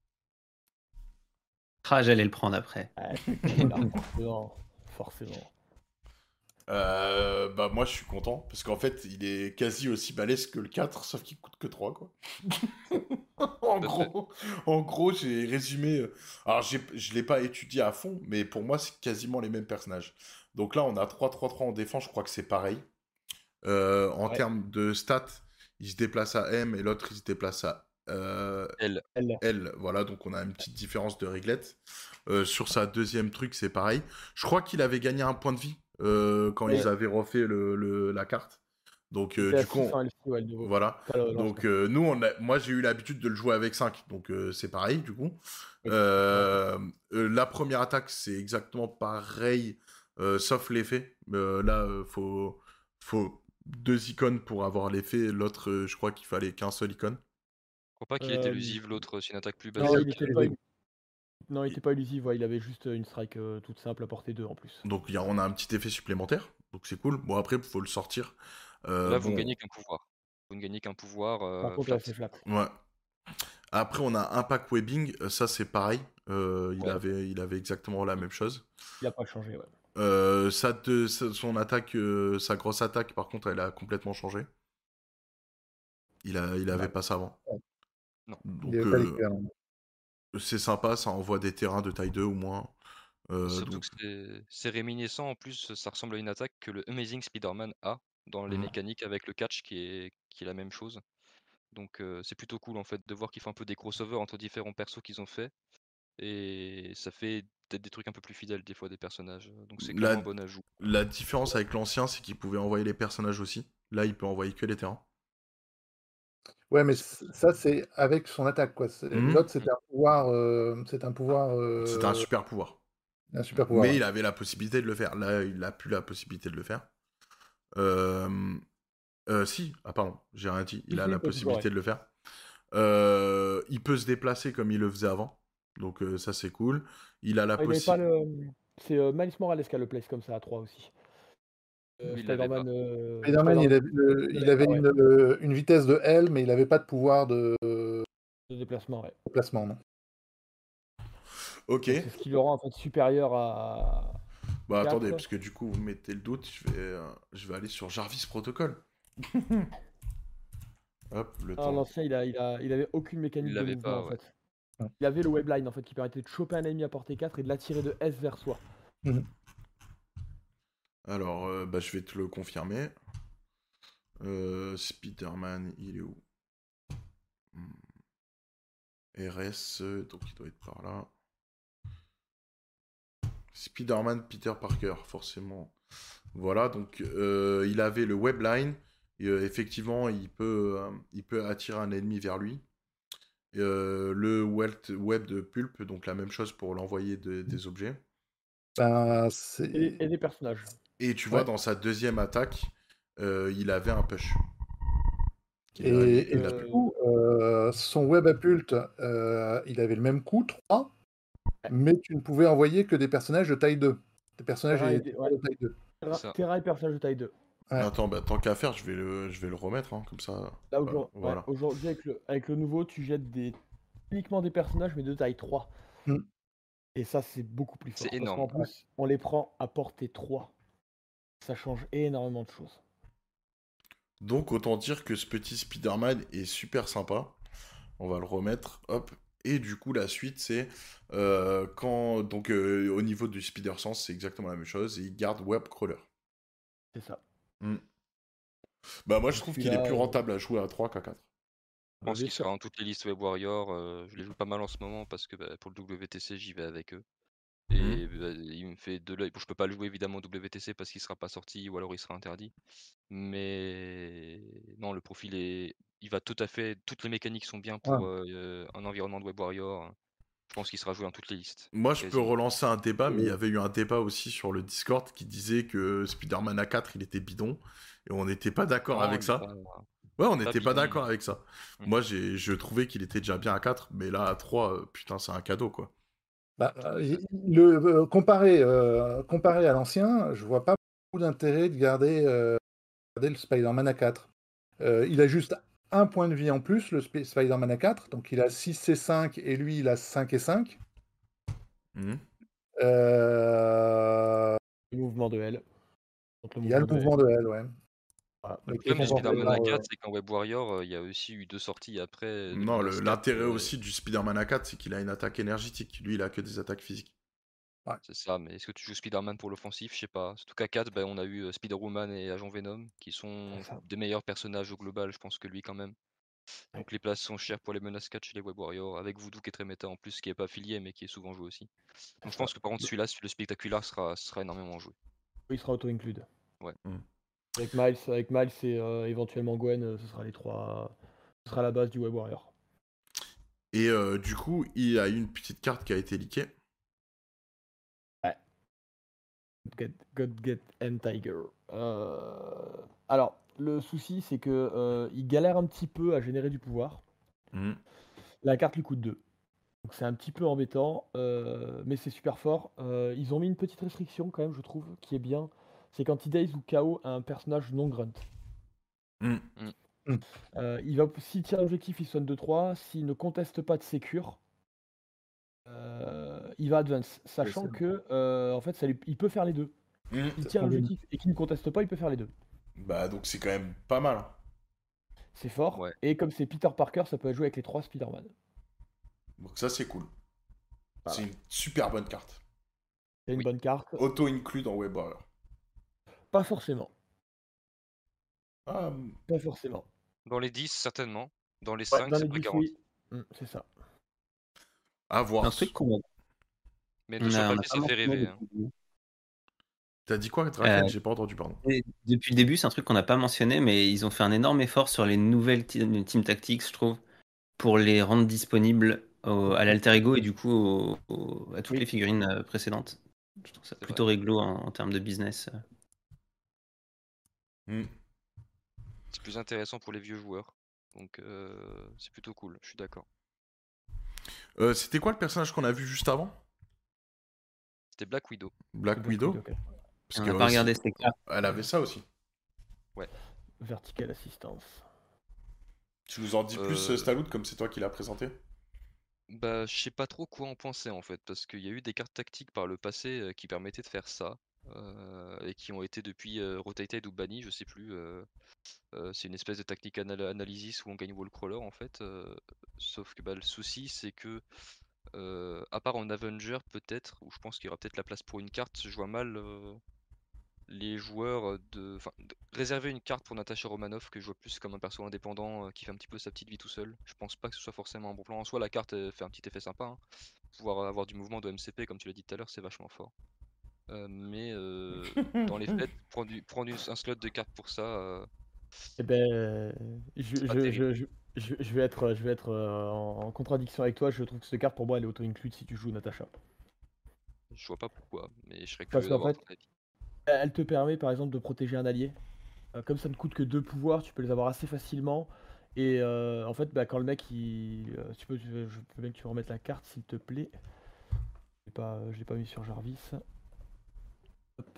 Ah, j'allais le prendre après. Ah, effectivement, forcément, forcément. Euh, bah moi je suis content parce qu'en fait il est quasi aussi balèze que le quatre sauf qu'il coûte que trois quoi. en tout à fait. gros, en gros j'ai résumé euh, alors j'ai je l'ai pas étudié à fond mais pour moi c'est quasiment les mêmes personnages. Donc là on a trois trois trois en défense, je crois que c'est pareil. Euh, en Ouais, termes de stats, il se déplace à M et l'autre il se déplace à euh, Elle, elle. L. Voilà, donc on a une petite différence de réglette. Euh, sur sa deuxième truc, c'est pareil. Je crois qu'il avait gagné un point de vie euh, quand Oui, ils avaient refait le, le- la carte. Donc il euh, était à du coup, six on- en L C, ouais, le nouveau. voilà. Pas le Donc l'ancien. euh, nous, on a- moi j'ai eu l'habitude de le jouer avec cinq. Donc euh, c'est pareil du coup. Oui. Ouais. Euh, euh, la première attaque, c'est exactement pareil, euh, sauf l'effet. Euh, là, euh, faut, faut deux icônes pour avoir l'effet. L'autre, euh, je crois qu'il fallait qu'un seul icône. je crois pas qu'il est Euh, élusive, l'autre, c'est une attaque plus non, il basique. était pas, Elusive. non, il Et- était pas élusif, ouais, il avait juste une strike euh, toute simple à portée deux en plus. Donc il y a- on a un petit effet supplémentaire. Donc c'est cool. Bon, après, il faut le sortir. Et Euh, là, vous ne bon, gagnez qu'un pouvoir. Vous ne gagnez qu'un pouvoir Par euh, contre, flat. ouais, c'est flat. ouais. Après, on a Impact Webbing. Euh, Ça, c'est pareil. Euh, il Ouais. avait, il avait exactement la même chose. Il a pas changé, ouais. Euh, ça te- sa- son attaque, euh, sa grosse attaque, par contre, elle a complètement changé. Il a, il avait Ouais. pas ça avant. Non. Il Donc avait pas euh, l'équivalent. c'est sympa, ça envoie des terrains de taille deux au moins. Euh, Surtout donc que c'est c'est réminiscent, en plus, ça ressemble à une attaque que le Amazing Spider-Man a dans les mm. mécaniques avec le catch qui est, qui est la même chose. Donc euh, c'est plutôt cool en fait de voir qu'ils font un peu des crossovers entre différents persos qu'ils ont fait. Et ça fait peut-être des trucs un peu plus fidèles des fois des personnages. Donc c'est clairement un la, bon ajout. la différence avec l'ancien, c'est qu'il pouvait envoyer les personnages aussi. Là, il peut envoyer que les terrains. Ouais, mais c- ça, c'est avec son attaque, quoi. C'est- Mhm. L'autre, c'était un pouvoir. euh, C'est un pouvoir. C'était un euh, super pouvoir. Un super pouvoir. Mais ouais. il avait la possibilité de le faire. Là, il n'a plus la possibilité de le faire. Euh... euh, si, ah pardon, j'ai rien dit. Il Si, a si, la il peut toujours, possibilité ouais. de le faire. Euh, il peut se déplacer comme il le faisait avant. Donc euh, ça, c'est cool. Il a la Ah, il avait pas possibilité... le. C'est euh, Miles Morales qui a le place comme ça à trois aussi. Euh, Lui, il l'avait pas. Spider-Man. euh, Spider-Man, il, Spider-Man, avait, le- il il l'avait avait pas, ouais. une, euh, une vitesse de L, mais il n'avait pas de pouvoir de De déplacement, ouais. déplacement, non. Ok. Donc c'est ce qui le rend en fait supérieur à. Bah quatre. attendez, parce que du coup, vous mettez le doute. Je vais, euh, je vais aller sur Jarvis Protocol. Hop, le Ah, temps. l'ancien, il, a, il, a, il avait aucune Il mécanique de l'avait mouvement pas, en ouais. fait. Ouais. Il avait le webline en fait qui permettait de choper un ennemi à portée quatre et de l'attirer de S vers soi. Mhm. Alors, euh, bah, je vais te le confirmer. Euh, Spider-Man, il est où? Hmm. R S, euh, donc il doit être par là. Spider-Man Peter Parker, forcément. Voilà, donc euh, il avait le webline. Et, euh, effectivement, il peut, euh, il peut attirer un ennemi vers lui. Et, euh, le web, web de Pulp, donc la même chose pour l'envoyer de- des objets. Ben, Et, c'est... et des personnages. Et tu vois, Ouais. dans sa deuxième attaque, euh, il avait un push. Et là, Et, il, et il l'a du plus. Euh, coup, euh, son web apulte, euh, il avait le même coût, trois, mais tu ne pouvais envoyer que des personnages de taille deux. Des personnages Terrain et, et des- des ouais. de taille deux. Terrain, Ça. terrain et personnage de taille deux. Ouais. Attends, bah, tant qu'à faire, je vais le, je vais le remettre, hein, comme ça. Là euh, aujourd'hui, ouais, voilà. aujourd'hui avec, le, avec le nouveau, tu jettes des, uniquement des personnages mais de taille trois. Mm. Et ça c'est beaucoup plus fort. C'est Parce énorme. qu'en plus, on les prend à portée trois. Ça change énormément de choses. Donc, autant dire que ce petit Spider-Man est super sympa. On va le remettre, hop. Et du coup, la suite, c'est euh, quand. Donc, euh, au niveau du Spider Sense, c'est exactement la même chose. Et il garde Web Crawler. C'est ça. Hmm. Bah, moi, je Donc trouve qu'il est celui-là, plus euh, rentable à jouer à trois qu'à quatre. Je pense bien qu'il sûr. sera dans toutes les listes Web Warrior. euh, je les joue pas mal en ce moment parce que bah, pour le W T C, j'y vais avec eux. Et bah, il me fait de l'œil. Bon, je peux pas le jouer évidemment au W T C parce qu'il sera pas sorti ou alors il sera interdit. Mais non, le profil est. Il va tout à fait. Toutes les mécaniques sont bien pour Ouais. euh, un environnement de Web Warrior. Je pense qu'il sera joué dans toutes les listes. Moi, je peux quasiment. relancer un débat, mais il y Euh. avait eu un débat aussi sur le Discord qui disait que Spider-Man A quatre, il était bidon. Et on n'était pas d'accord Non, avec il est ça. pas. Ouais, on pas n'était pas bidon. d'accord avec ça. Mm. Moi, j'ai, je trouvais qu'il était déjà bien à quatre, mais là, à trois, euh, putain, c'est un cadeau, quoi. Bah, euh, il- le, euh, comparé, euh, comparé à l'ancien, je vois pas beaucoup d'intérêt de garder, euh, garder le Spider-Man A quatre. Euh, il a juste un point de vie en plus, le Sp- Spider-Man A quatre, donc il a six et cinq, et lui, il a cinq et cinq. Mhm. Euh, Le mouvement de L. Donc, Il y a le de L. mouvement de L, ouais. Voilà. Mais Le qui est problème du compensé Spider-Man par, A euh, quatre, c'est qu'en Web Warrior, euh, il y a aussi eu deux sorties après. Non, le- Luminous quatre, l'intérêt euh, aussi du Spider-Man A quatre, c'est qu'il a une attaque énergétique. Lui, il a que des attaques physiques. C'est ça, mais est-ce que tu joues Spider-Man pour l'offensif? Je sais pas. Surtout qu'à quatre, bah, on a eu euh, Spider-Woman et Agent Venom, qui sont C'est ça. des meilleurs personnages au global, je pense que lui quand même. Donc les places sont chères pour les menaces quatre chez les Web Warriors, avec Voodoo qui est très méta en plus, qui est pas affilié, mais qui est souvent joué aussi. Donc je pense que par contre celui-là, le spectaculaire sera, sera énormément joué. Il sera auto-include. Ouais. Mm. Avec Miles, avec Miles et euh, éventuellement Gwen, euh, ce sera les trois. Ce sera la base du Web Warrior. Et euh, du coup, il y a une petite carte qui a été leakée. Get, God Get and Tiger. Euh, Alors, le souci, c'est que euh, il galère un petit peu à générer du pouvoir. Mhm. La carte lui coûte deux. Donc c'est un petit peu embêtant, euh, mais c'est super fort. Euh, ils ont mis une petite restriction quand même, je trouve, qui est bien. C'est quand il daze ou K O un personnage non grunt. Mhm. Euh, il va, s'il tire l'objectif, il sonne deux trois. S'il ne conteste pas de sécure, euh, il va advance. Sachant c'est- que, euh, en fait, ça lui- il peut faire les deux. Mhm. Il Ça tire combine. l'objectif et qu'il ne conteste pas, il peut faire les deux. Bah, donc c'est quand même pas mal. hein. C'est fort. Ouais. Et comme c'est Peter Parker, ça peut jouer avec les trois Spider-Man. Donc ça, c'est cool. Voilà. C'est une super bonne carte. C'est une Oui. bonne carte. Auto-inclus dans Web Warrior. Pas forcément. Ah, hum, Pas forcément. Dans les dix, certainement. Dans les Ouais, cinq, dans c'est les pas dix, garanti. oui. Mm, c'est ça. à voir. Un truc qu'on Mais on sur a, on a papier, pas ça fait mentionné rêver. hein. depuis, T'as dit quoi, Euh, Draken? J'ai pas entendu, pardon. et depuis le début, c'est un truc qu'on n'a pas mentionné, mais ils ont fait un énorme effort sur les nouvelles team, team tactics, je trouve, pour les rendre disponibles au- à l'alter ego et du coup au- au- à toutes les Oui. figurines euh, précédentes. Je trouve ça C'est plutôt vrai. réglo en, en termes de business. Hmm. C'est plus intéressant pour les vieux joueurs. Donc euh, c'est plutôt cool, je suis d'accord. Euh, C'était quoi le personnage qu'on a vu juste avant? C'était Black Widow. Black Black Widow? Widow, ok. Parce On que n'a pas aussi, regardé ces cartes. elle avait ça aussi. Ouais. Vertical Assistance. Tu nous en dis plus, Euh, euh, Staloud, comme c'est toi qui l'as présenté? Bah, je sais pas trop quoi en penser en fait, parce qu'il y a eu des cartes tactiques par le passé euh, qui permettaient de faire ça, euh, et qui ont été depuis euh, rotated ou bannies, je sais plus. euh, euh, c'est une espèce de tactique anal- analysis où on gagne wallcrawler en fait. euh, sauf que bah, le souci c'est que, euh, à part en Avenger peut-être, où je pense qu'il y aura peut-être la place pour une carte, je vois mal euh, les joueurs de, enfin, de- réserver une carte pour Natasha Romanoff que je vois plus comme un perso indépendant euh, qui fait un petit peu sa petite vie tout seul. Je pense pas que ce soit forcément un bon plan. En soi, la carte euh, fait un petit effet sympa, hein. Pouvoir avoir du mouvement de M C P, comme tu l'as dit tout à l'heure, c'est vachement fort. Euh, mais euh, dans les faits, prendre, du- prendre une- un slot de carte pour ça, euh, Eh ben, je, c'est pas je, terrible. je, je, je- je vais être, je vais être euh, en, en contradiction avec toi. Je trouve que cette carte, pour moi, elle est auto-include si tu joues Natacha. Je vois pas pourquoi, mais je serais Parce curieux qu'en d'avoir fait, ton avis. elle te permet, par exemple, de protéger un allié. Euh, comme ça ne coûte que deux pouvoirs, tu peux les avoir assez facilement. Et euh, en fait, bah, quand le mec, il, euh, tu peux, je je veux bien que tu remettes la carte, s'il te plaît. Je l'ai pas, je l'ai pas mis sur Jarvis. Hop.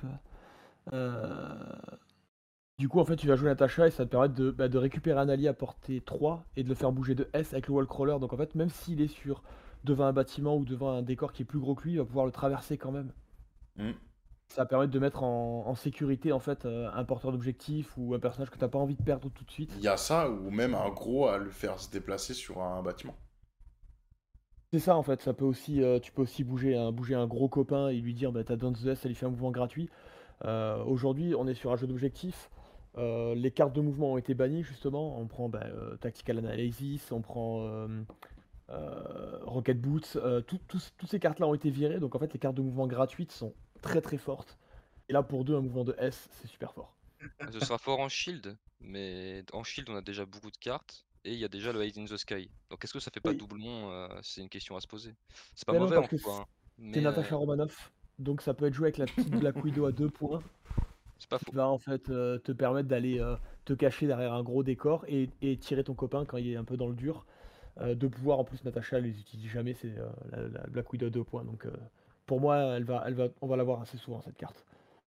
Euh, Du coup, en fait, tu vas jouer Natacha et ça va te permettre de, bah, de récupérer un allié à portée trois et de le faire bouger de S avec le wallcrawler. Donc en fait, même s'il est sur devant un bâtiment ou devant un décor qui est plus gros que lui, il va pouvoir le traverser quand même. Hmm. Ça va permettre de mettre en, en sécurité en fait euh, un porteur d'objectif ou un personnage que t'as pas envie de perdre tout de suite. Il y a ça, ou même un gros à le faire se déplacer sur un bâtiment. C'est ça en fait, ça peut aussi, euh, tu peux aussi bouger un, bouger un gros copain et lui dire bah t'as Dance the S, ça lui fait un mouvement gratuit. Euh, Aujourd'hui, on est sur un jeu d'objectif. Euh, les cartes de mouvement ont été bannies justement. On prend bah, euh, Tactical Analysis, on prend euh, euh, Rocket Boots. Euh, tout- tous- toutes ces cartes-là ont été virées. Donc en fait, les cartes de mouvement gratuites sont très très fortes. Et là, pour deux, un mouvement de S, c'est super fort. Ce sera fort en shield, mais en shield on a déjà beaucoup de cartes et il y a déjà le Hide in the Sky. Donc est-ce que ça fait pas Oui, doublon? euh, C'est une question à se poser. C'est pas mais non, mauvais parce en que soi, hein, c'est mais euh, Natasha Romanoff. Donc ça peut être joué avec la petite Black Widow à deux points, c'est pas qui faux. va en fait euh, te permettre d'aller euh, te cacher derrière un gros décor et, et tirer ton copain quand il est un peu dans le dur. Euh, de pouvoir, en plus, Natasha, elle les utilise jamais, c'est euh, la, la Black Widow à deux points. Donc euh, pour moi, elle va, elle va, on va l'avoir assez souvent cette carte.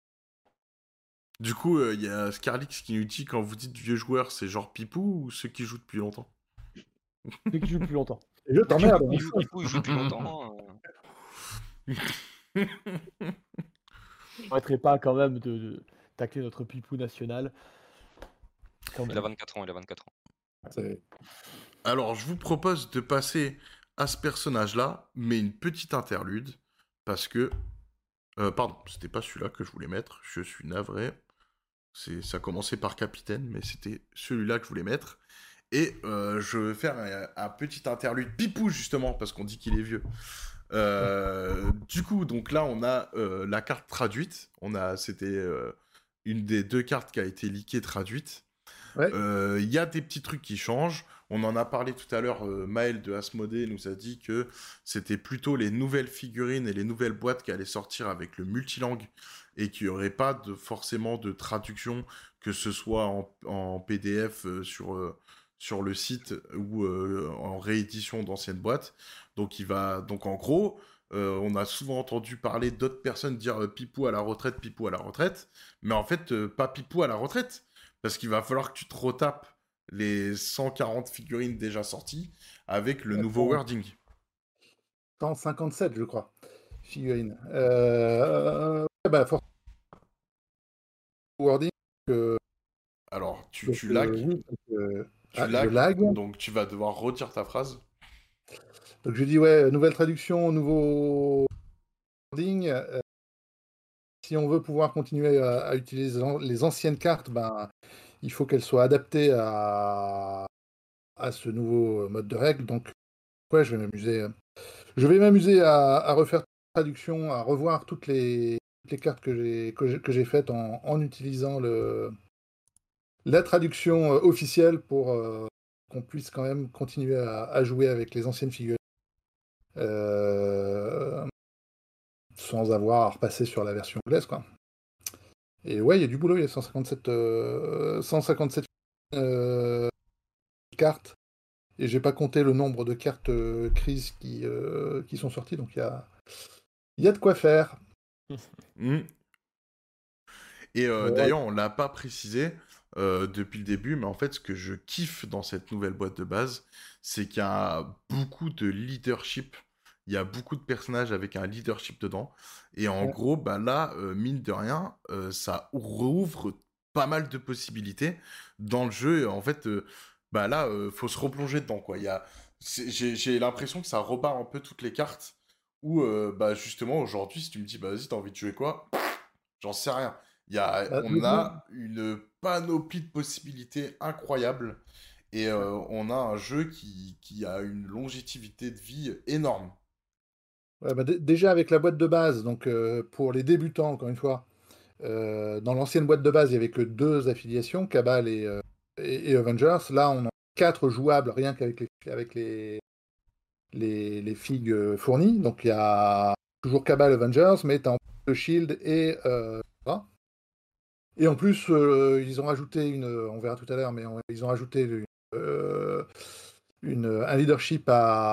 Du coup, euh, il y a Scarlix qui nous dit, quand vous dites vieux joueur, c'est genre Pipou ou ceux qui jouent depuis longtemps? Ceux qui jouent depuis longtemps. Et je Pipou, t'emmerde. il joue, Pipou, il joue depuis longtemps, hein. Je ne permettrai pas quand même de, de tacler notre pipou national. Quand Il a même. vingt-quatre ans, il a vingt-quatre ans. C'est- Alors, je vous propose de passer à ce personnage-là, mais une petite interlude, parce que... euh, pardon, c'était pas celui-là que je voulais mettre, je suis navré. C'est, ça commençait par Capitaine, mais c'était celui-là que je voulais mettre. Et euh, je vais faire un, un petit interlude Pipou, justement, parce qu'on dit qu'il est vieux. Euh, du coup, donc là, on a euh, la carte traduite. On a, c'était euh, une des deux cartes qui a été leakée traduite. Ouais. Euh, Il y a des petits trucs qui changent. On en a parlé tout à l'heure. euh, Maël de Asmodée nous a dit que c'était plutôt les nouvelles figurines et les nouvelles boîtes qui allaient sortir avec le multilangue et qu'il n'y aurait pas de, forcément de traduction, que ce soit en, en P D F euh, sur, euh, sur le site ou euh, en réédition d'anciennes boîtes. Donc, il va, donc en gros, euh, on a souvent entendu parler d'autres personnes dire euh, Pipou à la retraite, Pipou à la retraite. Mais en fait, euh, pas Pipou à la retraite. Parce qu'il va falloir que tu te retapes les cent quarante figurines déjà sorties avec le nouveau wording. cent cinquante-sept, je crois, figurines. Euh, ouais, bah, forcément, wording, euh, Alors, tu, donc, tu euh, lags, oui, donc, euh, tu ah, je lags, lag. donc tu vas devoir redire ta phrase. Donc je dis, ouais, nouvelle traduction, nouveau wording. Euh, si on veut pouvoir continuer à, à utiliser les an- les anciennes cartes, ben, il faut qu'elles soient adaptées à, à ce nouveau mode de règle. Donc, ouais, je vais m'amuser. euh, Je vais m'amuser à, à refaire toute la traduction, à revoir toutes les les cartes que j'ai que j'ai, que j'ai faites en, en utilisant le, la traduction euh, officielle pour euh, qu'on puisse quand même continuer à, à jouer avec les anciennes figurines euh, sans avoir à repasser sur la version anglaise, quoi. Et ouais, il y a du boulot, il y a cent cinquante-sept, euh, cent cinquante-sept euh, cartes. Et j'ai pas compté le nombre de cartes euh, crises qui, euh, qui sont sorties, donc il y a, il y a de quoi faire. Hmm. Et euh, Ouais. d'ailleurs, on l'a pas précisé euh, depuis le début, mais en fait, ce que je kiffe dans cette nouvelle boîte de base, c'est qu'il y a beaucoup de leadership. Il y a beaucoup de personnages avec un leadership dedans. Et en Ouais. gros, bah là, euh, mine de rien, euh, ça rouvre pas mal de possibilités dans le jeu. Et en fait, euh, bah là, euh, faut se replonger dedans, quoi. Il y a... c'est- J'ai j'ai l'impression que ça rebat un peu toutes les cartes. Où, euh, bah justement, aujourd'hui, si tu me dis, bah vas-y, t'as envie de jouer quoi? J'en sais rien. Il y a, Bah, du on coup, a une panoplie de possibilités incroyables et euh, on a un jeu qui, qui a une longévité de vie énorme. ouais, bah, dé- déjà avec la boîte de base, donc euh, pour les débutants, encore une fois, euh, dans l'ancienne boîte de base, il n'y avait que deux affiliations, Cabal et, euh, et, et Avengers. Là, on en a quatre jouables rien qu'avec les, avec les, les, les figues euh, fournies. Donc il y a toujours Cabal Avengers, mais tu as en plus le Shield et euh, Hydra. Et en plus, euh, ils ont rajouté une, on verra tout à l'heure, mais on- ils ont rajouté une, euh, une- un leadership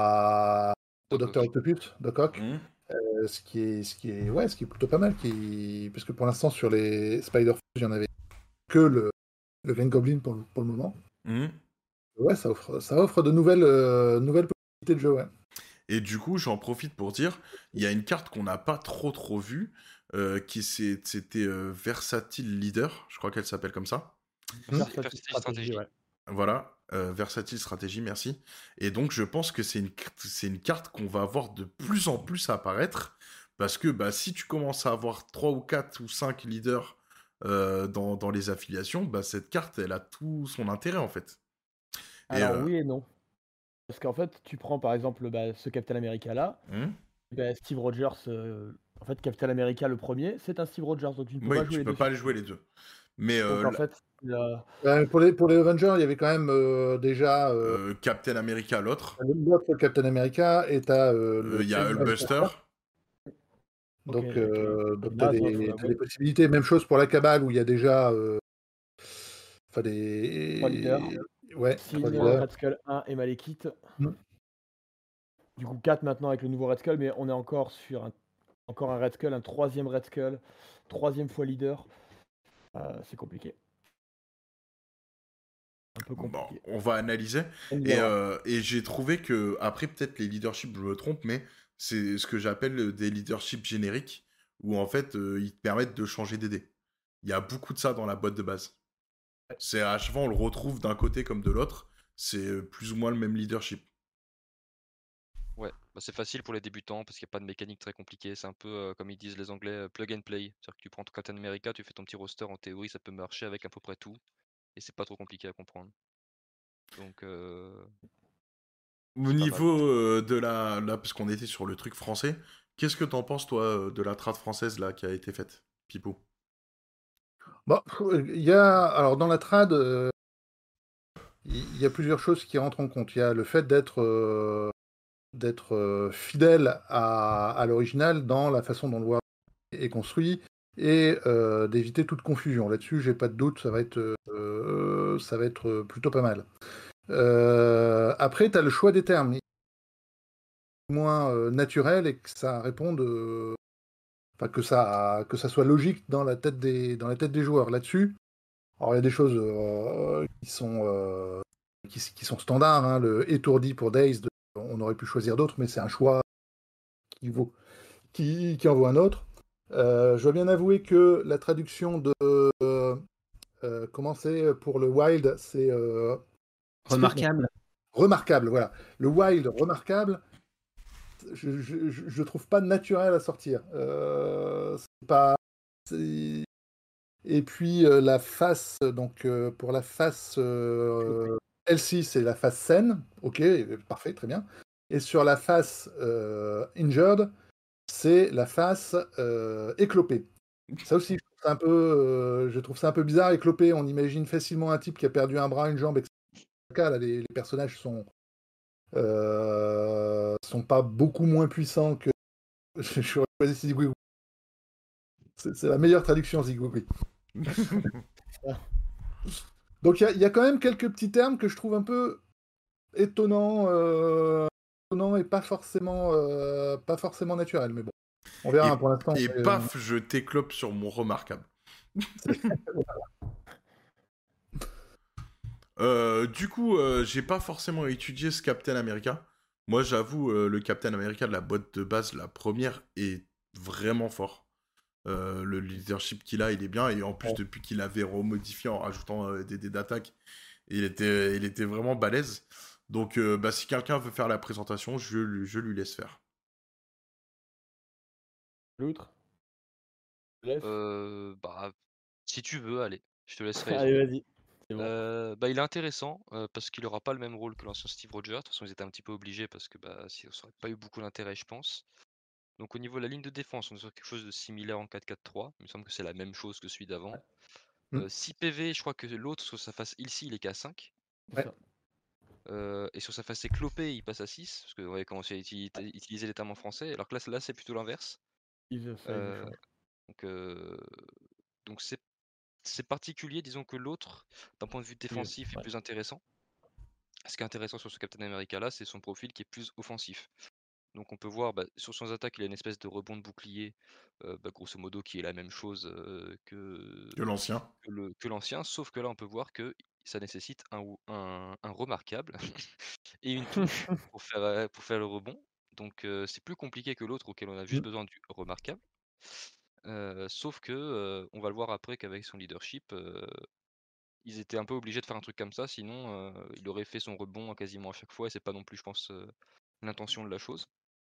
à, au Doc Docteur Ock. Octopus, Doc Ock, Mhm. euh, ce qui est, ce qui est, ouais, ce qui est plutôt pas mal, qui, parce que pour l'instant sur les Spider-Fuse, il y en avait que le, le Green Goblin pour, le- pour le moment. Mhm. Ouais, ça offre, ça offre de nouvelles, euh, nouvelles possibilités de jeu, ouais. Et du coup, j'en profite pour dire, il y a une carte qu'on n'a pas trop trop vue, euh, qui c'est- c'était euh, Versatile Leader, je crois qu'elle s'appelle comme ça. Hmm. Versatile Versatile stratégie. stratégie, ouais. Voilà, euh, Versatile Stratégie, merci. Et donc, je pense que c'est une, carte- c'est une carte qu'on va voir de plus en plus apparaître, parce que bah, si tu commences à avoir trois ou quatre ou cinq leaders euh, dans, dans les affiliations, bah, cette carte, elle a tout son intérêt, en fait. Et, Alors euh, oui et non. Parce qu'en fait, tu prends par exemple bah, ce Captain America là, hmm bah, Steve Rogers, euh, en fait Captain America le premier, c'est un Steve Rogers, donc tu ne peux pas oui, jouer tu les peux deux pas sur les jouer les deux. Mais Donc euh, en là, fait, euh, Ouais, pour les, pour les Avengers, il y avait quand même euh, déjà euh, euh, Captain America, l'autre, l'autre Captain America et t'as euh, euh, le il y a Chase Hulkbuster. ok, Donc, qui est, euh, qui est donc tu as naze, hein, faut des, t'as des l'avouer. possibilités. Même chose pour la Cabale où il y a déjà euh, enfin Trois leaders, des. Ouais, trois Sin, leaders. Red Skull un et Malekith. Mm. Du coup quatre maintenant avec le nouveau Red Skull, mais on est encore sur un, encore un Red Skull, un troisième Red Skull, troisième fois leader. Euh, c'est compliqué. Un peu Bon, compliqué. on va analyser. On y Et, viendra. euh, et j'ai trouvé que, après, peut-être les leaderships, je me trompe, mais c'est ce que j'appelle des leaderships génériques, où en fait, euh, ils te permettent de changer des dés. Il y a beaucoup de ça dans la boîte de base. C'est à chaque fois, on le retrouve d'un côté comme de l'autre. C'est euh, plus ou moins le même leadership. Ouais, bah c'est facile pour les débutants parce qu'il n'y a pas de mécanique très compliquée. C'est un peu euh, comme ils disent les Anglais, euh, plug and play. C'est-à-dire que tu prends ton Captain America, tu fais ton petit roster en théorie, ça peut marcher avec à peu près tout. Et c'est pas trop compliqué à comprendre. Donc euh, Au c'est pas mal. niveau euh, de la... Là, parce qu'on était sur le truc français, qu'est-ce que t'en penses, toi, euh, de la trad française, là, qui a été faite, Pipo? Bon, il y a. Alors, dans la trad, euh, il y a plusieurs choses qui rentrent en compte. Il y a le fait d'être euh, d'être euh, fidèle à, à l'original dans la façon dont le War est construit et euh, d'éviter toute confusion. Là-dessus, j'ai pas de doute, ça va être, euh, ça va être plutôt pas mal. Euh, après, tu as le choix des termes, moins euh, naturel et que ça réponde, euh, enfin que ça, que ça soit logique dans la tête des, dans la tête des joueurs. Là-dessus, alors il y a des choses euh, qui sont, euh, qui, qui sont standards. Hein. Le étourdi pour Days, de- on aurait pu choisir d'autres, mais c'est un choix qui vaut, qui, qui en vaut un autre. Euh, je dois bien avouer que la traduction de euh, euh, comment c'est pour le Wild, c'est euh, Remarquable. remarquable. Voilà, le Wild remarquable. Je, je, je, je trouve pas naturel à sortir. Euh, c'est pas. c'est- Et puis euh, la face, donc euh, pour la face euh, Elsie, c'est la face saine. Ok, parfait, très bien. Et sur la face euh, injured, c'est la face euh, éclopée. Ça aussi, je trouve ça un peu, euh, je trouve ça un peu bizarre et clopé. On imagine facilement un type qui a perdu un bras, une jambe, et cetera. Là, les, les personnages sont, euh, sont pas beaucoup moins puissants que. Je suis choisi Zigouigou. C'est c'est la meilleure traduction, Zigouigou. Donc il y, a- il y a quand même quelques petits termes que je trouve un peu étonnants, euh, étonnants et pas forcément, euh, pas forcément naturels. Mais bon, on verra Et, hein, pour l'instant. et on est- paf, je t'éclope sur mon remarquable. Euh, du coup, euh, j'ai pas forcément étudié ce Captain America. Moi, j'avoue, euh, le Captain America de la boîte de base, la première, est vraiment fort. Euh, le leadership qu'il a, il est bien. Et en plus, Ouais. depuis qu'il avait remodifié en rajoutant euh, des dés d'attaque, il était, il était vraiment balèze. Donc, euh, bah, si quelqu'un veut faire la présentation, je, lui- je lui laisse faire. L'autre, je te laisse. Euh, bah, si tu veux, allez, je te laisserai les Allez, autres. vas-y. C'est bon. Euh, bah, il est intéressant euh, parce qu'il aura pas le même rôle que l'ancien Steve Rogers. De toute façon, ils étaient un petit peu obligés parce que bah, si, ça aurait pas eu beaucoup d'intérêt, je pense. Donc, au niveau de la ligne de défense, on est sur quelque chose de similaire en quatre quatre trois. Il me semble que c'est la même chose que celui d'avant. Mm. Euh, six P V, je crois que l'autre, sur sa face ici, il est qu'à cinq. C'est Ouais. ça. Euh, et sur sa face éclopée, il passe à six. Parce qu'on avait commencé à uti- utiliser les termes en français. Alors que là, là c'est plutôt l'inverse. Ils, ça, ils ont Euh, changé. donc, euh, donc c'est c'est particulier, disons que l'autre, d'un point de vue Mieux. défensif, est Ouais. plus intéressant. Ce qui est intéressant sur ce Captain America là, c'est son profil qui est plus offensif. Donc on peut voir bah, sur son attaque, il a une espèce de rebond de bouclier, euh, bah, grosso modo, qui est la même chose euh, que, Que l'ancien. que le- que l'ancien, sauf que là on peut voir que ça nécessite un, ou- un, un remarquable et une touche pour faire, euh, pour faire le rebond. Donc euh, c'est plus compliqué que l'autre auquel on a juste Mm. besoin du remarquable. Euh, sauf que euh, on va le voir après qu'avec son leadership, euh, ils étaient un peu obligés de faire un truc comme ça, sinon euh, il aurait fait son rebond quasiment à chaque fois, et c'est pas non plus, je pense, euh, l'intention de la chose.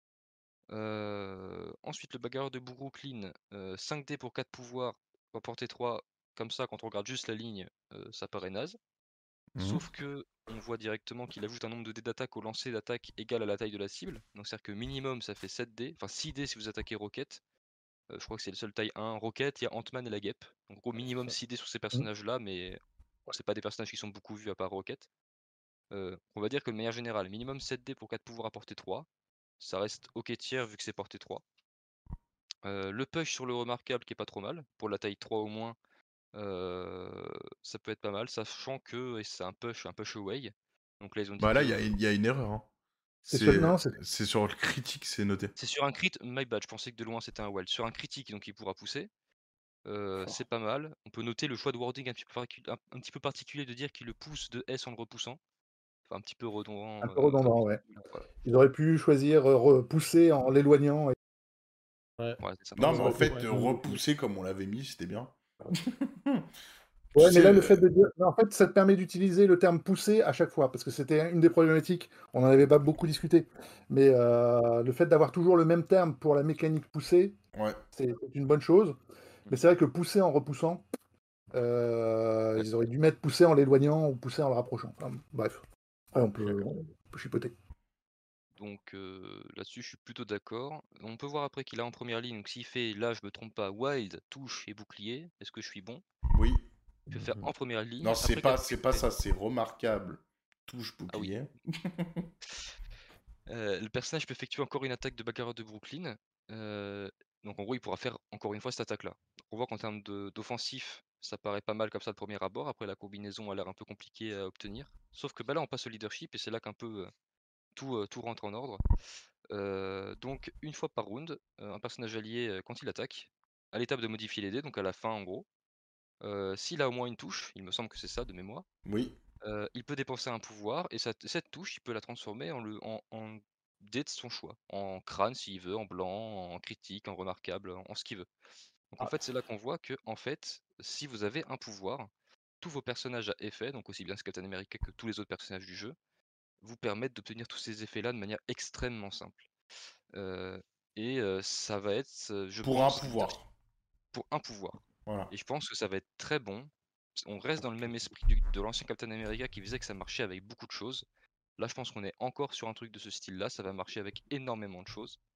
Euh, ensuite, le bagarreur de Brooklyn, euh, cinq dés pour quatre pouvoirs, portée trois, comme ça, quand on regarde juste la ligne, euh, ça paraît naze. Mhm. Sauf que on voit directement qu'il ajoute un nombre de dés d'attaque au lancer d'attaque égal à la taille de la cible. Donc c'est-à-dire que minimum ça fait sept dés, enfin six dés si vous attaquez Rocket. Euh, je crois que c'est le seul taille un. Rocket, il y a Ant-Man et la guêpe. Donc au Ouais, c'est minimum ça. six dés sur ces Mm. personnages-là, mais bon, c'est pas des personnages qui sont beaucoup vus à part Rocket. Euh, on va dire que de manière générale, minimum sept dés pour quatre pouvoirs à portée trois. Ça reste ok tiers vu que c'est portée trois. Euh, le push sur le remarquable qui est pas trop mal. Pour la taille trois au moins, euh, ça peut être pas mal, sachant que et c'est un push, un push away. Donc là ils ont dit Bah là, il y, que a une- il y a une erreur. Hein. C'est sur... C'est Non, c'est c'est sur le critique, c'est noté. c'est sur un crit, my bad, je pensais que de loin c'était un wild. Sur un critique, donc il pourra pousser. Euh, Fort. c'est pas mal. On peut noter le choix de wording un petit peu, particu- un, un petit peu particulier de dire qu'il le pousse de S en le repoussant. Enfin, un petit peu un redondant. peu euh, redondant, ouais. voilà. Ils auraient pu choisir euh, repousser en l'éloignant. Et... Ouais. Ouais, c'est ça. Non, ça mais en aurait été fait, Ouais. euh, plus- repousser comme on l'avait mis, c'était bien. Tu Ouais, mais sais, là, le fait euh, de dire. Non, en fait, ça te permet d'utiliser le terme pousser à chaque fois, parce que c'était une des problématiques. On n'en avait pas beaucoup discuté. Mais euh, le fait d'avoir toujours le même terme pour la mécanique poussée, ouais. c'est c'est une bonne chose. Mm. Mais c'est vrai que pousser en repoussant, euh, Ouais. ils auraient dû mettre pousser en l'éloignant ou pousser en le rapprochant. Enfin, bref, après, on peut, on peut chipoter. Donc euh, là-dessus, je suis plutôt d'accord. On peut voir après qu'il a en première ligne, donc s'il fait, là je me trompe pas, wild, touche et bouclier, est-ce que je suis bon? Oui. Je vais faire Mhm. en première Non, ligne, c'est après pas, qu'est-ce qu'il c'est pas fait? ça, c'est remarquable. Touche Ah oui. bouclier. Euh, le personnage peut effectuer encore une attaque de bagarreur de Brooklyn. Euh, donc en gros, il pourra faire encore une fois cette attaque-là. Donc, on voit qu'en termes de- d'offensif, ça paraît pas mal comme ça de premier abord. Après, la combinaison a l'air un peu compliquée à obtenir. Sauf que bah, là, on passe au leadership et c'est là qu'un peu euh, tout, euh, tout rentre en ordre. Euh, donc, une fois par round, euh, un personnage allié, euh, quand il attaque, à l'étape de modifier les dés, donc à la fin en gros, euh, s'il a au moins une touche, il me semble que c'est ça de mémoire, Oui. euh, il peut dépenser un pouvoir et cette, cette touche, il peut la transformer en, le, en, en dé de son choix, en crâne s'il veut, en blanc, en critique, en remarquable, en, en ce qu'il veut. Donc en Ah, fait, c'est là qu'on voit que en fait, si vous avez un pouvoir, tous vos personnages à effet, donc aussi bien ce Captain America que tous les autres personnages du jeu, vous permettent d'obtenir tous ces effets-là de manière extrêmement simple. Euh, et euh, ça va être, euh, je Pour un pense, leadership pouvoir. pour un pouvoir. Voilà. Et je pense que ça va être très bon. On reste dans le même esprit du- de l'ancien Captain America qui faisait que ça marchait avec beaucoup de choses. Là, je pense qu'on est encore sur un truc de ce style-là. Ça va marcher avec énormément de choses.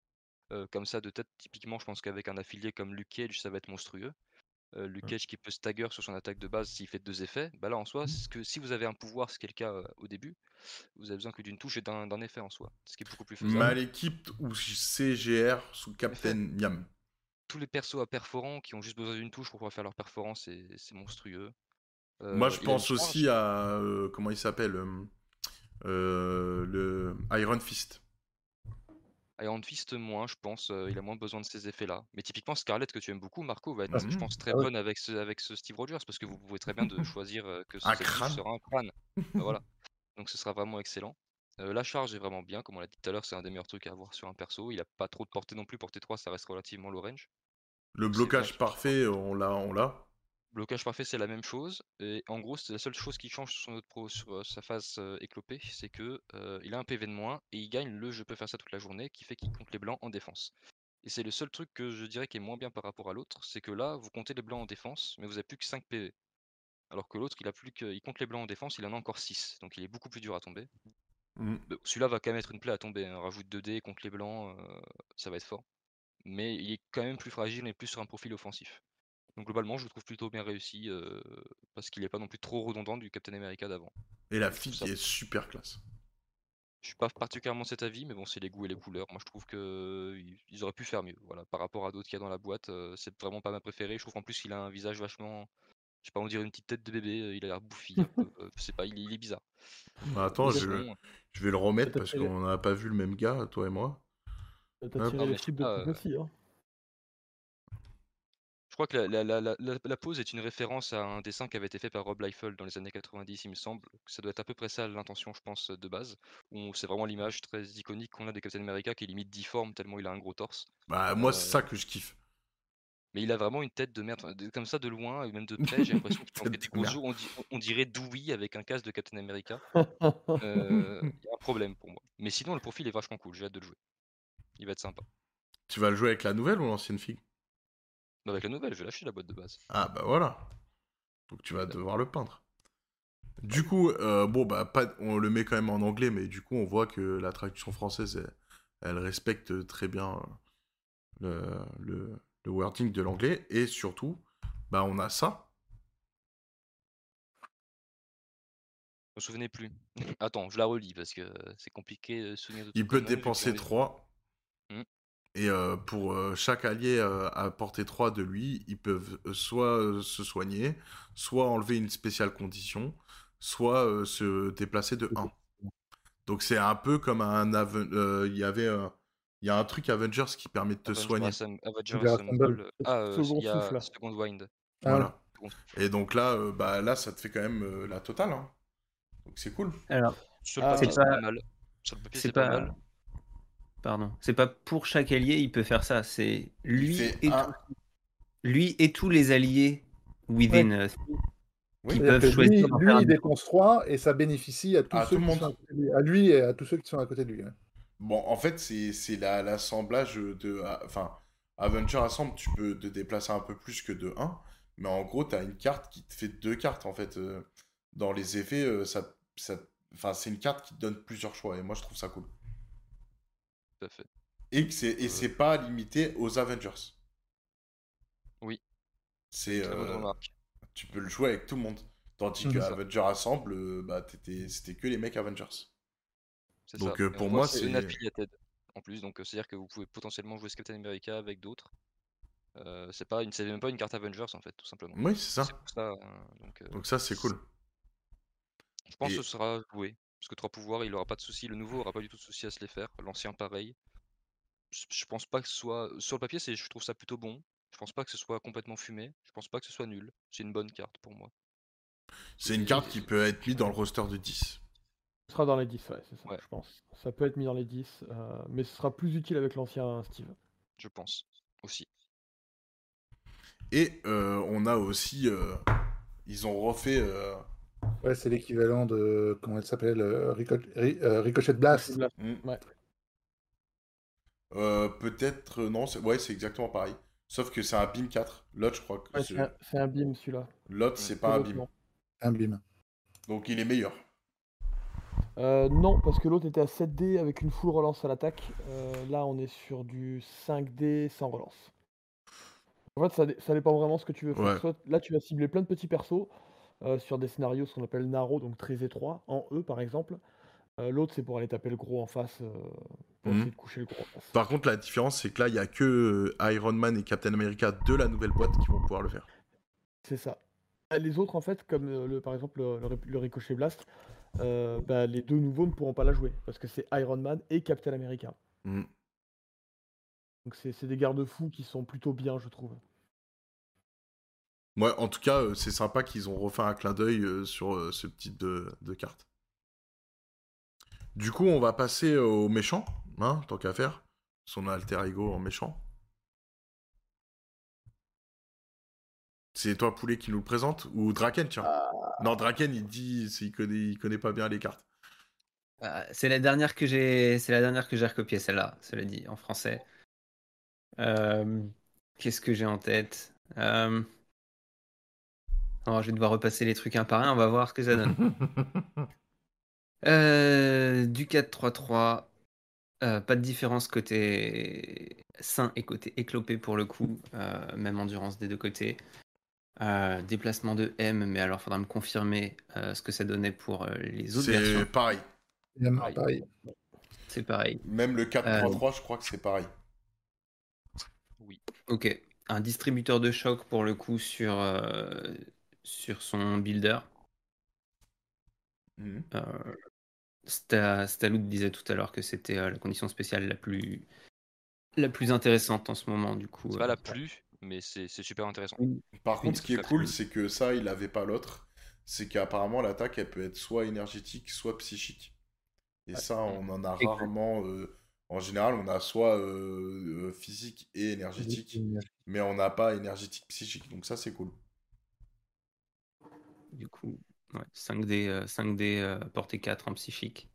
Euh, comme ça, de tête, typiquement, je pense qu'avec un affilié comme Luke Cage, ça va être monstrueux. Euh, Luke Mm. Cage qui peut stagger sur son attaque de base s'il fait deux effets. Bah là, en soi, ce que, si vous avez un pouvoir, ce qui est le cas euh, au début, vous avez besoin que d'une touche et d'un d'un effet en soi, ce qui est beaucoup plus faisable. Malekith ou C G R sous Captain Miam. Tous les persos à perforants qui ont juste besoin d'une touche pour pouvoir faire leur performance, c'est c'est monstrueux. Euh, Moi, je il a une pense charge. aussi à. euh, comment il s'appelle euh, euh, le Iron Fist. Iron Fist, moins, je pense. euh, il a moins besoin de ces effets-là. Mais typiquement, Scarlett, que tu aimes beaucoup, Marco, va être, Mhm. je pense, très Ah ouais. bonne avec ce, avec ce Steve Rogers, parce que vous pouvez très bien de choisir euh, que Un cette touche crâne. sera un crâne. Bah, voilà. Donc ce sera vraiment excellent. Euh, la charge est vraiment bien, comme on l'a dit tout à l'heure, c'est un des meilleurs trucs à avoir sur un perso. Il a pas trop de portée non plus, portée trois, ça reste relativement low range. Le Donc c'est bien blocage qu'il soit parfait, on l'a, on l'a. Blocage parfait, c'est la même chose. Et en gros, c'est la seule chose qui change sur son autre pro, sur euh, sa phase euh, éclopée, c'est que euh, il a un P V de moins et il gagne le je peux faire ça toute la journée qui fait qu'il compte les blancs en défense. Et c'est le seul truc que je dirais qui est moins bien par rapport à l'autre, c'est que là, vous comptez les blancs en défense, mais vous avez plus que cinq P V. Alors que l'autre, il a plus que, il compte les blancs en défense, il en a encore six, donc il est beaucoup plus dur à tomber. Mhm. Bon, celui-là va quand même être une plaie à tomber, hein. Rajoute deux dés contre les blancs, euh, ça va être fort. Mais il est quand même plus fragile et plus sur un profil offensif. Donc globalement, je le trouve plutôt bien réussi, euh, parce qu'il n'est pas non plus trop redondant du Captain America d'avant. Et la Je trouve fille ça- est super classe. Je suis pas particulièrement de cet avis, mais bon, c'est les goûts et les couleurs. Moi, je trouve que ils- ils auraient pu faire mieux. Voilà, par rapport à d'autres qu'il y a dans la boîte, euh, c'est vraiment pas ma préférée. Je trouve qu'en plus, il a un visage vachement, je sais pas, on dirait une petite tête de bébé. euh, Il a l'air bouffi un peu. euh, Je sais pas, il, il est bizarre. Bah, attends, Mais je, vais- sinon, je vais le remettre T'as parce tiré, qu'on n'a pas vu le même gars, toi et moi. t'as Hop. tiré non, les mais c'est tripes de pas, trucs euh, aussi, hein. je crois que la, la, la, la, la- la pose est une référence à un dessin qui avait été fait par Rob Liefeld dans les années quatre-vingt-dix, il me semble. Ça doit être à peu près ça l'intention, je pense, de base. Où c'est vraiment l'image très iconique qu'on a des Captain America qui est limite difforme tellement il a un gros torse. Bah, moi, Euh, c'est ça que je kiffe. mais il a vraiment une tête de merde. Enfin, de- comme ça, de loin, et même de près, j'ai l'impression qu'il en fait Tête des de gros merde. os. On, di- on dirait Dewey avec un casque de Captain America. Euh, Il y a un problème pour moi. Mais sinon, le profil est vachement cool, j'ai hâte de le jouer. Il va être sympa. Tu vas le jouer avec la nouvelle ou l'ancienne fille? Bah, avec la nouvelle, je vais lâcher la boîte de base. Ah, bah voilà. Donc tu vas Évidemment. devoir le peindre. Du coup, euh, bon, bah, pas, on le met quand même en anglais, mais du coup, on voit que la traduction française, elle, elle respecte très bien euh, le, le, le wording de l'anglais. Et surtout, bah, on a ça. Je me souvenais plus. Attends, je la relis parce que euh, c'est compliqué de se souvenir de tout Il comme peut nom, vu que j'ai dépenser envie de- trois. Hmm. Et euh, pour euh, chaque allié euh, à portée trois de lui, ils peuvent euh, soit euh, se soigner, soit enlever une spéciale condition, soit euh, se déplacer de un. Donc c'est un peu comme un... Aven- euh, Il y avait... euh, il y a un truc Avengers qui permet de te Avenger, soigner. Assemb- Avenger Avenger Assemble. Assemble. Ah, euh, Second il y a souffle. Second Wind. Ah, Voilà. Second souffle. Et donc là, euh, bah, là, ça te fait quand même euh, la totale. Hein. Donc c'est cool. Alors, Sur le Ah, papier, c'est c'est pas- pas mal. Sur le papier, c'est c'est pas pas. mal. Pardon. C'est pas pour chaque allié, il peut faire ça. C'est Il lui fait et, un... tout- lui et tous les alliés within euh, Oui. qui C'est-à-dire peuvent que choisir lui, d'en lui, faire un il autre. dépense trois et ça bénéficie à tous À ceux tout le qui monde. sont à côté de lui. À lui et à tous ceux qui sont à côté de lui. Ouais. Bon, en fait, c'est c'est la- l'assemblage de... ah, Enfin, Avenger Assemble, tu peux te déplacer un peu plus que de un. Mais en gros, tu as une carte qui te fait deux cartes, en fait. euh, Dans les effets, euh, ça... ça... Enfin, c'est une carte qui te donne plusieurs choix. Et moi, je trouve ça cool. Tout à fait. Et que c'est et Euh. c'est pas limité aux Avengers. Oui. C'est... Très bonne euh, remarque. Tu peux le jouer avec tout le monde. Tandis que Mhm. ça. Avenger Assemble, euh, bah, t'étais- c'était que les mecs Avengers. C'est Donc, ça. euh, Et pour on moi, voit, c'est c'est... unaffiliated en plus, donc euh, c'est-à-dire que vous pouvez potentiellement jouer ce Captain America avec d'autres. Euh, c'est pas une, c'est même pas une carte Avengers en fait, tout simplement. Oui, c'est C'est ça. pour ça. hein, donc, euh, Donc ça, c'est cool. je pense Et- que ce sera joué. Parce que trois pouvoirs, il aura pas de souci. Le nouveau aura pas du tout de souci à se les faire. L'ancien, pareil. Je, je pense pas que ce soit. Sur le papier, c'est, je trouve ça plutôt bon. Je pense pas que ce soit complètement fumé. Je pense pas que ce soit nul. C'est une bonne carte pour moi. C'est une carte qui peut être mise dans le roster de dix. Ce sera dans les dix, ouais, c'est ça, Ouais. je pense. Ça peut être mis dans les dix, euh, mais ce sera plus utile avec l'ancien Steve. Je pense aussi. Et euh, on a aussi... euh, Ils ont refait... euh, Ouais, c'est l'équivalent de. Comment elle s'appelle euh, Rico- Ri- euh, Ricochet Blast. Blast. hmm, Ouais. euh, Peut-être... euh, Non, c'est- ouais, c'est exactement pareil. Sauf que c'est un beam quatre. L'autre, je crois que... Ouais, c'est- c'est un, c'est un beam celui-là. L'autre, c'est pas un beam. Complètement. Un beam. Donc il est meilleur. Euh, non, parce que l'autre était à sept dés avec une full relance à l'attaque. Euh, là, on est sur du cinq dés sans relance. En fait, ça, dé- ça dépend vraiment ce que tu veux faire. Ouais. Soit là, tu vas cibler plein de petits persos euh, sur des scénarios, ce qu'on appelle narrow, donc très étroits, en E par exemple. Euh, l'autre, c'est pour aller taper le gros en face, euh, pour Mhm. essayer de coucher le gros en face. Par contre, la différence, c'est que là, il y a que euh, Iron Man et Captain America de la nouvelle boîte qui vont pouvoir le faire. C'est ça. Euh, Les autres, en fait, comme euh, le, par exemple le, le Rip- le Ricochet Blast, euh, bah, les deux nouveaux ne pourront pas la jouer parce que c'est Iron Man et Captain America. Mhm. Donc c'est c'est des garde-fous qui sont plutôt bien, je trouve. Ouais, en tout cas, euh, c'est sympa qu'ils ont refait un clin d'œil euh, sur euh, ce type de, de carte. Du coup, on va passer au méchant, hein, tant qu'à faire. Son alter ego en méchant. C'est toi, Poulet, qui nous le présente? Ou Draken, tiens. Non, Draken, il dit il connaît, il connaît pas bien les cartes. Euh, c'est la dernière que j'ai, c'est la dernière que j'ai recopiée, celle-là, cela dit, en français. Euh, Qu'est-ce que j'ai en tête? Euh, alors, je vais devoir repasser les trucs un par un, on va voir ce que ça donne. Euh, du quatre trois trois, euh, pas de différence côté sain et côté éclopé pour le coup, euh, même endurance des deux côtés. Euh, déplacement de M, mais alors faudra me confirmer euh, ce que ça donnait pour euh, les autres C'est versions. pareil. Même Pareil. pareil. C'est pareil. Même le quatre Euh, trois trois, je crois que c'est pareil. Oui. Ok. Un distributeur de choc pour le coup sur, euh, sur son builder. Mhm. Euh, Sta- Stalout disait tout à l'heure que c'était euh, la condition spéciale la plus, la plus intéressante en ce moment, du coup. C'est euh, pas la plus, mais c'est c'est super intéressant. oui. Par Oui, contre, ce qui est Très, cool, très c'est que ça, il avait pas l'autre. C'est qu'apparemment, l'attaque, elle peut être soit énergétique, soit psychique. Et Ouais. ça, on en a Exact. rarement. euh, En général, on a soit euh, euh, physique et énergétique, mais on n'a pas énergétique psychique. Donc ça, c'est cool. Du coup, ouais, cinq dés, euh, cinq dés euh, portée quatre en psychique.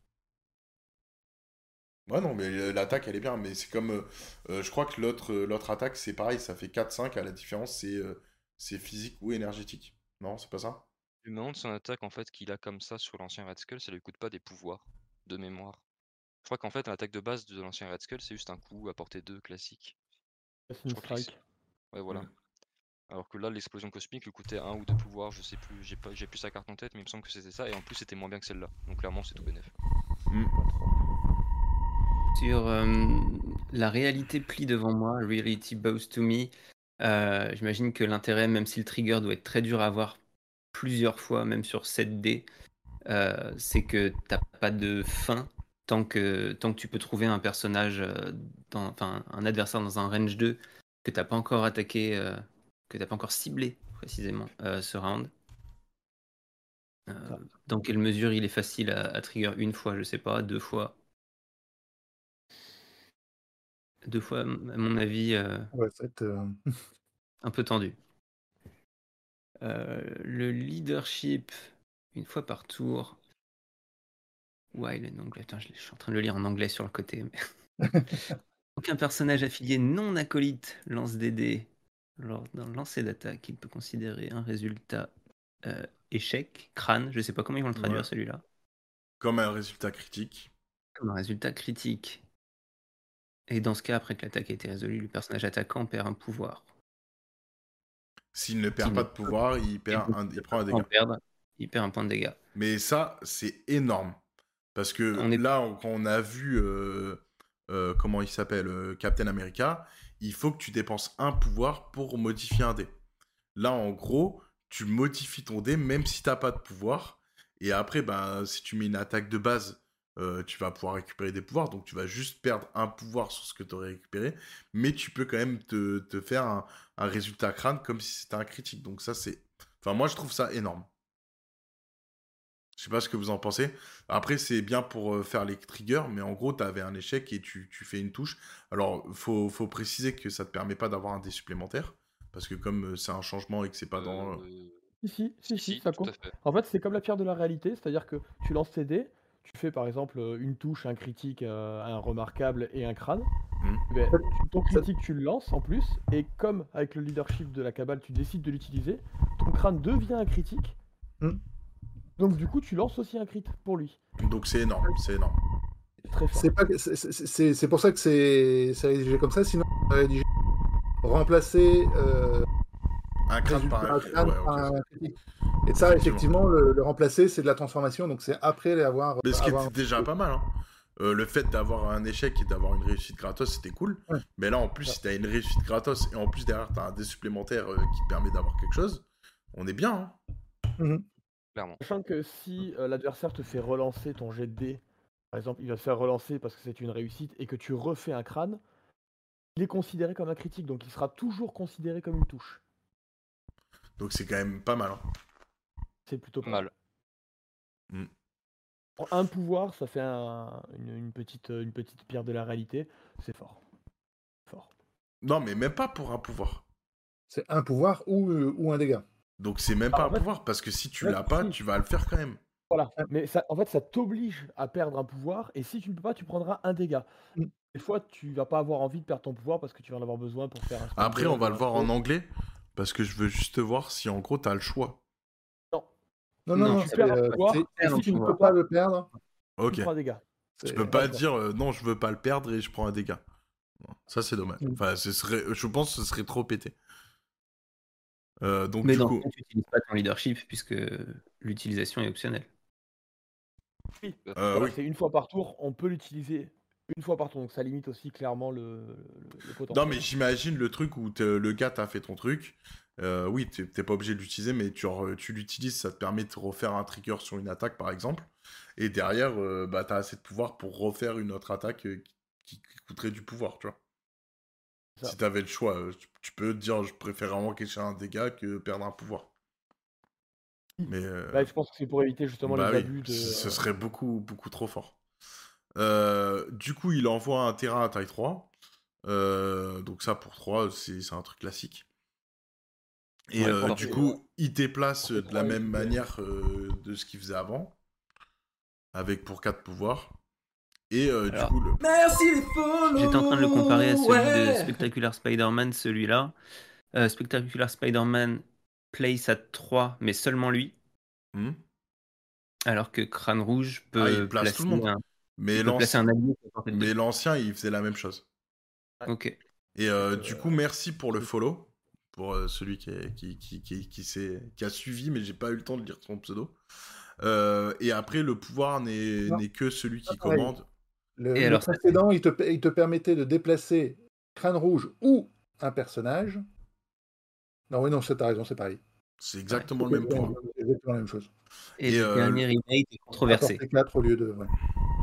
Ouais, non, mais euh, l'attaque, elle est bien. Mais c'est comme. euh, euh, je crois que l'autre euh, l'autre attaque, c'est pareil. Ça fait quatre cinq. À la différence, c'est euh, c'est physique ou énergétique. Non, c'est pas ça? Je me demande son attaque en fait qu'il a comme ça sur l'ancien Red Skull, ça lui coûte pas des pouvoirs de mémoire. Je crois qu'en fait l'attaque de base de l'ancien Red Skull c'est juste un coup à portée deux classique. Je Assassin's crois que l'ex- Strike. ouais voilà. Mm. Alors que là l'explosion cosmique lui coûtait un ou deux pouvoirs, je sais plus, j'ai pas j'ai plus sa carte en tête mais il me semble que c'était ça et en plus c'était moins bien que celle-là. Donc clairement c'est tout bénef. Mm. Pas trop. Sur euh, la réalité plie devant moi, Reality bows to me. Euh, j'imagine que l'intérêt, même si le trigger doit être très dur à avoir plusieurs fois, même sur sept dés, euh, c'est que t'as pas de fin tant que, tant que tu peux trouver un personnage, euh, dans, enfin un adversaire dans un range deux que t'as pas encore attaqué, euh, que t'as pas encore ciblé précisément euh, ce round. Euh, Ça. dans quelle mesure il est facile à, à trigger une fois, je sais pas, deux fois. Deux fois, à mon avis, euh, Ouais, ça va être, euh, un peu tendu. Euh, le leadership, une fois par tour. Ouais, il est en anglais. Attends, je, je suis en train de le lire en anglais sur le côté. Mais... Aucun personnage affilié non acolyte lance des dés lors d'un lancer d'attaque. Il peut considérer un résultat euh, échec, crâne. Je sais pas comment ils vont le traduire Ouais. celui-là. Comme un résultat critique. Comme un résultat critique. Et dans ce cas, après que l'attaque ait été résolue, le personnage attaquant perd un pouvoir. S'il ne perd S'il pas ne de pouvoir, il, perd un, il prend un peut dégât. en perdre, il perd un point de dégâts. Mais ça, c'est énorme. Parce que On est- là, on- quand on a vu, euh, euh, comment il s'appelle, euh, Captain America, il faut que tu dépenses un pouvoir pour modifier un dé. Là, en gros, tu modifies ton dé même si t'as pas de pouvoir. Et après, ben, si tu mets une attaque de base, euh, tu vas pouvoir récupérer des pouvoirs. Donc, tu vas juste perdre un pouvoir sur ce que tu aurais récupéré. Mais tu peux quand même te, te faire un, un résultat crâne comme si c'était un critique. Donc, ça, c'est... Enfin, moi, je trouve ça énorme. Je sais pas ce que vous en pensez. Après, c'est bien pour euh, faire les triggers, mais en gros, tu avais un échec et tu, tu fais une touche. Alors, faut, faut préciser que ça te permet pas d'avoir un dé supplémentaire, parce que comme euh, c'est un changement et que c'est pas dans... Euh, Si, si, si, Si, si, si, ça tout à compte. fait. En fait, c'est comme la pierre de la réalité, c'est-à-dire que tu lances tes dés, tu fais par exemple euh, une touche, un critique, euh, un remarquable et un crâne. Hmm. Ben, tu- ton critique, tu le lances en plus, et comme avec le leadership de la cabale, tu décides de l'utiliser, ton crâne devient un critique. Hmm. Donc du coup, tu lances aussi un crit pour lui. Donc c'est énorme, c'est énorme. C'est très fort. C'est pas, c'est- c'est- c'est c'est pour ça que c'est c'est rédigé comme ça. Sinon, on aurait rédigé remplacer euh, Un crâne par résultat un... crâne Ouais, par ok. un critique. Et ça, Effectivement. effectivement, le, le remplacer, c'est de la transformation. Donc c'est après l'avoir. Mais ce qui avoir était déjà pas mal, hein. Euh, le fait d'avoir un échec et d'avoir une réussite gratos, c'était cool. Ouais. Mais là, en plus, Ouais. si t'as une réussite gratos et en plus derrière, t'as un dé supplémentaire euh, qui te permet d'avoir quelque chose, on est bien, hein. Mhm. Clairement. Sachant que si euh, l'adversaire te fait relancer ton jet de dés, par exemple, il va te faire relancer parce que c'est une réussite et que tu refais un crâne, il est considéré comme un critique, donc il sera toujours considéré comme une touche. Donc c'est quand même pas mal, hein. C'est plutôt Pas pas mal. mal. Mm. Pour un pouvoir, ça fait un- une, une petite, une petite pierre de la réalité. C'est fort. Fort. Non, mais même pas pour un pouvoir. C'est un pouvoir ou, euh, ou un dégât. Donc c'est même Ah, pas en un fait- pouvoir, parce que si tu Ouais, l'as pas, si. tu vas le faire quand même. Voilà. Ouais. Mais ça, en fait, ça t'oblige à perdre un pouvoir, et si tu ne peux pas, tu prendras un dégât. Mm. Des fois, tu vas pas avoir envie de perdre ton pouvoir parce que tu vas en avoir besoin pour faire un spell Après, on dodge va ou le un voir en throw. anglais, parce que je veux juste voir si en gros t'as le choix. Non. Non, non, Non, non. tu c'est, perds un euh, pouvoir, c'est- et perdre si un tu ne tu peux peux pouvoir. pas pas, le perdre. Ok. tu prends un dégât. Tu c'est- peux pas pas le choix. dire euh, non, je veux pas le perdre et je prends un dégât. Non, ça c'est dommage. Mm. Enfin, ce serait, je pense que ce serait trop pété. Euh, donc Mais du dans coup, ce cas, tu n'utilises pas ton leadership puisque l'utilisation est optionnelle. Oui, euh, voilà, oui. c'est une fois par tour, on peut l'utiliser une fois par tour, donc ça limite aussi clairement le, le, le potentiel. Non, mais j'imagine le truc où t'es- le gars t'a fait ton truc. Euh, oui, t'es t'es pas obligé de l'utiliser, mais tu, re- tu l'utilises, ça te permet de refaire un trigger sur une attaque, par exemple. Et derrière, euh, bah, t'as assez de pouvoir pour refaire une autre attaque euh, qui, qui coûterait du pouvoir, tu vois. Ça. Si t'avais le choix, euh, tu, tu peux te dire, je préfère encaisser un dégât que perdre un pouvoir. Oui. Mais euh, Là, je pense que c'est pour éviter justement bah les oui, abus de. ce ce euh, serait beaucoup, beaucoup trop fort. Euh, du coup, il envoie un terrain à taille trois. Euh, donc ça, pour trois, c'est c'est un truc classique. Et Ouais, euh, pour du les- coup, il déplace pour les de trois la même équipes, manière euh, de ce qu'il faisait avant, avec pour quatre pouvoirs. Et euh, du Alors, coup, le... Merci les follow. J'étais en train de le comparer à celui de ouais. Spectacular Spider-Man, celui-là. Euh, Spectacular Spider-Man place à trois, mais seulement lui. Hmm. Alors que Crâne Rouge peut Ah, il place tout placer le monde. un, Mais il peut placer l'ancien, un allié qui est porté de mais deux. l'ancien, il faisait la même chose. Ok. Et euh, Donc, du euh, coup, merci pour le follow, pour euh, celui qui, est- qui, qui, qui, qui, s'est- qui a suivi, mais j'ai pas eu le temps de lire son pseudo. Euh, et après, le pouvoir n'est Non. n'est que celui qui Ah, pareil. commande. Le, Et le alors, ça, précédent, il te, il te permettait de déplacer Crâne Rouge ou un personnage. Non, oui, non, c'est- t'as raison, c'est pareil. C'est exactement Ok, le même ouais, pouvoir. c'est exactement la même chose. Et, Et, le euh, dernier remake est controversé. Apporter quatre au lieu de. Ouais.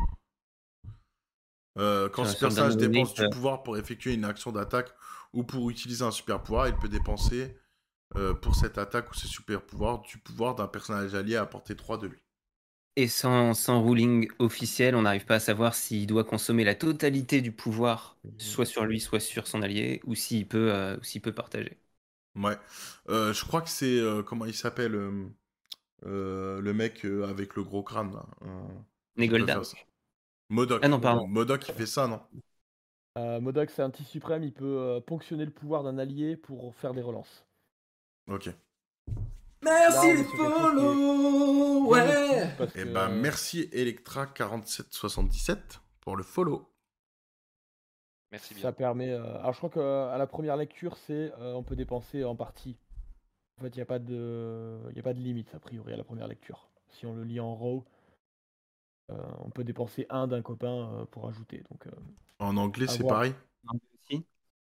Euh, quand Sur- ce sur le personnage dernier dépense remake, du euh, pouvoir pour effectuer une action d'attaque ou pour utiliser un super pouvoir, il peut dépenser euh, pour cette attaque ou ce super pouvoir du pouvoir d'un personnage allié à portée trois de lui. Et sans, sans ruling officiel, on n'arrive pas à savoir s'il doit consommer la totalité du pouvoir, soit sur lui, soit sur son allié, ou s'il peut, euh, ou s'il peut partager. Ouais. Euh, je crois que c'est. euh, comment il s'appelle euh, euh, le mec euh, avec le gros crâne là. euh, qui peut Negolda. faire ça. Modok. Ah non, pardon. Modok, il fait ça, non? euh, Modok, c'est un petit suprême, il peut euh, ponctionner le pouvoir d'un allié pour faire des relances. Ok. Merci Là, on les est sur quelque chose qui est follow. bien Ouais. au-dessus, parce Et que, ben euh, merci Electra quarante-sept soixante-dix-sept pour le follow. Merci bien. ça permet. euh, Alors, je crois qu'à la première lecture, c'est euh, on peut dépenser en partie. En fait, il n'y a pas de, il y a pas de limite a priori à la première lecture. Si on le lit en raw, euh, on peut dépenser un d'un copain euh, pour ajouter. Donc, euh, En anglais, à c'est voir. pareil. Aussi.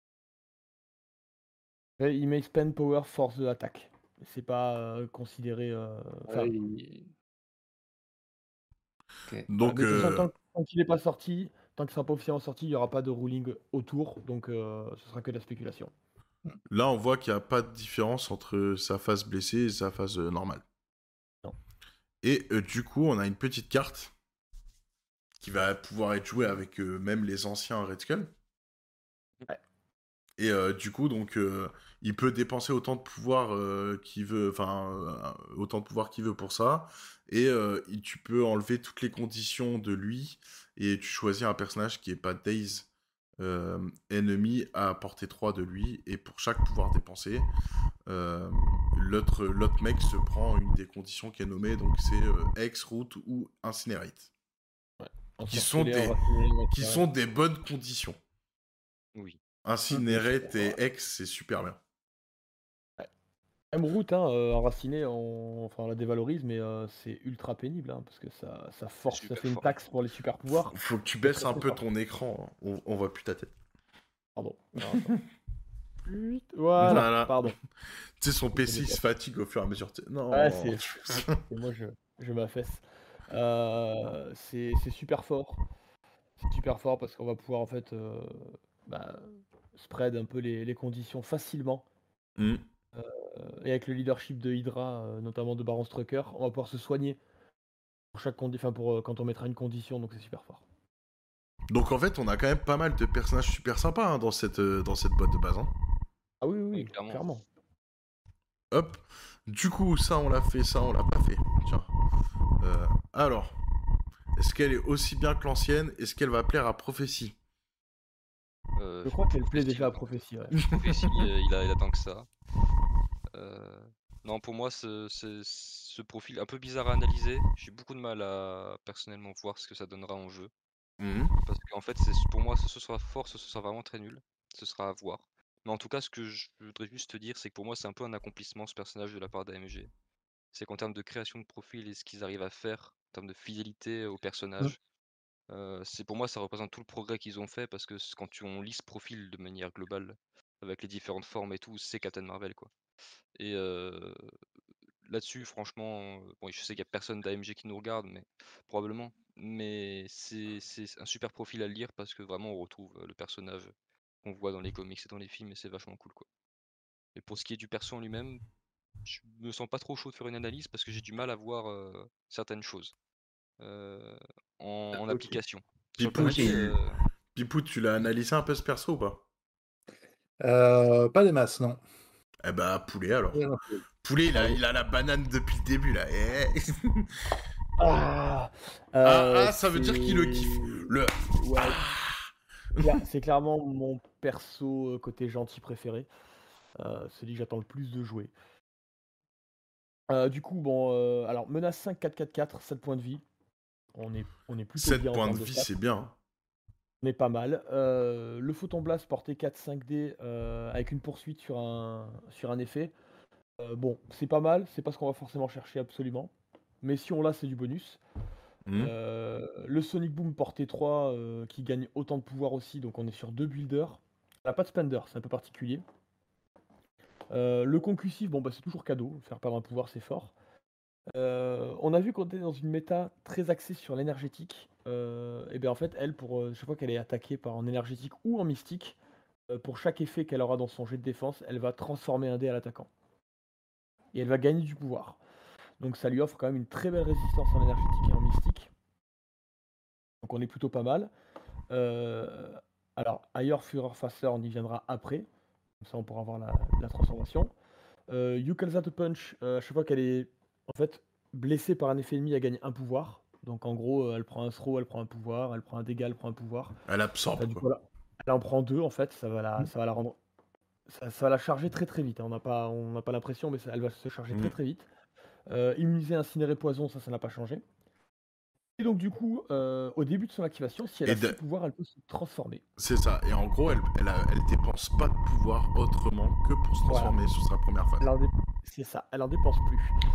Et il may spend power for the attack. C'est pas euh, considéré. euh, Enfin, Ouais, il- Ok. voilà. Donc, Mais de toute façon, euh, tant, tant qu'il n'est pas sorti, tant que ce sera pas officiellement sorti, il n'y aura pas de ruling autour. Donc, euh, ce sera que de la spéculation. là, on voit qu'il n'y a pas de différence entre sa phase blessée et sa phase euh, normale. Non. Et euh, du coup, on a une petite carte qui va pouvoir être jouée avec euh, même les anciens Red Skull. Ouais. Et euh, du coup, donc, euh, il peut dépenser autant de pouvoir euh, qu'il veut, enfin, euh, autant de pouvoir qu'il veut pour ça. Et euh, il- tu peux enlever toutes les conditions de lui et tu choisis un personnage qui est pas Daze euh, ennemi à portée trois de lui, et pour chaque pouvoir dépensé, euh, l'autre l'autre mec se prend une des conditions qui est nommée, donc c'est euh, Hex, Root ou Incinerate, Ouais. qui sont Ensorceler, des, enraciné, qui ouais, sont des bonnes conditions. Oui. Incinerate super, et Hex, c'est super bien. Même route, hein, euh, enraciné, on... enfin on la dévalorise, mais euh, c'est ultra pénible, hein, parce que ça, ça force, ça super fait une fort. taxe pour les super Faut, pouvoirs. faut que tu C'est baisses très un très peu fort. ton écran, hein. on, on voit plus ta tête. Pardon. Alors, attends. Chut, Voilà, Voilà. pardon. Tu sais, son Je P C il se déplace. fatigue au fur et à mesure. tu sais. Non. Ouais, c'est c'est moi, je, je m'affaisse. Euh, c'est c'est super fort. C'est super fort parce qu'on va pouvoir en fait euh, bah, spread un peu les, les conditions facilement. Hmm. Euh, et avec le leadership de Hydra, euh, notamment de Baron Strucker, on va pouvoir se soigner pour chaque condi- enfin pour euh, quand on mettra une condition, donc c'est super fort. Donc en fait, on a quand même pas mal de personnages super sympas hein, dans, cette, euh, dans cette boîte de base. hein. Ah oui, oui, Oui, oui, clairement. clairement. Hop. Du coup, ça on l'a fait, ça on l'a pas fait. Tiens. Euh, alors, est-ce qu'elle est aussi bien que l'ancienne? Est-ce qu'elle va plaire à Prophétie? Euh, Je crois qu'elle plaît Prophétie, déjà à autant. prophétie. Ouais. Prophétie, euh, il, a, il a tant que ça. Euh, Non, pour moi, ce, ce, ce profil un peu bizarre à analyser, j'ai beaucoup de mal à personnellement voir ce que ça donnera en jeu. Mhm. Parce qu'en fait, c'est pour moi, ce ce sera fort, ce sera vraiment très nul. Ce sera à voir. Mais en tout cas, ce que je voudrais juste te dire, c'est que pour moi, c'est un peu un accomplissement ce personnage de la part d'A M G. C'est qu'en termes de création de profil et ce qu'ils arrivent à faire, en termes de fidélité au personnage, euh, c'est pour moi, ça représente tout le progrès qu'ils ont fait parce que c- quand tu, on lit ce profil de manière globale, avec les différentes formes et tout, c'est Captain Marvel quoi. Et euh, là-dessus, franchement, euh, bon, je sais qu'il n'y a personne d'A M G qui nous regarde, mais probablement. Mais c'est c'est un super profil à lire parce que vraiment on retrouve euh, le personnage qu'on voit dans les comics et dans les films et c'est vachement cool quoi. Et pour ce qui est du perso en lui-même, je me sens pas trop chaud de faire une analyse parce que j'ai du mal à voir euh, certaines choses euh, en, en Ok. application. Sur le Pipou, papier, tu... euh, Pipou, tu l'as analysé un peu ce perso ou pas? Euh, pas des masses, non. Eh bah, Poulet alors. Ouais, non. Poulet, il a, Allez. il a la banane depuis le début là. Eh. Ah, ah, euh, ah, ça veut dire qu'il le kiffe. c'est Le. ouais, Ah. cla- c'est clairement mon perso euh, côté gentil préféré. Euh, celui que j'attends le plus de jouer. Euh, du coup, bon, euh, alors menace cinq, quatre, quatre, quatre, sept points de vie. On est, on est plutôt sept bien en points de termes de vie, stats. c'est bien. hein. On est pas mal. Euh, le Photon Blast porté quatre, cinq D euh, avec une poursuite sur un, sur un effet. Euh, bon, c'est pas mal. C'est pas ce qu'on va forcément chercher absolument. Mais si on l'a, c'est du bonus. Hmm. Euh, le Sonic Boom porté trois euh, qui gagne autant de pouvoir aussi. Donc on est sur deux builders. Elle n'a pas de spender, c'est un peu particulier. Euh, le concussif, bon bah c'est toujours cadeau. Faire perdre un pouvoir, c'est fort. Euh, on a vu qu'on était dans une méta très axée sur l'énergétique. Euh, et bien en fait, elle, pour euh, chaque fois qu'elle est attaquée par en énergétique ou en mystique, euh, pour chaque effet qu'elle aura dans son jet de défense, elle va transformer un dé à l'attaquant. Et elle va gagner du pouvoir. Donc ça lui offre quand même une très belle résistance en énergétique et en mystique. Donc on est plutôt pas mal. Euh, alors, ailleurs Führer Faster, on y viendra après. Comme ça, on pourra voir la, la transformation. Euh, Yukalza to Punch, euh, à chaque fois qu'elle est en fait blessée par un effet ennemi, elle gagne un pouvoir. Donc en gros, euh, elle prend un throw, elle prend un pouvoir, elle prend un dégât, elle prend un pouvoir. Elle absorbe Enfin, du quoi. coup, là, elle en prend deux en fait, ça va la, ça va la rendre. Ça, ça va la charger très très vite. hein. On n'a pas, on n'a pas l'impression, mais ça- elle va se charger Hmm. très très vite. Euh, immuniser, incinérer, poison, ça, ça n'a pas changé. Et donc du coup, euh, au début de son activation, si elle Et a de- six pouvoirs, elle peut se transformer. C'est ça. Et en gros, elle, elle, a- elle dépense pas de pouvoir autrement que pour se Voilà. transformer sur sa première phase. Elle en dé- C'est ça, elle en dépense plus.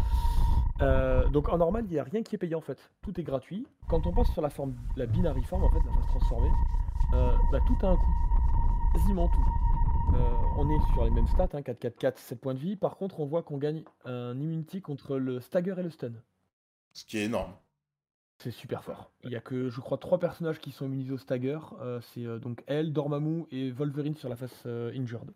Euh, donc en normal, il n'y a rien qui est payé en fait. Tout est gratuit. Quand on passe sur la forme, la binary form, en fait, la phase transformée, euh, bah, tout a un coût. Quasiment tout. Euh, on est sur les mêmes stats, hein, quatre, quatre, quatre, sept points de vie. Par contre, on voit qu'on gagne un immunity contre le stagger et le stun. Ce qui est énorme. C'est super fort. Il y a que, je crois, trois personnages qui sont immunisés au stagger. Euh, c'est euh, donc elle, Dormammu et Wolverine sur la phase euh, injured.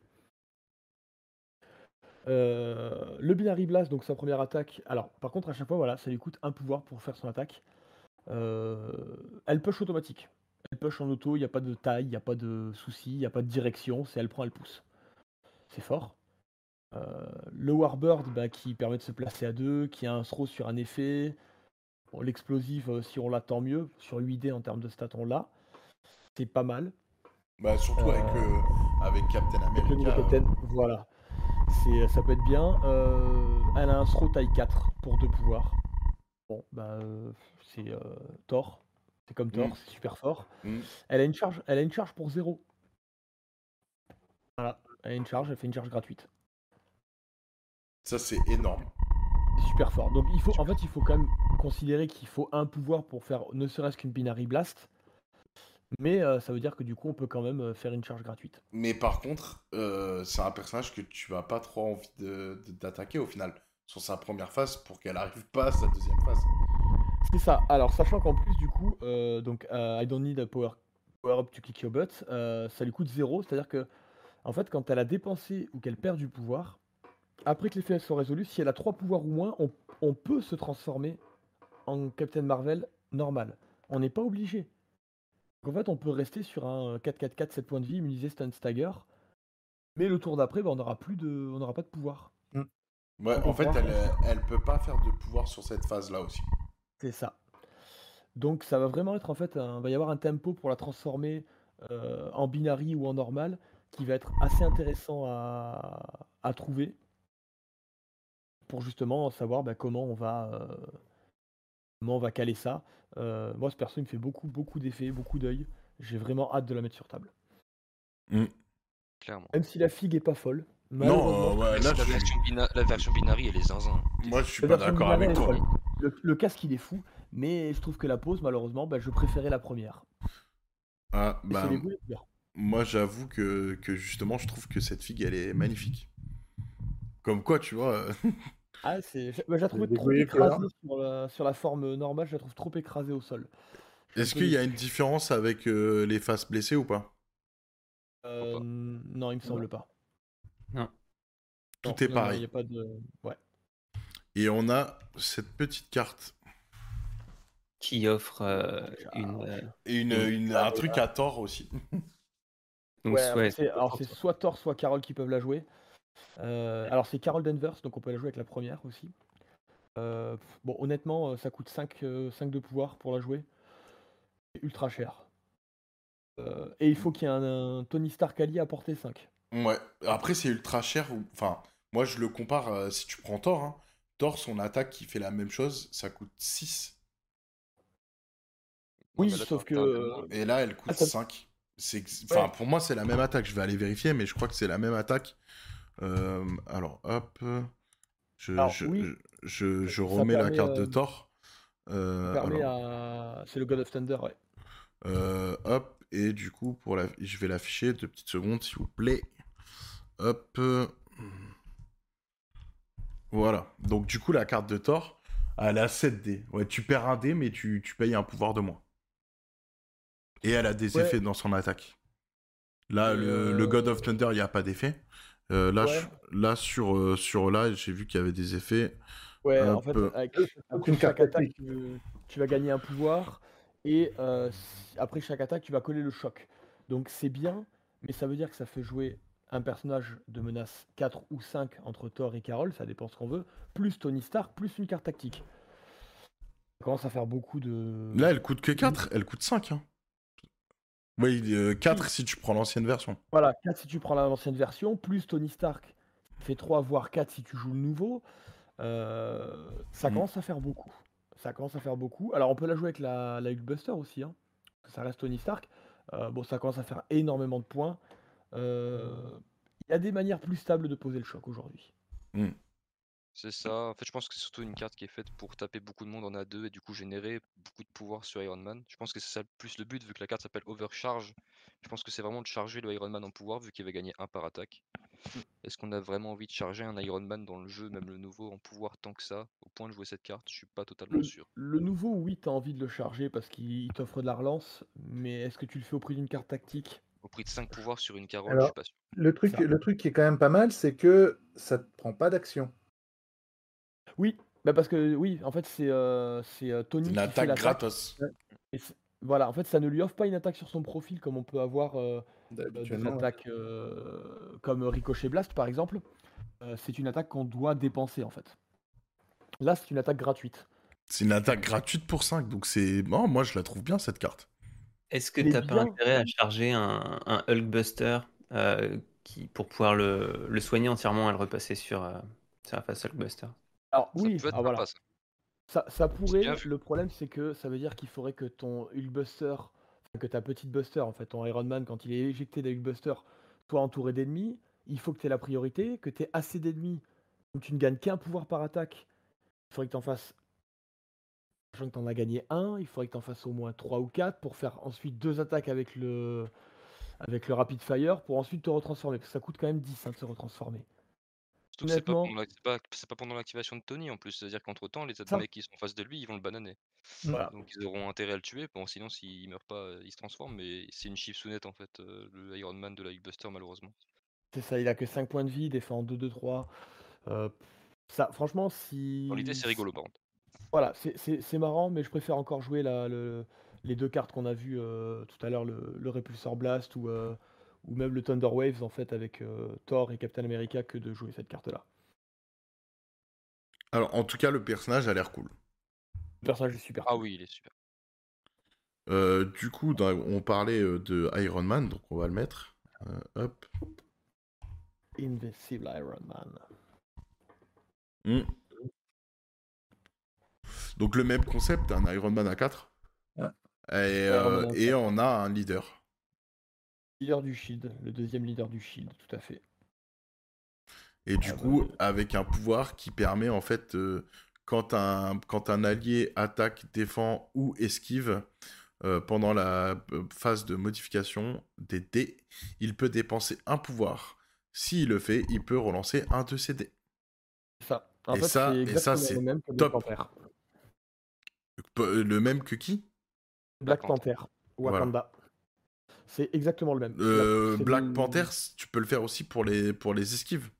Euh, le Binary Blast, donc sa première attaque. Alors, par contre, à chaque fois, voilà, ça lui coûte un pouvoir pour faire son attaque. Euh, elle push automatique. Elle push en auto, il n'y a pas de taille, il n'y a pas de souci, il n'y a pas de direction, c'est elle prend, elle pousse. C'est fort. Euh, le Warbird bah, qui permet de se placer à deux, qui a un throw sur un effet. Bon, l'explosive, euh, si on l'a, tant mieux. Sur huit D en termes de stats, on l'a. C'est pas mal. Bah, surtout Euh, avec, euh, avec Captain avec le nouveau America. Captain, voilà. C'est, ça peut être bien. Euh, elle a un throw taille quatre pour deux pouvoirs. Bon, bah, euh, c'est euh, Thor. C'est comme Mm, Thor, c'est super fort. mm. Elle a une charge, elle a une charge pour zéro. Voilà. Elle a une charge, elle fait une charge gratuite. Ça, c'est énorme. C'est super fort. Donc il faut, en fait, il faut quand même considérer qu'il faut un pouvoir pour faire ne serait-ce qu'une Binary Blast. Mais euh, ça veut dire que du coup, on peut quand même euh, faire une charge gratuite. Mais par contre, euh, c'est un personnage que tu vas pas trop envie de, de- d'attaquer au final sur sa première phase pour qu'elle arrive pas à sa deuxième phase. C'est ça. Alors, sachant qu'en plus, du coup, euh, donc euh, I don't need a power, power up to kick your butt, euh, ça lui coûte zéro. C'est-à-dire que, en fait, quand elle a dépensé ou qu'elle perd du pouvoir, après que les faits soient résolus, si elle a trois pouvoirs ou moins, on, on peut se transformer en Captain Marvel normal. On n'est pas obligé. Donc, en fait, on peut rester sur un quatre quatre quatre, sept points de vie, immunisé, stun, stagger. Mais le tour d'après, bah, on n'aura plus de, on n'aura pas de pouvoir. Ouais, Donc, on en fait, pourra elle, faire- elle peut pas faire de pouvoir sur cette phase-là aussi. C'est ça. Donc ça va vraiment être en fait, un, va y avoir un tempo pour la transformer euh, en binary ou en normal qui va être assez intéressant à, à trouver pour justement savoir bah, comment on va euh, comment on va caler ça. Euh, moi ce perso il me fait beaucoup beaucoup d'effets, beaucoup d'œil. J'ai vraiment hâte de la mettre sur table. Clairement. Même si la figue est pas folle, Non, malheureusement. euh, ouais, Mais là, la, je suis... version bina- la version binary, elle est zinzin. moi, je suis La pas version d'accord binary, avec elle est toi. folle. Le, le casque il est fou, mais je trouve que la pose malheureusement, bah, je préférais la première. Ah, Et c'est bah, les goûts et les couleurs. moi, j'avoue que, que justement, je trouve que cette figue, elle est magnifique. Comme quoi, tu vois. euh, Ah, c'est... je- bah, je la trouvais Des trop goûts et écrasée couleurs. sur la, sur la forme normale, je la trouve trop écrasée au sol. Je suis un Est-ce peu qu'il y a déçu. une différence avec euh, les faces blessées ou pas? Euh, pas. non, il me semble pas. Non. Tout Non, est non, non, il pareil. n'y a pas de... Ouais. Et on a cette petite carte. Qui offre euh, une. euh, Et une, une- une- un truc à tort aussi. Donc, Ouais, après, ouais, c'est... Alors, c'est soit Thor, soit Carol qui peuvent la jouer. Euh, Alors, c'est Carol Danvers, donc on peut la jouer avec la première aussi. Euh, pff, Bon, honnêtement, euh, ça coûte cinq, euh, cinq de pouvoir pour la jouer. C'est ultra cher. Euh, Et il faut qu'il y ait un, un Tony Stark allié à portée cinq. Ouais. Après, c'est ultra cher. ou- Enfin, moi, je le compare. euh, si tu prends Thor, hein, Thor, son attaque qui fait la même chose, ça coûte six. Ouais, Oui, mais là, sauf t'as- que... t'as un peu moins. Et là, elle coûte Ah, ça- cinq. C'est... Enfin, Ouais. pour moi, c'est la même attaque. Je vais aller vérifier, mais je crois que c'est la même attaque. Euh, alors, hop. Je, Alors, je, oui, je, je ça remets la permet, carte de euh, Thor. ça Euh, permet alors, à... C'est le God of Thunder, ouais. euh, hop. Et du coup, pour la... je vais l'afficher. Deux petites secondes, s'il vous plaît. Hop. Voilà. Donc, du coup, la carte de Thor, elle a sept dés. Ouais, tu perds un dé, mais tu, tu payes un pouvoir de moins. Et elle a des Ouais. effets dans son attaque. Là, Et, le, le God of euh, Thunder, il n'y a pas d'effet. Euh, là, Ouais. je- là, sur, euh, sur là, j'ai vu qu'il y avait des effets. Ouais, en Hop. fait, avec Aucune chaque carte attaque, tactique. tu, tu vas gagner un pouvoir, et euh, si- après chaque attaque, tu vas coller le choc. Donc c'est bien, mais ça veut dire que ça fait jouer un personnage de menace quatre ou cinq entre Thor et Carol, ça dépend ce qu'on veut, plus Tony Stark, plus une carte tactique. Ça commence à faire beaucoup de... Là, elle coûte que quatre. Elle coûte cinq. Hein. Oui, euh, quatre si tu prends l'ancienne version. Voilà, quatre si tu prends l'ancienne version, plus Tony Stark, ça fait trois voire quatre si tu joues le nouveau. Euh, ça Mm. commence à faire beaucoup. Ça commence à faire beaucoup. Alors on peut la jouer avec la, la Hulkbuster aussi, hein, parce que ça reste Tony Stark. Euh, bon, ça commence à faire énormément de points. Euh, Il y a des manières plus stables de poser le choc aujourd'hui. C'est ça. En fait, je pense que c'est surtout une carte qui est faite pour taper beaucoup de monde en A deux et du coup générer beaucoup de pouvoir sur Iron Man. Je pense que c'est ça plus le but, vu que la carte s'appelle Overcharge. Je pense que c'est vraiment de charger le Iron Man en pouvoir, vu qu'il va gagner un par attaque. Est-ce qu'on a vraiment envie de charger un Iron Man dans le jeu, même le nouveau, en pouvoir tant que ça, au point de jouer cette carte? Je suis pas totalement Le, sûr. le nouveau, oui, t'as envie de le charger parce qu'il il t'offre de la relance, mais est-ce que tu le fais au prix d'une carte tactique? Au prix de cinq pouvoirs sur une Carole, je Alors, suis pas sûr. le truc, Ça. le truc qui est quand même pas mal, c'est que ça te prend pas d'action. Oui, bah parce que oui, en fait c'est euh, c'est euh, Tony C'est une qui fait attaque l'attaque. gratos. Et c'est- voilà, en fait ça ne lui offre pas une attaque sur son profil comme on peut avoir euh, euh, des Habituellement, ouais. attaques euh, comme Ricochet Blast par exemple. Euh, c'est une attaque qu'on doit dépenser en fait. Là c'est une attaque gratuite. C'est une attaque gratuite pour cinq. Donc, c'est. Non, moi, je la trouve bien, cette carte. Est-ce que Il est t'as pas bien. intérêt à charger un, un Hulkbuster euh, qui, pour pouvoir le, le soigner entièrement et le repasser sur, euh, sur la phase Hulkbuster? Alors Ça oui, peut être ah voilà. sympa, ça. Ça, ça C'est bien pourrait, vu. le problème c'est que ça veut dire qu'il faudrait que ton Hulkbuster, enfin, que ta petite Buster, en fait, ton Iron Man, quand il est éjecté d'un Hulkbuster, soit entouré d'ennemis, il faut que tu aies la priorité, que tu aies assez d'ennemis, où tu ne gagnes qu'un pouvoir par attaque, il faudrait que tu en fasses, sachant que tu en as gagné un, il faudrait que tu en fasses au moins trois ou quatre pour faire ensuite deux attaques avec le, avec le Rapid Fire, pour ensuite te retransformer, parce que ça coûte quand même dix hein, de se retransformer. Surtout que c'est pas Honnêtement, pendant l'ac- c'est pas, c'est pas pendant l'activation de Tony en plus. C'est-à-dire qu'entre temps, les autres ça, mecs qui sont en face de lui, ils vont le bananer. voilà. Donc ils auront intérêt à le tuer. Bon, sinon, s'il meurt pas, euh, il se transforme. Mais c'est une chipsounette en fait, euh, le Iron Man de la Hulkbuster, malheureusement. C'est ça, il a que cinq points de vie, il défend deux deux trois. Euh, ça, franchement, Dans l'idée, si, c'est rigolo par contre. voilà, c'est c'est- c'est marrant, mais je préfère encore jouer la, le- les deux cartes qu'on a vues euh, tout à l'heure, le, le Repulsor Blast ou, euh, ou même le Thunder Waves en fait avec euh, Thor et Captain America que de jouer cette carte-là. Alors, en tout cas, le personnage a l'air cool. Le personnage est super Ah cool. oui, il est super. Euh, du coup, dans- on parlait euh, de Iron Man, donc on va le mettre. Euh, hop. Invincible Iron Man. Hmm. Donc le même concept, un Iron Man à quatre. Ouais. Et, Iron euh, Man à et quatre. on a un leader. Leader du Shield, le deuxième leader du Shield, tout à fait. Et du Ah bah, coup, le- avec un pouvoir qui permet en fait, euh, quand, un, quand un allié attaque, défend ou esquive, euh, pendant la euh, phase de modification des dés, il peut dépenser un pouvoir. S'il le fait, il peut relancer un de ses dés. ça. En Et fait, ça, c'est et ça exactement le c'est même que Black top. Panther. Pe- Le même que qui? Black Black Panther. Panther, Voilà. Wakanda. C'est exactement le même. C'est la- Euh, c'est Black le- Panther, tu peux le faire aussi pour les, pour les esquives.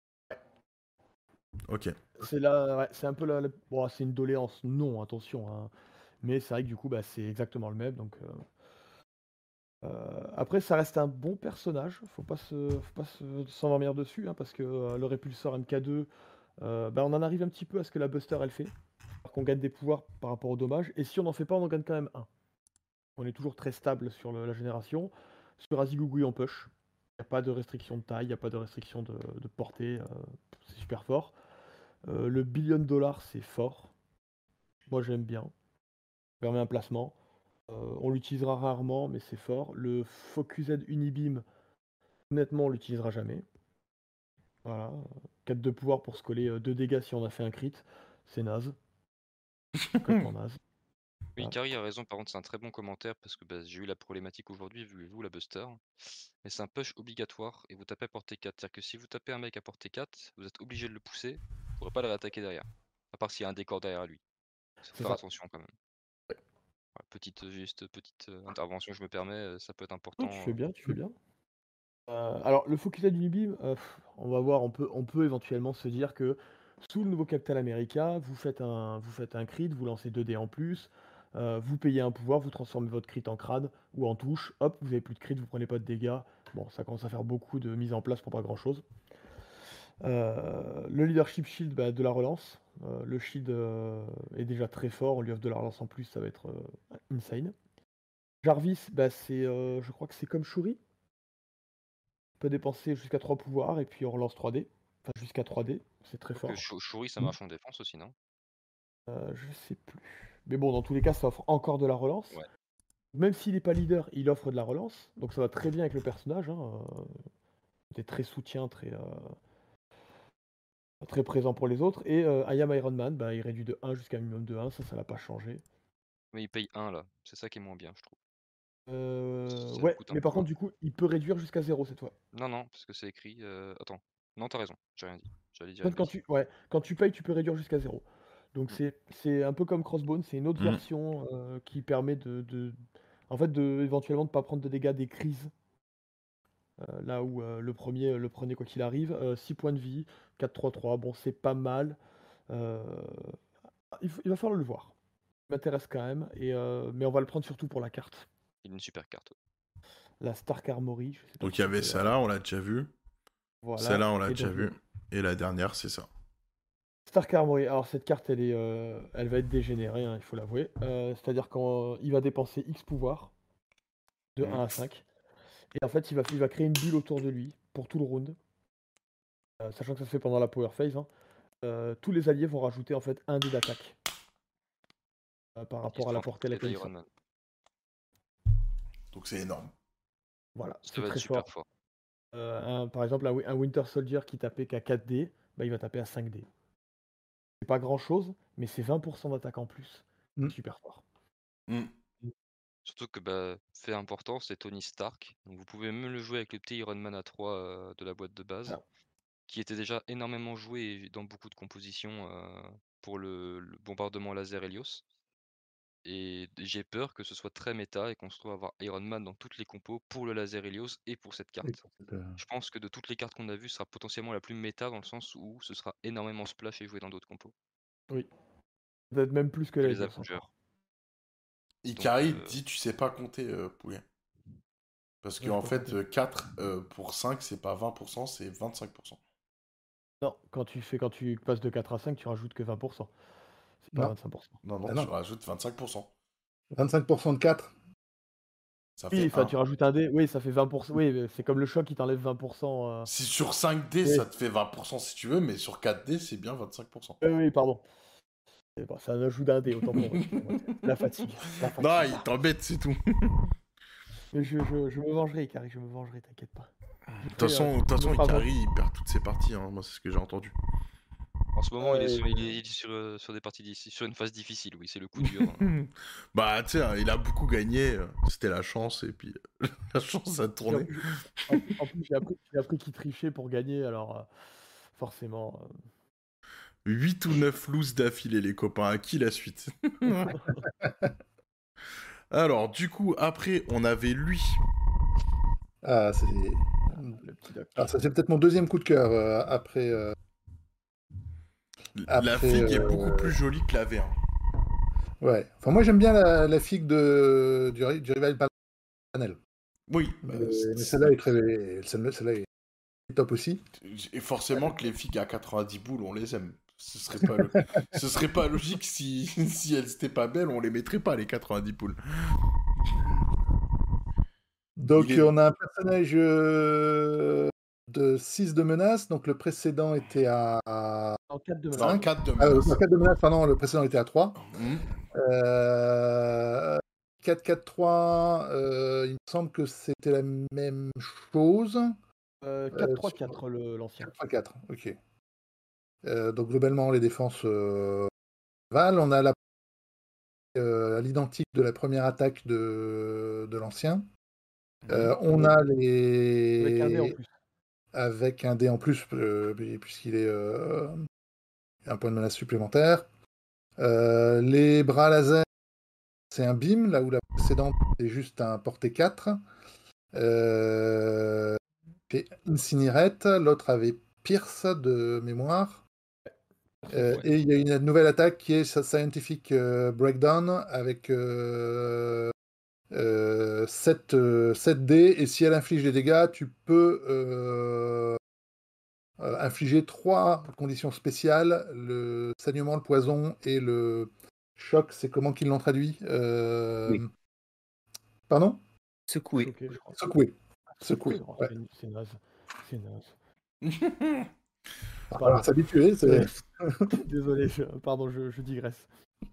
Ok. C'est la, ouais, c'est un peu la, la- bon, c'est une doléance, non, attention, hein. Mais c'est vrai que du coup, bah, c'est exactement le même. Donc, euh, euh, après, ça reste un bon personnage. Faut pas se, faut pas se- s'endormir dessus, hein, parce que euh, le répulsor M K deux, euh, bah, on en arrive un petit peu à ce que la Buster elle fait, alors qu'on gagne des pouvoirs par rapport aux dommages. Et si on n'en fait pas, on en gagne quand même un. On est toujours très stable sur le- la génération. Sur Azigugui, on push. Il n'y a pas de restriction de taille, il n'y a pas de restriction de, de portée. euh, c'est super fort. Euh, le billion de dollars, c'est fort. Moi, j'aime bien. Ça permet un placement. Euh, on l'utilisera rarement, mais c'est fort. Le Focus Z Unibeam, honnêtement, on l'utilisera jamais. Voilà. quatre de pouvoir pour se coller deux dégâts si on a fait un crit. C'est naze. Complètement naze. Oui, Voilà. Carrie a raison, par contre, c'est un très bon commentaire parce que bah, j'ai eu la problématique aujourd'hui, vu vous, la Buster. Mais c'est un push obligatoire et vous tapez à portée quatre. C'est-à-dire que si vous tapez un mec à portée quatre, vous êtes obligé de le pousser, vous ne pourrez pas le réattaquer derrière. À part s'il y a un décor derrière lui. Il faut C'est faire ça. attention quand même. Voilà, petite, juste petite euh, intervention, je me permets, euh, ça peut être Oh, important. tu fais euh. bien, tu fais bien. Euh, alors, le Focus Z Unibeam, euh, pff, on va voir, on peut, on peut éventuellement se dire que sous le nouveau Captain America, vous faites un, vous faites un crit, vous lancez deux dés en plus, euh, vous payez un pouvoir, vous transformez votre crit en crâne ou en touche, hop, vous avez plus de crit, vous prenez pas de dégâts. Bon, ça commence à faire beaucoup de mise en place pour pas grand chose. Euh, le leadership shield, bah, de la relance. Euh, le shield euh, est déjà très fort, on lui offre de la relance en plus, ça va être euh, insane. Jarvis, bah, c'est, euh, je crois que c'est comme Shuri. On peut dépenser jusqu'à trois pouvoirs et puis on relance trois dés. Enfin, jusqu'à trois dés, c'est très Que fort. Shuri, ça marche en défense aussi, non? Euh, je sais plus. Mais bon, dans tous les cas, ça offre encore de la relance. Ouais. Même s'il n'est pas leader, il offre de la relance. Donc ça va très bien avec le personnage. Hein. C'est très soutien, très, euh, très présent pour les autres. Et euh, I am Iron Man, bah, il réduit de un jusqu'à un minimum de un. Ça, ça l'a pas changé. Mais il paye un là, c'est ça qui est moins bien, je trouve. Euh, Ça ouais, coûte un mais par pouvoir. contre, du coup, il peut réduire jusqu'à zéro cette fois. Non, non, parce que c'est écrit. euh, Attends. Non, t'as raison, j'ai rien dit. J'allais dire En une fait, quand bêtise. tu, ouais, quand tu payes, tu peux réduire jusqu'à zéro. Donc Mm. c'est c'est un peu comme Crossbone, c'est une autre Mm. version euh, qui permet de, de- en fait, de éventuellement de pas prendre de dégâts des crises. Euh, là où euh, le premier le prenait quoi qu'il arrive. Euh, six points de vie, quatre trois trois, bon c'est pas mal. Euh, il, faut- il va falloir le voir. Il m'intéresse quand même, et, euh, mais on va le prendre surtout pour la carte. Il a une super carte. Ouais. La Stark Armory, je sais pas Donc il si y avait c'est, ça euh, là, on l'a déjà vu. voilà. Celle-là, on l'a Et déjà donc, vu. Et la dernière, c'est ça. Stark Armory, alors cette carte elle est, euh, elle va être dégénérée, hein, il faut l'avouer. Euh, C'est-à-dire qu'il va dépenser X pouvoirs. de Mhm. un à cinq. Et en fait, il va, il va créer une bulle autour de lui pour tout le round. Euh, sachant que ça se fait pendant la power phase. Hein. Euh, tous les alliés vont rajouter en fait un dé d'attaque euh, par Ils rapport à sont la en portée à portée laquelle ils d'Iron sont. Man. Donc c'est énorme. Voilà, Ça c'est va être très super fort. fort. Euh, un- par exemple, un, wi- un Winter Soldier qui tapait qu'à quatre dés, bah, il va taper à cinq dés. C'est pas grand chose, mais c'est vingt pour cent d'attaque en plus. Mm. C'est super fort. Mm. Surtout que, bah, fait important, c'est Tony Stark. Donc vous pouvez même le jouer avec le petit Iron Man A trois euh, de la boîte de base, Ah. qui était déjà énormément joué dans beaucoup de compositions euh, pour le, le bombardement laser Helios. Et j'ai peur que ce soit très méta et qu'on se trouve à avoir Iron Man dans toutes les compos pour le laser Helios et pour cette Et carte. pour cette, euh, Je pense que de toutes les cartes qu'on a vues, ce sera potentiellement la plus méta dans le sens où ce sera énormément splash et joué dans d'autres compos Oui. Peut-être même plus que que la les Helios Avengers. encore. Donc, Ikari euh, dit tu sais pas compter, euh, poulet. Parce Ouais, qu'en j'ai pas fait, compté. euh, quatre euh, pour cinq, c'est pas vingt pour cent, c'est vingt-cinq pour cent. Non, quand tu fais quand tu passes de quatre à cinq, tu rajoutes que vingt pour cent. C'est pas Non, vingt-cinq pour cent. Non, non, ah tu non. rajoutes vingt-cinq pour cent. vingt-cinq pour cent de quatre. Ça Oui, fait enfin un. tu rajoutes un dé, oui, ça fait vingt pour cent. Oui, mais c'est comme le choc qui t'enlève vingt pour cent. euh, Si sur cinq dés, Oui, ça te fait vingt pour cent si tu veux, mais sur quatre dés, c'est bien vingt-cinq pour cent. oui, oui, pardon. C'est bon, ça ajoute un dé, autant pour moi. excusez-moi, c'est La fatigue. La Non, fatigue. il t'embête, c'est tout. Mais je, je, je me vengerai, Ikari, je me vengerai, t'inquiète pas. Je De toute ferai, euh, façon, de toute tu me façon, feras Ikari, il perd toutes ses parties, hein. Moi, c'est ce que j'ai entendu. en ce moment, il est Euh, sur, il est, il est sur, euh, sur des parties difficiles, sur une phase difficile, oui, c'est le coup dur. hein. Bah, tu sais, hein, il a beaucoup gagné, euh, c'était la chance, et puis la chance a j'ai tourné. appris- en, plus- en plus, j'ai appris, j'ai appris qu'il trichait pour gagner, alors euh, forcément. huit ou neuf looses d'affilée, les copains. À qui la suite? euh, Alors, du coup, après, on avait lui. Ah, c'est. le petit doc. Alors, ça, c'est peut-être mon deuxième coup de cœur euh, après. euh, La après figue est euh, beaucoup plus jolie que la V un. Ouais. Enfin, moi, j'aime bien la, la figue de, du, ri- du rival panel. Oui, bah, Mais, c'est- mais celle-là est très. Celle-là celle-là est top aussi. et forcément que les figues à quatre-vingt-dix boules, on les aime. Ce serait pas, lo- Ce serait pas logique si, si elles étaient pas belles, on les mettrait pas, les quatre-vingt-dix boules. Donc, Il est... on a un personnage euh, de six de menace. Donc, le précédent était à, à En quatre de Non, menace. quatre de ah, euh, menace. quatre de menace, pardon, le précédent était à trois. Hmm. Euh, quatre quatre trois, euh, il me semble que c'était la même chose. Euh, Euh, quatre trois sur quatre, le- l'ancien. quatre trois quatre, ok. Euh, donc, globalement, les défenses euh, valent. On a la, euh, à l'identique de la première attaque de, de l'ancien. Euh, on a Avec un dé en les. plus. Avec un dé en plus, euh, puisqu'il est euh, un point de menace supplémentaire. Euh, les bras laser, c'est un beam, là où la précédente, c'est juste un portée quatre. Euh, et Incinerate, l'autre avait Pierce de mémoire. Euh, Ouais. et il y a une nouvelle attaque qui est Scientific euh, Breakdown avec euh, euh, sept, euh, sept dés. Et si elle inflige des dégâts, tu peux euh, euh, infliger trois conditions spéciales, le saignement, le poison et le choc. C'est comment qu'ils l'ont traduit euh, Oui. Pardon? Secoué. Choqué, je crois. Secoué. Secoué, Oh, ouais. c'est- C'est naze. C'est naze. Il va Pardon. falloir s'habituer. c'est- Désolé, je- pardon, je, je digresse.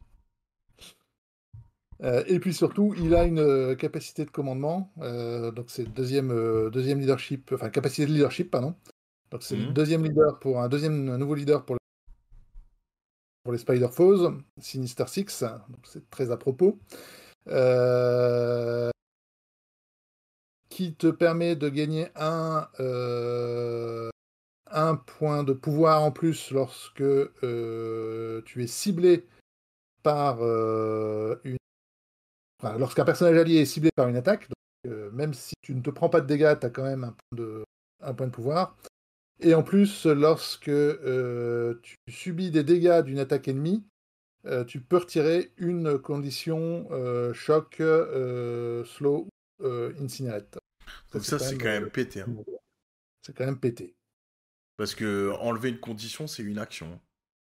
Euh, et puis surtout, il a une euh, capacité de commandement. euh, donc c'est deuxième, euh, deuxième leadership, enfin capacité de leadership, pardon. Donc c'est le Mhm. deuxième leader pour un deuxième un nouveau leader pour, le- pour les Spider Foes, Sinister Six. Donc c'est très à propos. Euh, qui te permet de gagner un, euh, un point de pouvoir en plus lorsque euh, tu es ciblé par euh, une. Enfin, lorsqu'un personnage allié est ciblé par une attaque. Donc, euh, même si tu ne te prends pas de dégâts, tu as quand même un point de, un point de pouvoir. Et en plus, lorsque euh, tu subis des dégâts d'une attaque ennemie, euh, tu peux retirer une condition euh, choc, euh, slow, euh, incinerate. Donc c'est ça, quand c'est même, quand même euh, pété. Hein. c'est quand même pété. Parce que enlever une condition, c'est une action.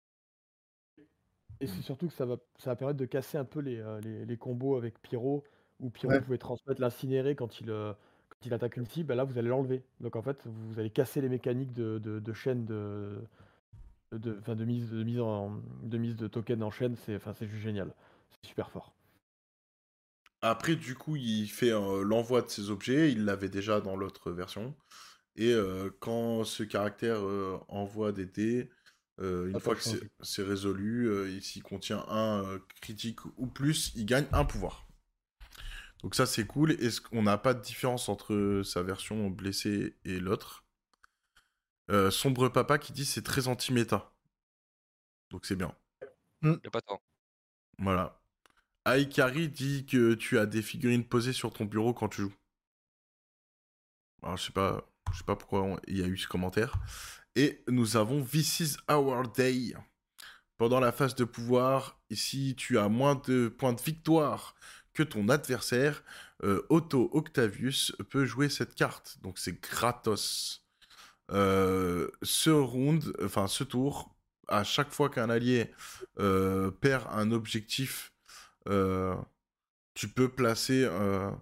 Et c'est surtout que ça va, ça va permettre de casser un peu les, euh, les, les combos avec Pyro, où Pyro Ouais. pouvait transmettre l'incinéré quand il, euh, quand il attaque une cible, bah là vous allez l'enlever. Donc en fait, vous allez casser les mécaniques de, de, de chaîne de, de, enfin, de, mise, de, mise en, de mise de token en chaîne. C'est enfin, c'est juste génial. C'est super fort. Après, du coup, il fait euh, l'envoi de ses objets. Il l'avait déjà dans l'autre version. Et euh, quand ce caractère euh, envoie des dés, euh, Ça une n'a pas fois que c'est changé. c'est résolu, euh, et s'il contient un euh, critique ou plus, il gagne un pouvoir. Donc ça, c'est cool. Est-ce qu'on n'a pas de différence entre sa version blessée et l'autre? Euh, Sombre Papa qui dit c'est très anti-méta. Donc c'est bien. Mm. Y a pas de temps. Voilà. Aikari dit que tu as des figurines posées sur ton bureau quand tu joues. Alors je sais pas, je sais pas pourquoi on- il y a eu ce commentaire. Et nous avons This is our day. Pendant la phase de pouvoir, si tu as moins de points de victoire que ton adversaire, euh, Otto Octavius peut jouer cette carte. Donc c'est gratos. Euh, ce round, enfin ce tour, à chaque fois qu'un allié euh, perd un objectif, euh, tu peux placer, euh,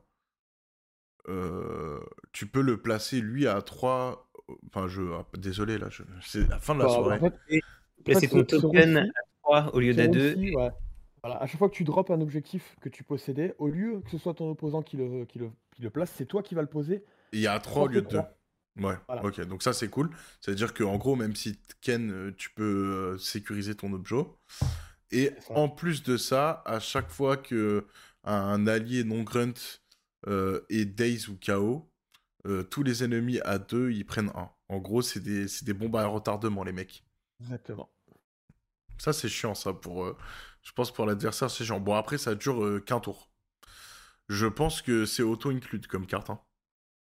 euh, tu peux le placer lui à trois. Enfin, je, ah, désolé là, je- c'est la fin de la Bah, en soirée. fait, Et en fait, placer ton ce, ce token à round-ci, trois au lieu ce d'à deux. round-ci, ouais. Voilà, à chaque fois que tu drops un objectif que tu possédais, au lieu que ce soit ton opposant qui le, qui le, qui le place, c'est toi qui vas le poser. Il y a trois au Force lieu de deux. trois. Ouais, Voilà, ok, donc ça c'est cool. C'est-à-dire qu'en gros, même si Ken, euh, tu peux euh, sécuriser ton objet. Et c'est ça. en plus de ça, à chaque fois que un allié non grunt euh, est Daze ou K O, euh, tous les ennemis à deux, ils prennent un. En gros, c'est des, c'est des bombes à retardement, les mecs. Exactement. Ça, c'est chiant, ça. Pour, euh, je pense pour l'adversaire, c'est chiant. Bon, après, ça dure euh, qu'un tour. Je pense que c'est auto-include comme carte. Hein.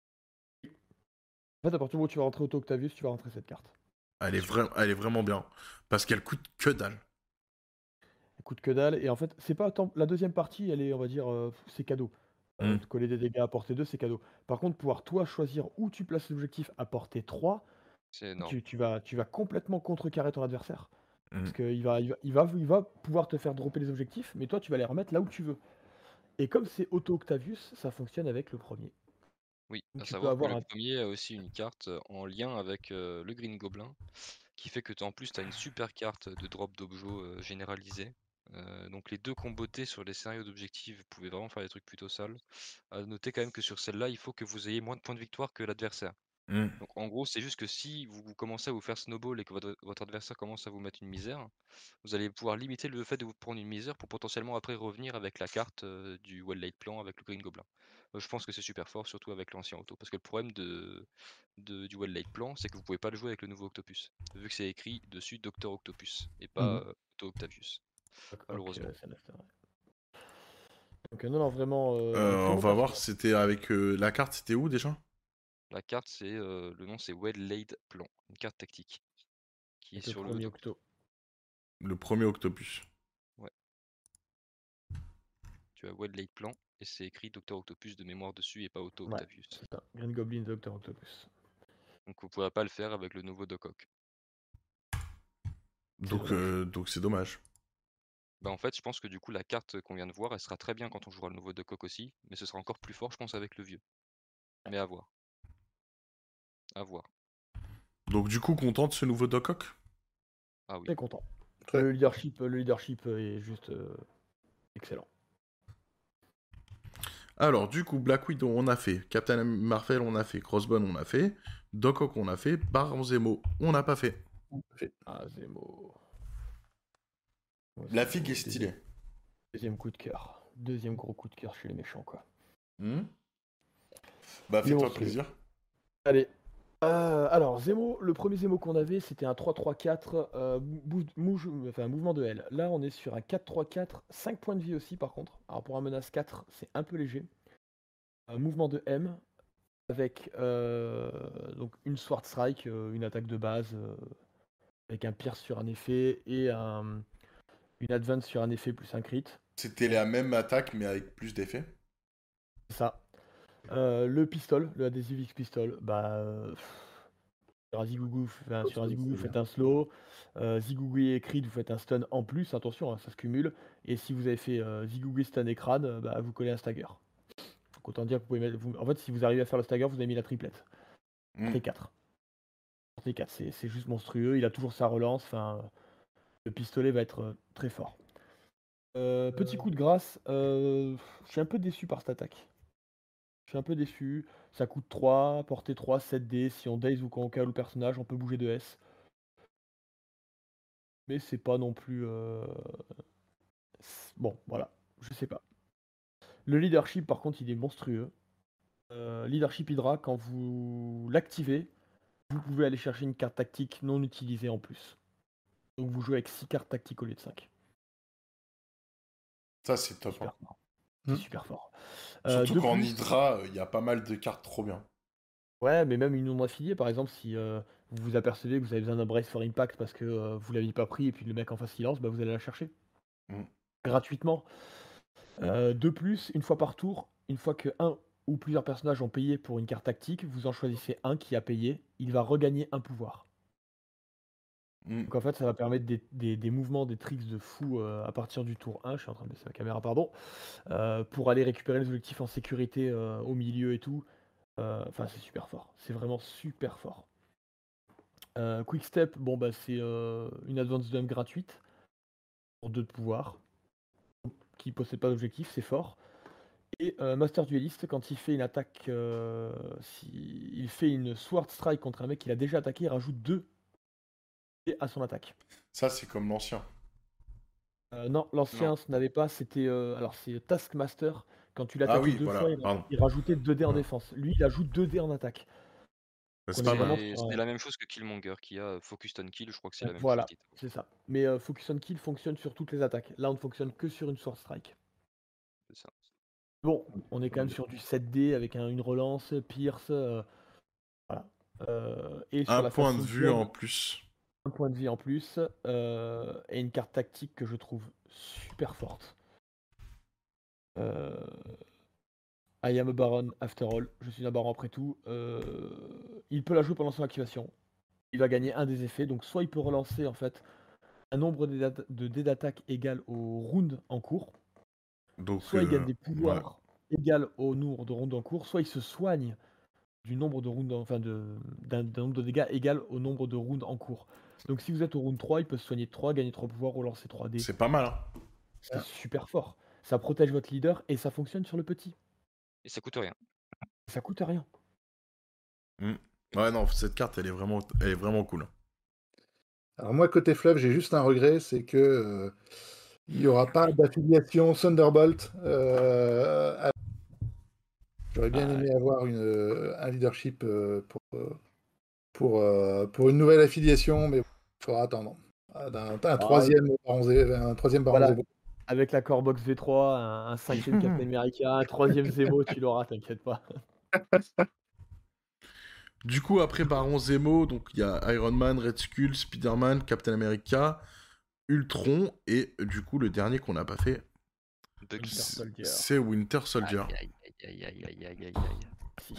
En fait, à partir du moment où tu vas rentrer Auto Octavius, tu vas rentrer cette carte. Elle, est vra- elle est vraiment bien. Parce qu'elle coûte que dalle. Elle coûte que dalle. Et en fait, c'est pas tant... la deuxième partie, elle est, on va dire, euh, c'est cadeau. Euh, Mm. de coller des dégâts à portée deux, c'est cadeau. Par contre, pouvoir toi choisir où tu places l'objectif à portée trois, C'est énorme. tu, tu vas, tu vas complètement contrecarrer ton adversaire. Mm. Parce qu'il va, il va, il va, il va pouvoir te faire dropper les objectifs, mais toi, tu vas les remettre là où tu veux. Et comme c'est Auto Octavius, ça fonctionne avec le premier. Oui, Donc à tu peux savoir que avoir le un... premier a aussi une carte euh, en lien avec euh, le Green Goblin, qui fait que t'as- en plus tu as une super carte de drop d'objets euh, généralisée. Euh, donc les deux combotés sur les scénarios d'objectifs, vous pouvez vraiment faire des trucs plutôt sales. À noter quand même que sur celle-là, il faut que vous ayez moins de points de victoire que l'adversaire. Mm. Donc en gros, c'est juste que si vous, vous commencez à vous faire snowball et que votre, votre adversaire commence à vous mettre une misère, vous allez pouvoir limiter le fait de vous prendre une misère pour potentiellement après revenir avec la carte euh, du Well Laid Plan avec le Green Goblin. Euh, je pense que c'est super fort, surtout avec l'ancien auto. Parce que le problème de, de- du Well Laid Plan, c'est que vous pouvez pas le jouer avec le nouveau Octopus. Vu que c'est écrit dessus Docteur Octopus et pas Mhm. euh, Octo Octavius, Ok, malheureusement. ouais, c'est c'est vrai. Donc euh, non, non, vraiment, euh, Euh, très on bon va voir, personnage. c'était avec euh, la carte, c'était où déjà? La carte, c'est euh, le nom, c'est Well Laid Plan, une carte tactique qui est Avec le sur le premier auto. Octo. Le premier Octopus. Ouais. Tu as Well Laid Plan et c'est écrit Docteur Octopus de mémoire dessus et pas Auto Ouais, Octavius. c'est ça. Green Goblin, Docteur Octopus. Donc vous pourrez pas le faire avec le nouveau Doc Ock. C'est Donc, dommage. euh, donc c'est dommage. Bah en fait, je pense que du coup, la carte qu'on vient de voir, elle sera très bien quand on jouera le nouveau Doc Ock aussi, mais ce sera encore plus fort, je pense, avec le vieux. Mais à voir. À voir. Donc du coup, content de ce nouveau Doc Ock? Ah oui. Très content. Très. Le leadership, le leadership est juste euh, excellent. Alors, du coup, Black Widow, on a fait. Captain Marvel, on a fait. Crossbone, on a fait. Doc Ock, on a fait. Baron Zemo, on n'a pas fait. Ah, Zemo. Ouais, La Zemo, figue est deuxième- stylée. Deuxième coup de cœur. Deuxième gros coup de cœur chez les méchants, quoi. Hmm bah, Il est fais-toi monstrueux. plaisir. Allez. Euh, alors, Zemo, le premier Zemo qu'on avait, c'était un trois trois quatre, euh, mou- mou- enfin, mouvement de L. Là, on est sur un quatre trois quatre, cinq points de vie aussi, par contre. Alors, pour un menace quatre, c'est un peu léger. Un mouvement de M, avec euh, donc une Sword Strike, euh, une attaque de base, euh, avec un pierce sur un effet, et un, une Advance sur un effet plus un crit. C'était la même attaque, mais avec plus d'effets. C'est ça. Euh, le pistol, le Adhesive X Pistol, bah, euh, sur un Zigouigou, enfin, sur un Zigouigou, vous faites un slow. Euh, Zigouigou et crit, vous faites un stun en plus. Attention, hein, ça se cumule. Et si vous avez fait euh, Zigouigou stun et crâne, euh, bah, vous collez un stagger. Donc autant dire que vous pouvez mettre. vous- En fait, si vous arrivez à faire le stagger, vous avez mis la triplette. Hmm. T quatre. T quatre, c'est c'est juste monstrueux. Il a toujours sa relance. Enfin, euh, le pistolet va être euh, très fort. Euh, petit coup de grâce, euh, je suis un peu déçu par cette attaque. Je suis un peu déçu. Ça coûte trois, portée trois, sept dés. Si on daze ou qu'on cale le personnage, on peut bouger de S. Mais c'est pas non plus. euh, c'est- Bon, voilà. Je sais pas. Le leadership, par contre, il est monstrueux. Euh, leadership Hydra, quand vous l'activez, vous pouvez aller chercher une carte tactique non utilisée en plus. Donc vous jouez avec six cartes tactiques au lieu de cinq. Ça, c'est top. Super Hein. fort. C'est Hmm. super fort. Euh, Surtout de qu'en plus, Hydra, il y a pas mal de cartes trop bien. ouais, mais même une non affiliée, par exemple, si euh, vous vous apercevez que vous avez besoin d'un Brace for Impact parce que euh, vous l'aviez pas pris et puis le mec en face il lance, bah, vous allez la chercher Hmm. gratuitement. Euh, de plus, une fois par tour, une fois que un ou plusieurs personnages ont payé pour une carte tactique, vous en choisissez un qui a payé, il va regagner un pouvoir. Hmm. Donc en fait, ça va permettre des, des- des mouvements, des tricks de fou euh, à partir du tour un, je suis en train de baisser ma caméra, pardon, euh, pour aller récupérer les objectifs en sécurité euh, au milieu et tout. Euh, Enfin, c'est super fort. C'est vraiment super fort. Euh, Quick Step, bon bah c'est euh, une Advanced Dump gratuite pour deux de pouvoir qui possède pas d'objectif, c'est fort. Et euh, Master Duelist, quand il fait une attaque, euh, si il fait une Sword Strike contre un mec qu'il a déjà attaqué, il rajoute deux à son attaque. Ça, c'est comme l'ancien. Euh, non, l'ancien, Non. ce n'avait pas, c'était. euh, alors c'est Taskmaster, quand tu Ah l'attaquais oui, deux voilà, fois, il, pardon. il rajoutait deux dés en Ouais. défense. Lui, il ajoute deux dés en attaque. Bah, c'est On est pas mal. vraiment C'est sur. c'est un- la même chose que Killmonger qui a euh, Focus on Kill, je crois que c'est la même chose Voilà, qui est. c'est ça. Mais euh, Focus on Kill fonctionne sur toutes les attaques. Là, on ne fonctionne que sur une Sword Strike. C'est ça. Bon, on est quand même sur du sept dés avec un- une relance, Pierce, euh, voilà. Euh, et sur Un la point phase de vue Soulflame, en plus. un point de vie en plus, euh, et une carte tactique que je trouve super forte. Euh, I am a Baron after all, je suis un baron après tout. Euh, il peut la jouer pendant son activation. Il va gagner un des effets, donc soit il peut relancer en fait un nombre de dés de dés d'attaque égal au round en cours, Donc, soit il gagne euh, des ouais. pouvoirs égal au nombre de rounds en cours, soit il se soigne du nombre de rounds, enfin de, d'un, d'un nombre de dégâts égal au nombre de rounds en cours. Donc si vous êtes au round trois, il peut se soigner de trois, gagner trois pouvoirs, relancer trois dés. C'est pas mal. Hein. C'est super fort. Ça protège votre leader et ça fonctionne sur le petit. Et ça coûte rien. Ça coûte rien. Hmm. Ouais, non, cette carte, elle est vraiment, elle est vraiment cool. Alors moi, côté fleuve, j'ai juste un regret, c'est que euh, il n'y aura pas d'affiliation Thunderbolt. euh, à- J'aurais bien Ah, aimé avoir une, euh, un leadership euh, pour, euh, pour, euh, pour une nouvelle affiliation, mais il faudra attendre. Ah, d'un- Un, ah, troisième Baron Zé- un troisième Baron voilà. Zebo. Avec la Corebox V trois, un, un cinquième Captain America, un troisième Zemo, tu l'auras, t'inquiète pas. Du coup, après Baron Zemo, donc il y a Iron Man, Red Skull, Spider-Man, Captain America, Ultron, et euh, du coup, le dernier qu'on n'a pas fait, Winter Bucky. c'est Soldier. c'est Winter Soldier. Aïe, aïe, aïe, aïe, aïe, aïe, aïe, aïe. Si.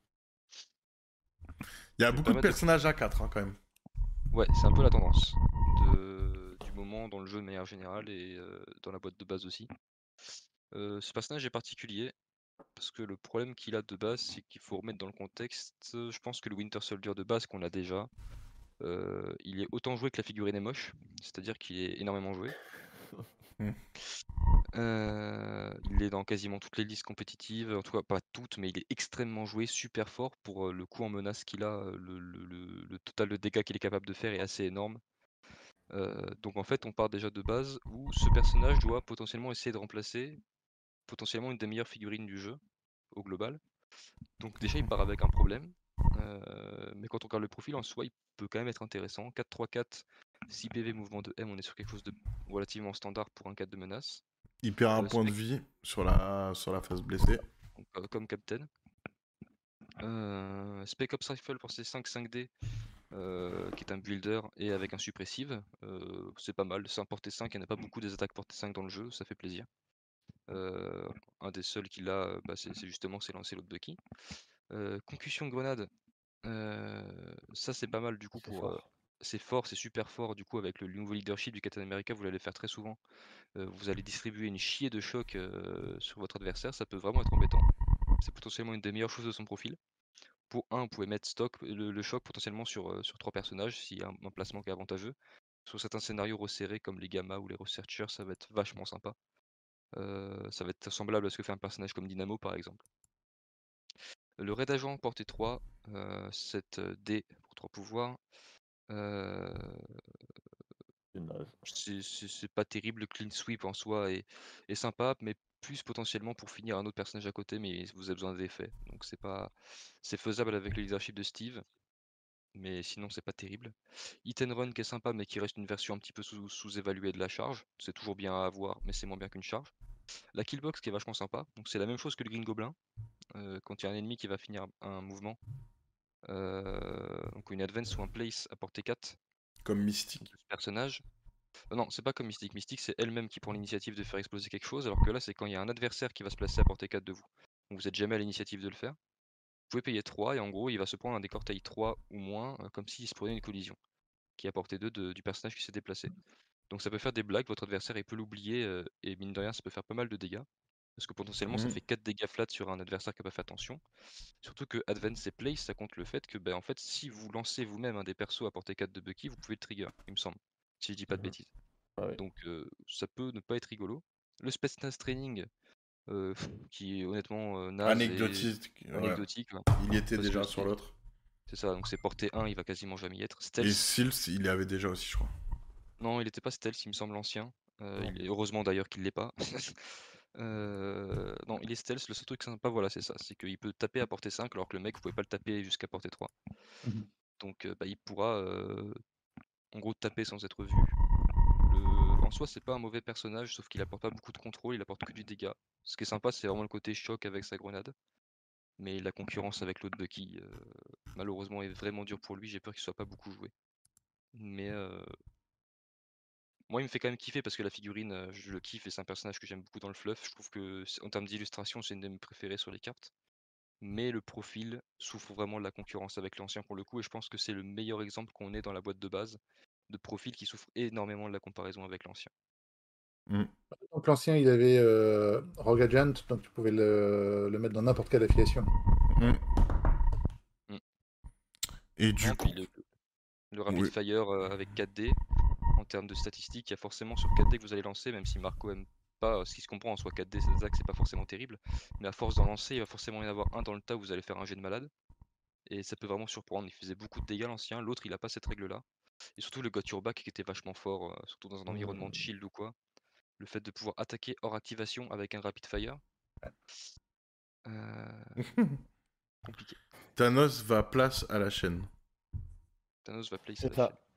Il y a Je vais me beaucoup de permettre de- personnages à quatre, hein, quand même. Ouais, c'est un peu la tendance de... du moment dans le jeu de manière générale et euh, dans la boîte de base aussi. Euh, ce personnage est particulier parce que le problème qu'il a de base, c'est qu'il faut remettre dans le contexte. euh, Je pense que le Winter Soldier de base qu'on a déjà, euh, il est autant joué que la figurine est moche, c'est-à-dire qu'il est énormément joué. Hmm. Euh, il est dans quasiment toutes les listes compétitives, en tout cas pas toutes, mais il est extrêmement joué, super fort pour euh, le coup en menace qu'il a, euh, le, le- le- le total de dégâts qu'il est capable de faire est assez énorme. Euh, donc en fait on part déjà de base où ce personnage doit potentiellement essayer de remplacer potentiellement une des meilleures figurines du jeu au global. Donc déjà il part avec un problème, euh, mais quand on regarde le profil en soi il peut quand même être intéressant. quatre trois quatre, six P V, mouvement de M, on est sur quelque chose de relativement standard pour un cadre de menace. Il perd un Euh, point de spec- vie sur la, sur la phase blessée. donc, euh, comme Captain. Euh, Spec Ops Rifle pour ses cinq cinq D, euh, qui est un builder et avec un suppressive. Euh, c'est pas mal, c'est un portée cinq, il n'y en a pas beaucoup des attaques portée cinq dans le jeu, ça fait plaisir. Euh, un des seuls qu'il a, euh, bah, c'est c'est justement c'est lancer l'autre Bucky. Euh, concussion grenade, euh, ça c'est pas mal du coup C'est pour. euh, fort. c'est fort, c'est super fort du coup avec le nouveau leadership du Captain America, vous l'allez faire très souvent. Euh, vous allez distribuer une chier de choc euh, sur votre adversaire, ça peut vraiment être embêtant. c'est potentiellement une des meilleures choses de son profil. Pour un, vous pouvez mettre stock, le, le choc potentiellement sur, euh, sur trois personnages s'il y a un, un placement qui est avantageux. Sur certains scénarios resserrés comme les Gamma ou les Researchers, ça va être vachement sympa. Euh, ça va être semblable à ce que fait un personnage comme Dynamo par exemple. Le raid agent portée trois, euh, sept dés pour trois pouvoirs. Euh, C'est naze. c'est c'est- c'est pas terrible, le clean sweep en soi est, est sympa, mais plus potentiellement pour finir un autre personnage à côté, mais vous avez besoin d'effets. Donc c'est pas c'est faisable avec le leadership de Steve, mais sinon c'est pas terrible. Hit and Run qui est sympa, mais qui reste une version un petit peu sous- sous-évaluée de la charge. C'est toujours bien à avoir, mais c'est moins bien qu'une charge. La killbox qui est vachement sympa, donc c'est la même chose que le Green Goblin. Euh, quand il y a un ennemi qui va finir un mouvement, euh, donc une advance ou un place à portée quatre Comme Mystique. de ce personnage. Euh, Non, c'est pas comme Mystique. Mystique, c'est elle-même qui prend l'initiative de faire exploser quelque chose, alors que là, c'est quand il y a un adversaire qui va se placer à portée quatre de vous. Donc vous êtes jamais à l'initiative de le faire. Vous pouvez payer trois, et en gros, il va se prendre un décor taille trois ou moins, euh, comme s'il se prenait une collision, qui est à portée deux de- du personnage qui s'est déplacé. Donc ça peut faire des blagues, votre adversaire il peut l'oublier, euh, et mine de rien, ça peut faire pas mal de dégâts. Parce que potentiellement, ça Mhm. fait quatre dégâts flat sur un adversaire qui n'a pas fait attention. Surtout que Advance et Place, ça compte le fait que, ben, en fait, si vous lancez vous-même un des persos à portée quatre de Bucky, vous pouvez le trigger, il me semble. Si je dis pas de Mhm. bêtises. Ah ouais. Donc euh, ça peut ne pas être rigolo. Le Spetsnaz Training, euh, pff, qui est honnêtement euh, naze et Anecdotique. Ouais. anecdotique. ouais. Il y était Parce que déjà sur c'est- l'autre. C'est ça, donc c'est portée un, il va quasiment jamais y être. Et Stealth, Sils, il y avait déjà aussi, je crois. non, il était pas stealth, il me semble ancien. Euh, Non. il est- Heureusement d'ailleurs qu'il l'est pas. Euh, Non, il est stealth, le seul truc sympa, voilà, c'est ça. C'est qu'il peut taper à portée cinq, alors que le mec, vous pouvez pas le taper jusqu'à portée trois. Mhm. Donc euh, bah, il pourra euh, en gros taper sans être vu. Le... En soi, c'est pas un mauvais personnage, sauf qu'il apporte pas beaucoup de contrôle, il apporte que du dégât. Ce qui est sympa, c'est vraiment le côté choc avec sa grenade. Mais la concurrence avec l'autre Bucky, euh, malheureusement, est vraiment dur pour lui. J'ai peur qu'il soit pas beaucoup joué. Mais euh, moi, il me fait quand même kiffer parce que la figurine, euh, je le kiffe et c'est un personnage que j'aime beaucoup dans le fluff. Je trouve que, c'est- en termes d'illustration, c'est une de mes préférées sur les cartes. Mais le profil souffre vraiment de la concurrence avec l'ancien pour le coup, et je pense que c'est le meilleur exemple qu'on ait dans la boîte de base de profil qui souffre énormément de la comparaison avec l'ancien. Mhm. Donc l'ancien, il avait euh, Rogue Agent, donc tu pouvais le, le mettre dans n'importe quelle affiliation. Mhm. Mm. Et du Non, coup, puis le, le Rapid oui. Fire euh, avec quatre D, en termes de statistiques, il y a forcément sur quatre D que vous allez lancer, même si Marco aime pas, ce qui se comprend en soi quatre D, c'est Zach, c'est pas forcément terrible, mais à force d'en lancer, il va forcément y en avoir un dans le tas où vous allez faire un jet de malade, et ça peut vraiment surprendre. Il faisait beaucoup de dégâts l'ancien, l'autre il a pas cette règle-là, et surtout le Got Your Back qui était vachement fort, euh, surtout dans un environnement de shield ou quoi. Le fait de pouvoir attaquer hors activation avec un Rapid Fire, euh, compliqué. Thanos va place à la chaîne. Thanos va place C'est la ça. chaîne.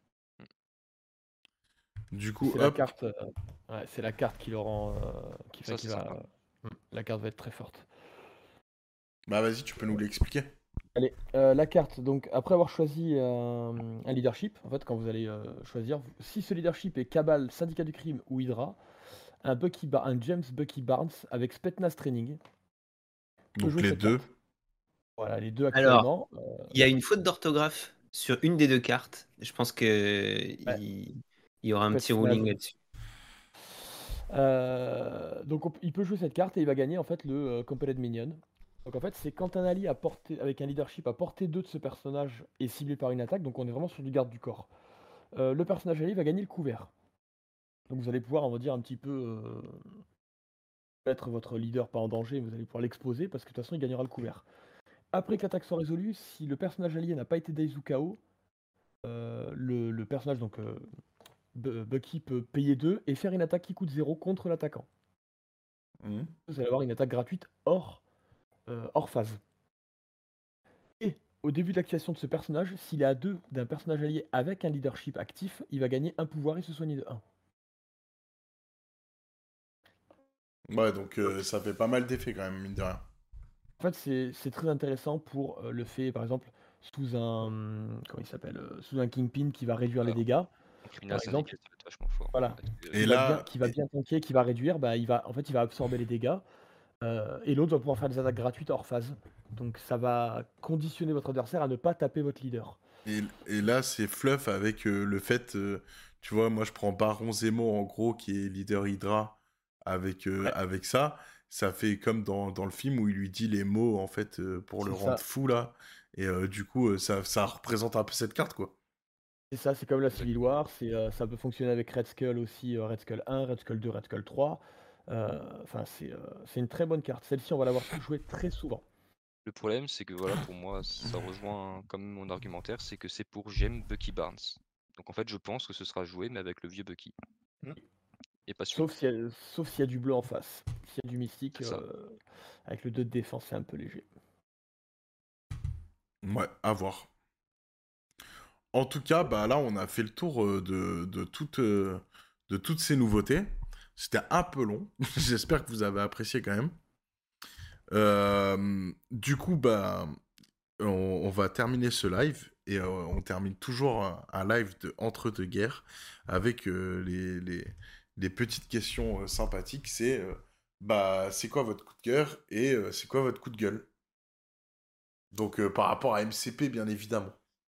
Du coup, C'est la hop. carte. euh, ouais, c'est la carte qui le rend. euh, qui fait Ça, qu'il c'est va. sympa. Hmm, La carte va être très forte. Bah vas-y, tu peux nous l'expliquer. Allez, euh, la carte. Donc après avoir choisi euh, un leadership, en fait, quand vous allez euh, choisir, vous- si ce leadership est Cabal, Syndicat du Crime ou Hydra, un Bucky Bar- un James Bucky Barnes avec Spetsnaz Training. peut Donc jouer les cette deux. carte. Voilà, les deux Alors, actuellement. euh, il y a une faute d'orthographe sur une des deux cartes. Je pense que Ouais. il il y aura un petit Spetsnaz. ruling là-dessus. Euh, donc on- il peut jouer cette carte et il va gagner en fait le euh, Compelled Minion. Donc en fait c'est quand un allié à portée, avec un leadership à portée deux de ce personnage est ciblé par une attaque, donc on est vraiment sur du garde du corps. Euh, le personnage allié va gagner le couvert. Donc vous allez pouvoir, on va dire, un petit peu euh, mettre votre leader pas en danger, vous allez pouvoir l'exposer parce que de toute façon il gagnera le couvert. Après que l'attaque soit résolue, si le personnage allié n'a pas été Daizu K O, euh, le, le personnage, donc euh, Bu- Bucky peut payer deux et faire une attaque qui coûte zéro contre l'attaquant. Mhm. Vous allez avoir une attaque gratuite hors, euh, hors phase. Et au début de l'activation de ce personnage, s'il est à deux d'un personnage allié avec un leadership actif, il va gagner un pouvoir et se soigner de un. Ouais, donc euh, ça fait pas mal d'effets quand même, mine de rien. En fait, c'est c'est très intéressant pour euh, le fait, par exemple, sous un, comment il s'appelle, euh, sous un Kingpin qui va réduire les Alors, dégâts, un criminel par exemple. syndical, ça va être vachement fort. Voilà. Parce que, Et Qui va là, bien, qui va et- bien tanker, qui va réduire, bah, il va, en fait, il va absorber les dégâts. euh, et l'autre va pouvoir faire des attaques gratuites hors phase. Donc ça va conditionner votre adversaire à ne pas taper votre leader. et, et là, c'est fluff avec euh, le fait, euh, tu vois, moi je prends Baron Zemo en gros, qui est leader Hydra, avec, euh, Ouais. avec ça. ça fait comme dans, dans le film où il lui dit les mots, en fait, euh, pour le C'est rendre ça. fou, là. Et euh, du coup, euh, ça, ça représente un peu cette carte, quoi. C'est ça, c'est comme la Exact. Civil War, c'est, heu, ça peut fonctionner avec Red Skull aussi, heu, Red Skull un, Red Skull deux, Red Skull trois. Heu, enfin c'est, heu, c'est une très bonne carte. Celle-ci, on va l'avoir jouée très souvent. Le problème, c'est que voilà, pour moi, ça rejoint quand même mon argumentaire, c'est que c'est pour j'aime Bucky Barnes. Donc en fait, je pense que ce sera joué, mais avec le vieux Bucky, Mm. et pas Sauf celui-là. s'il y a sauf s'il y a du bleu en face. S'il y a du mystique, C'est ça. heu, avec le deux de défense, c'est un peu léger. Ouais, à voir. En tout cas, bah là, on a fait le tour euh, de, de, toutes, euh, de toutes ces nouveautés. C'était un peu long. J'espère que vous avez apprécié quand même. Euh, du coup, bah, on, on va terminer ce live et euh, on termine toujours un, un live de entre deux guerres avec euh, les, les, les petites questions euh, sympathiques. C'est euh, bah, c'est quoi votre coup de cœur et euh, c'est quoi votre coup de gueule? Donc, euh, par rapport à M C P, bien évidemment.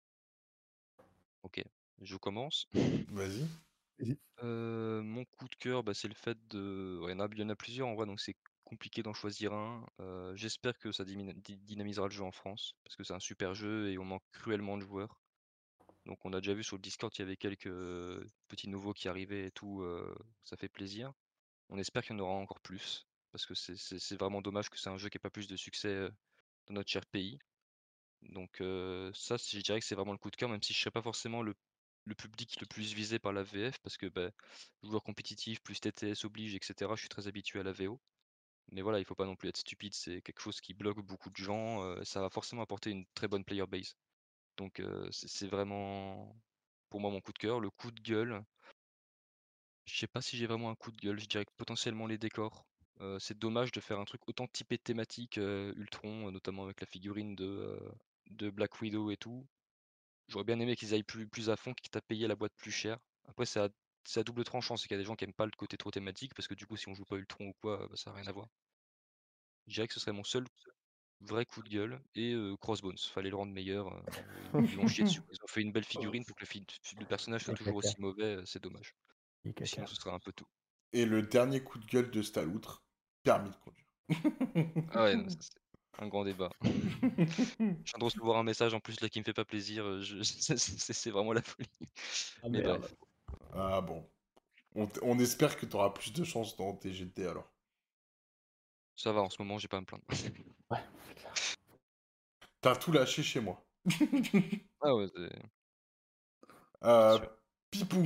Ok, je commence. Vas-y. Vas-y. Euh, mon coup de cœur, bah, c'est le fait de... ouais, il y en a, il y en a plusieurs en vrai, donc c'est compliqué d'en choisir un. Euh, j'espère que ça dymina- dy- dynamisera le jeu en France, parce que c'est un super jeu et on manque cruellement de joueurs. Donc on a déjà vu sur le Discord qu'il y avait quelques euh, petits nouveaux qui arrivaient et tout, euh, ça fait plaisir. On espère qu'il y en aura encore plus, parce que c'est c'est- c'est vraiment dommage que c'est un jeu qui n'ait pas plus de succès euh, dans notre cher pays. Donc euh, ça, c'est- je dirais que c'est vraiment le coup de cœur, même si je ne serais pas forcément le, le public le plus visé par la V F, parce que bah, joueur compétitif plus T T S oblige, et cetera. Je suis très habitué à la V O. Mais voilà, il faut pas non plus être stupide, c'est quelque chose qui bloque beaucoup de gens, euh, ça va forcément apporter une très bonne player base. Donc euh, c'est c'est vraiment pour moi mon coup de cœur. Le coup de gueule, je sais pas si j'ai vraiment un coup de gueule, je dirais que potentiellement les décors. Euh, c'est dommage de faire un truc autant typé thématique euh, Ultron, euh, notamment avec la figurine de, euh, de Black Widow et tout. J'aurais bien aimé qu'ils aillent plus, plus à fond, quitte à payer la boîte plus cher. Après, c'est à, c'est à double tranchant, c'est qu'il y a des gens qui aiment pas le côté trop thématique, parce que du coup, si on joue pas Ultron ou quoi, bah, ça n'a rien à voir. Je dirais que ce serait mon seul vrai coup de gueule. Et euh, Crossbones, fallait le rendre meilleur. euh, ils ils l'ont chié dessus. Ils ont fait une belle figurine pour que le, fi- le personnage soit Et toujours caca, aussi mauvais, euh, c'est dommage. et Mais sinon, caca. ce serait un peu tout. Et le dernier coup de gueule de Staloutre, permis de conduire. Ah ouais, non, ça c'est un grand débat. Je viens de recevoir un message en plus là qui me fait pas plaisir. euh, je- c'est c'est- c'est vraiment la folie. Ah Mais merde. bref, Ah bon. On, t- on espère que tu auras plus de chance dans T G T alors. ça va en ce moment, j'ai pas à me plaindre. Ouais, c'est clair. T'as tout lâché chez moi. Ah ouais, c'est c'est Euh, sûr. Pipou.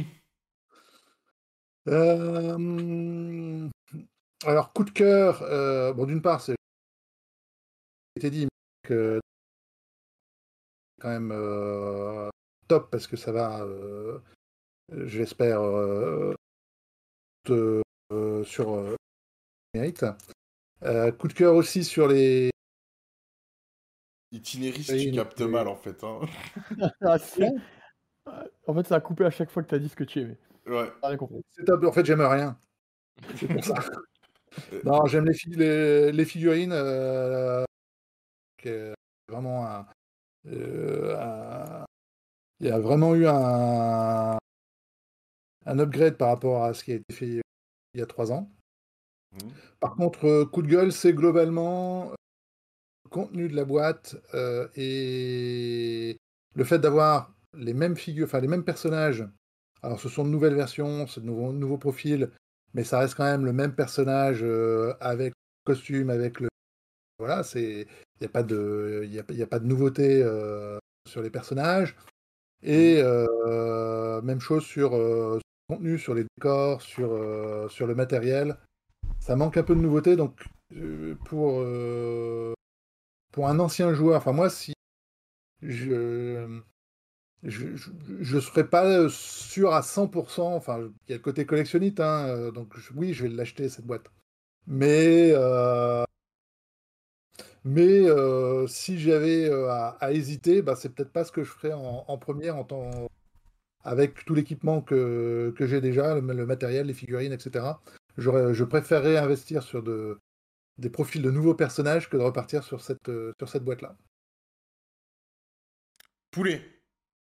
Euh, Alors, coup de cœur, euh, bon, d'une part, c'est été dit que quand même euh, top parce que ça va, euh, je l'espère, euh, te- euh, sur euh, mérite. Euh, coup de cœur aussi sur les. Itinéris, tu les- captes mal en fait. Hein. Ah, c'est- ah, en fait, ça a coupé à chaque fois que tu as dit ce que tu aimais. Ouais. J'ai rien compris. C'est top. En fait, j'aime rien. C'est pour ça. Euh, Non, j'aime les, fi- les, les figurines. Euh, qui est vraiment un, euh, un- Il y a vraiment eu un, un upgrade par rapport à ce qui a été fait il y a trois ans. hmm. Par contre, euh, coup de gueule, c'est globalement euh, le contenu de la boîte euh, et le fait d'avoir les mêmes figures, enfin les mêmes personnages. Alors, ce sont de nouvelles versions, c'est de nouveaux, nouveaux profils, mais ça reste quand même le même personnage euh, avec le costume, avec le. Voilà, c'est. Il n'y a, pas de- il y a, il y a pas de nouveauté euh, sur les personnages. Hmm. Et euh, même chose sur euh, le contenu, sur les décors, sur, euh, sur le matériel. Ça manque un peu de nouveauté, donc euh, pour, euh, pour un ancien joueur, enfin moi, si je je, je, je serais pas sûr à cent pour cent, enfin il y a le côté collectionniste, hein, euh, donc je- oui, je vais l'acheter cette boîte. Mais, euh, mais euh, si j'avais euh, à, à hésiter, bah, c'est peut-être pas ce que je ferais en, en premier en temps, avec tout l'équipement que, que j'ai déjà, le, le matériel, les figurines, et cetera. J'aurais, je préférerais investir sur de, des profils de nouveaux personnages que de repartir sur cette, euh, sur cette boîte-là. Poulet.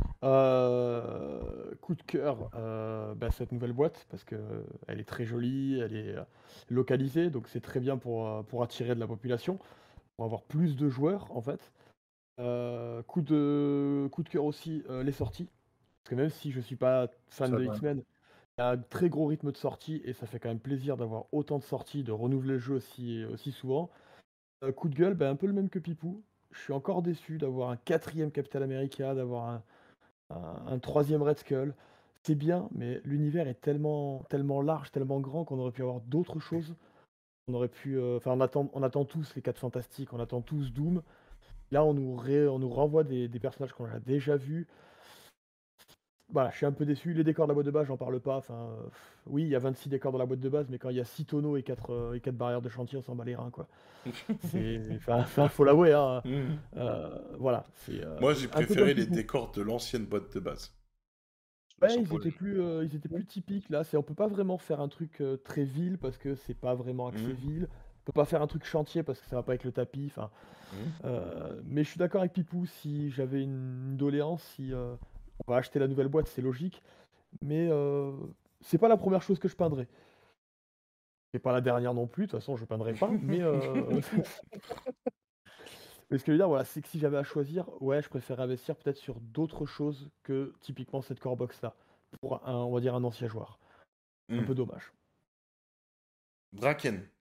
Euh, coup de cœur, euh, bah, cette nouvelle boîte, parce que euh, elle est très jolie, elle est euh, localisée, donc c'est très bien pour, euh, pour attirer de la population, pour avoir plus de joueurs en fait. Euh, coup de, coup de cœur aussi, euh, les sorties. Parce que même si je suis pas fan Ça de va. X-Men, il y a un très gros rythme de sortie et ça fait quand même plaisir d'avoir autant de sorties, de renouveler le jeu aussi, aussi souvent. Euh, coup de gueule, bah, un peu le même que Pipou. Je suis encore déçu d'avoir un quatrième Captain America, d'avoir un, un- un troisième Red Skull. C'est bien, mais l'univers est tellement, tellement large, tellement grand qu'on aurait pu avoir d'autres choses. On aurait pu, euh, enfin, on attend, on attend tous les quatre Fantastiques, on attend tous Doom. Là, on nous, ré- on nous renvoie des, des personnages qu'on a déjà vus. Voilà, je suis un peu déçu. Les décors de la boîte de base, j'en parle pas. Enfin, euh, pff, oui, il y a vingt-six décors dans la boîte de base, mais quand il y a six tonneaux et quatre et quatre barrières de chantier, on s'en bat les reins, quoi. C'est, enfin, enfin, faut l'avouer, hein. Hmm. Euh, voilà, c'est euh, Moi, j'ai un peu comme préféré les Pipou. décors de l'ancienne boîte de base. Bah, Ouais, sans ils étaient problème. plus, euh, ils étaient plus typiques là. C'est, on peut pas vraiment faire un truc euh, très ville parce que c'est pas vraiment axé Hmm. ville. On peut pas faire un truc chantier parce que ça va pas avec le tapis. Enfin, Hmm. euh, mais je suis d'accord avec Pipou. Si j'avais une, une doléance, si euh, on va acheter la nouvelle boîte, c'est logique. Mais euh, c'est pas la première chose que je peindrais. C'est pas la dernière non plus. De toute façon, je peindrai pas. Mais euh, mais ce que je veux dire, voilà, c'est que si j'avais à choisir, ouais, je préfère investir peut-être sur d'autres choses que typiquement cette core box là pour un, on va dire un ancien joueur. Un Hmm. peu dommage. Draken.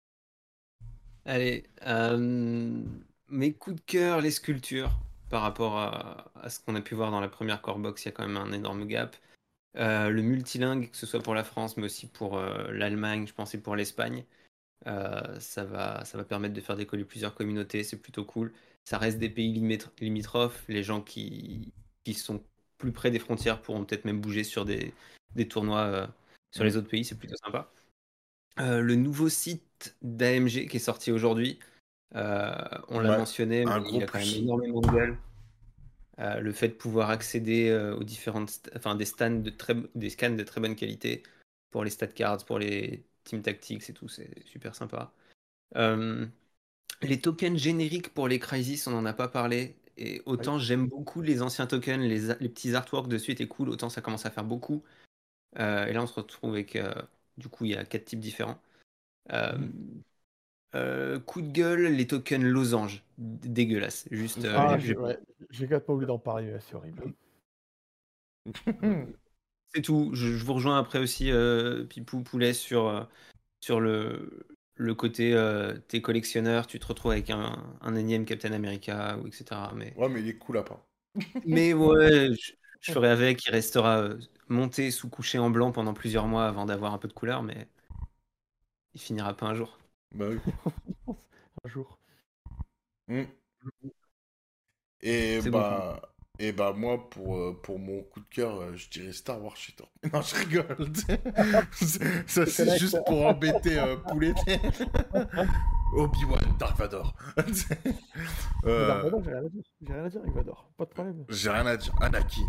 Allez, euh, mes coups de cœur, les sculptures, par rapport à, à ce qu'on a pu voir dans la première core box, il y a quand même un énorme gap. Euh, le multilingue, que ce soit pour la France, mais aussi pour euh, l'Allemagne, je pensais pour l'Espagne, euh, ça va, ça va permettre de faire décoller plusieurs communautés, c'est plutôt cool. Ça reste des pays limit- limitrophes, les gens qui, qui sont plus près des frontières pourront peut-être même bouger sur des, des tournois euh, sur Hmm. les autres pays, c'est plutôt sympa. Euh, le nouveau site d'A M G qui est sorti aujourd'hui, euh, on l'a Ouais, mentionné, un mais il gros a quand même plus. énormément de gueule. Euh, le fait de pouvoir accéder euh, aux différentes, st- enfin des stands de très, des scans de très bonne qualité pour les stat cards, pour les team tactics et tout, c'est super sympa. Euh, les tokens génériques pour les Crysis, on n'en a pas parlé. Et Oui. autant j'aime beaucoup les anciens tokens, les, a- les petits artworks dessus étaient cool, autant ça commence à faire beaucoup. Euh, et là, on se retrouve avec, euh, du coup, il y a quatre types différents. Euh, Hmm. euh, coup de gueule, les tokens losanges, D- dégueulasse. Juste, euh, Ah, j'ai- j'ai j'ai- ouais, j'ai complètement oublié d'en parler, ouais, c'est horrible. Hmm. c'est tout. Je, je vous rejoins après aussi, euh, Pipou Poulet, sur, euh, sur le, le côté euh, t'es collectionneur, tu te retrouves avec un, un énième Captain America, ou et cetera. Mais, Ouais, mais il est cool à pas. mais ouais, je, je ferai avec, il restera euh, monté sous couché en blanc pendant plusieurs mois avant d'avoir un peu de couleur, mais il finira pas un jour. Bah oui. Un jour. Hmm. Et C'est bon. bah, et bah moi, pour, euh, pour mon coup de cœur, euh, je dirais Star Wars Cheetor. Non, je rigole. C'est- Ça, Je c'est connecte. juste pour embêter euh, Poulet. Obi-Wan, Dark Vador. Mais Dark Euh, Vador, j'ai rien à dire. J'ai rien à dire avec Vador. Pas de problème. j'ai rien à dire. Anakin.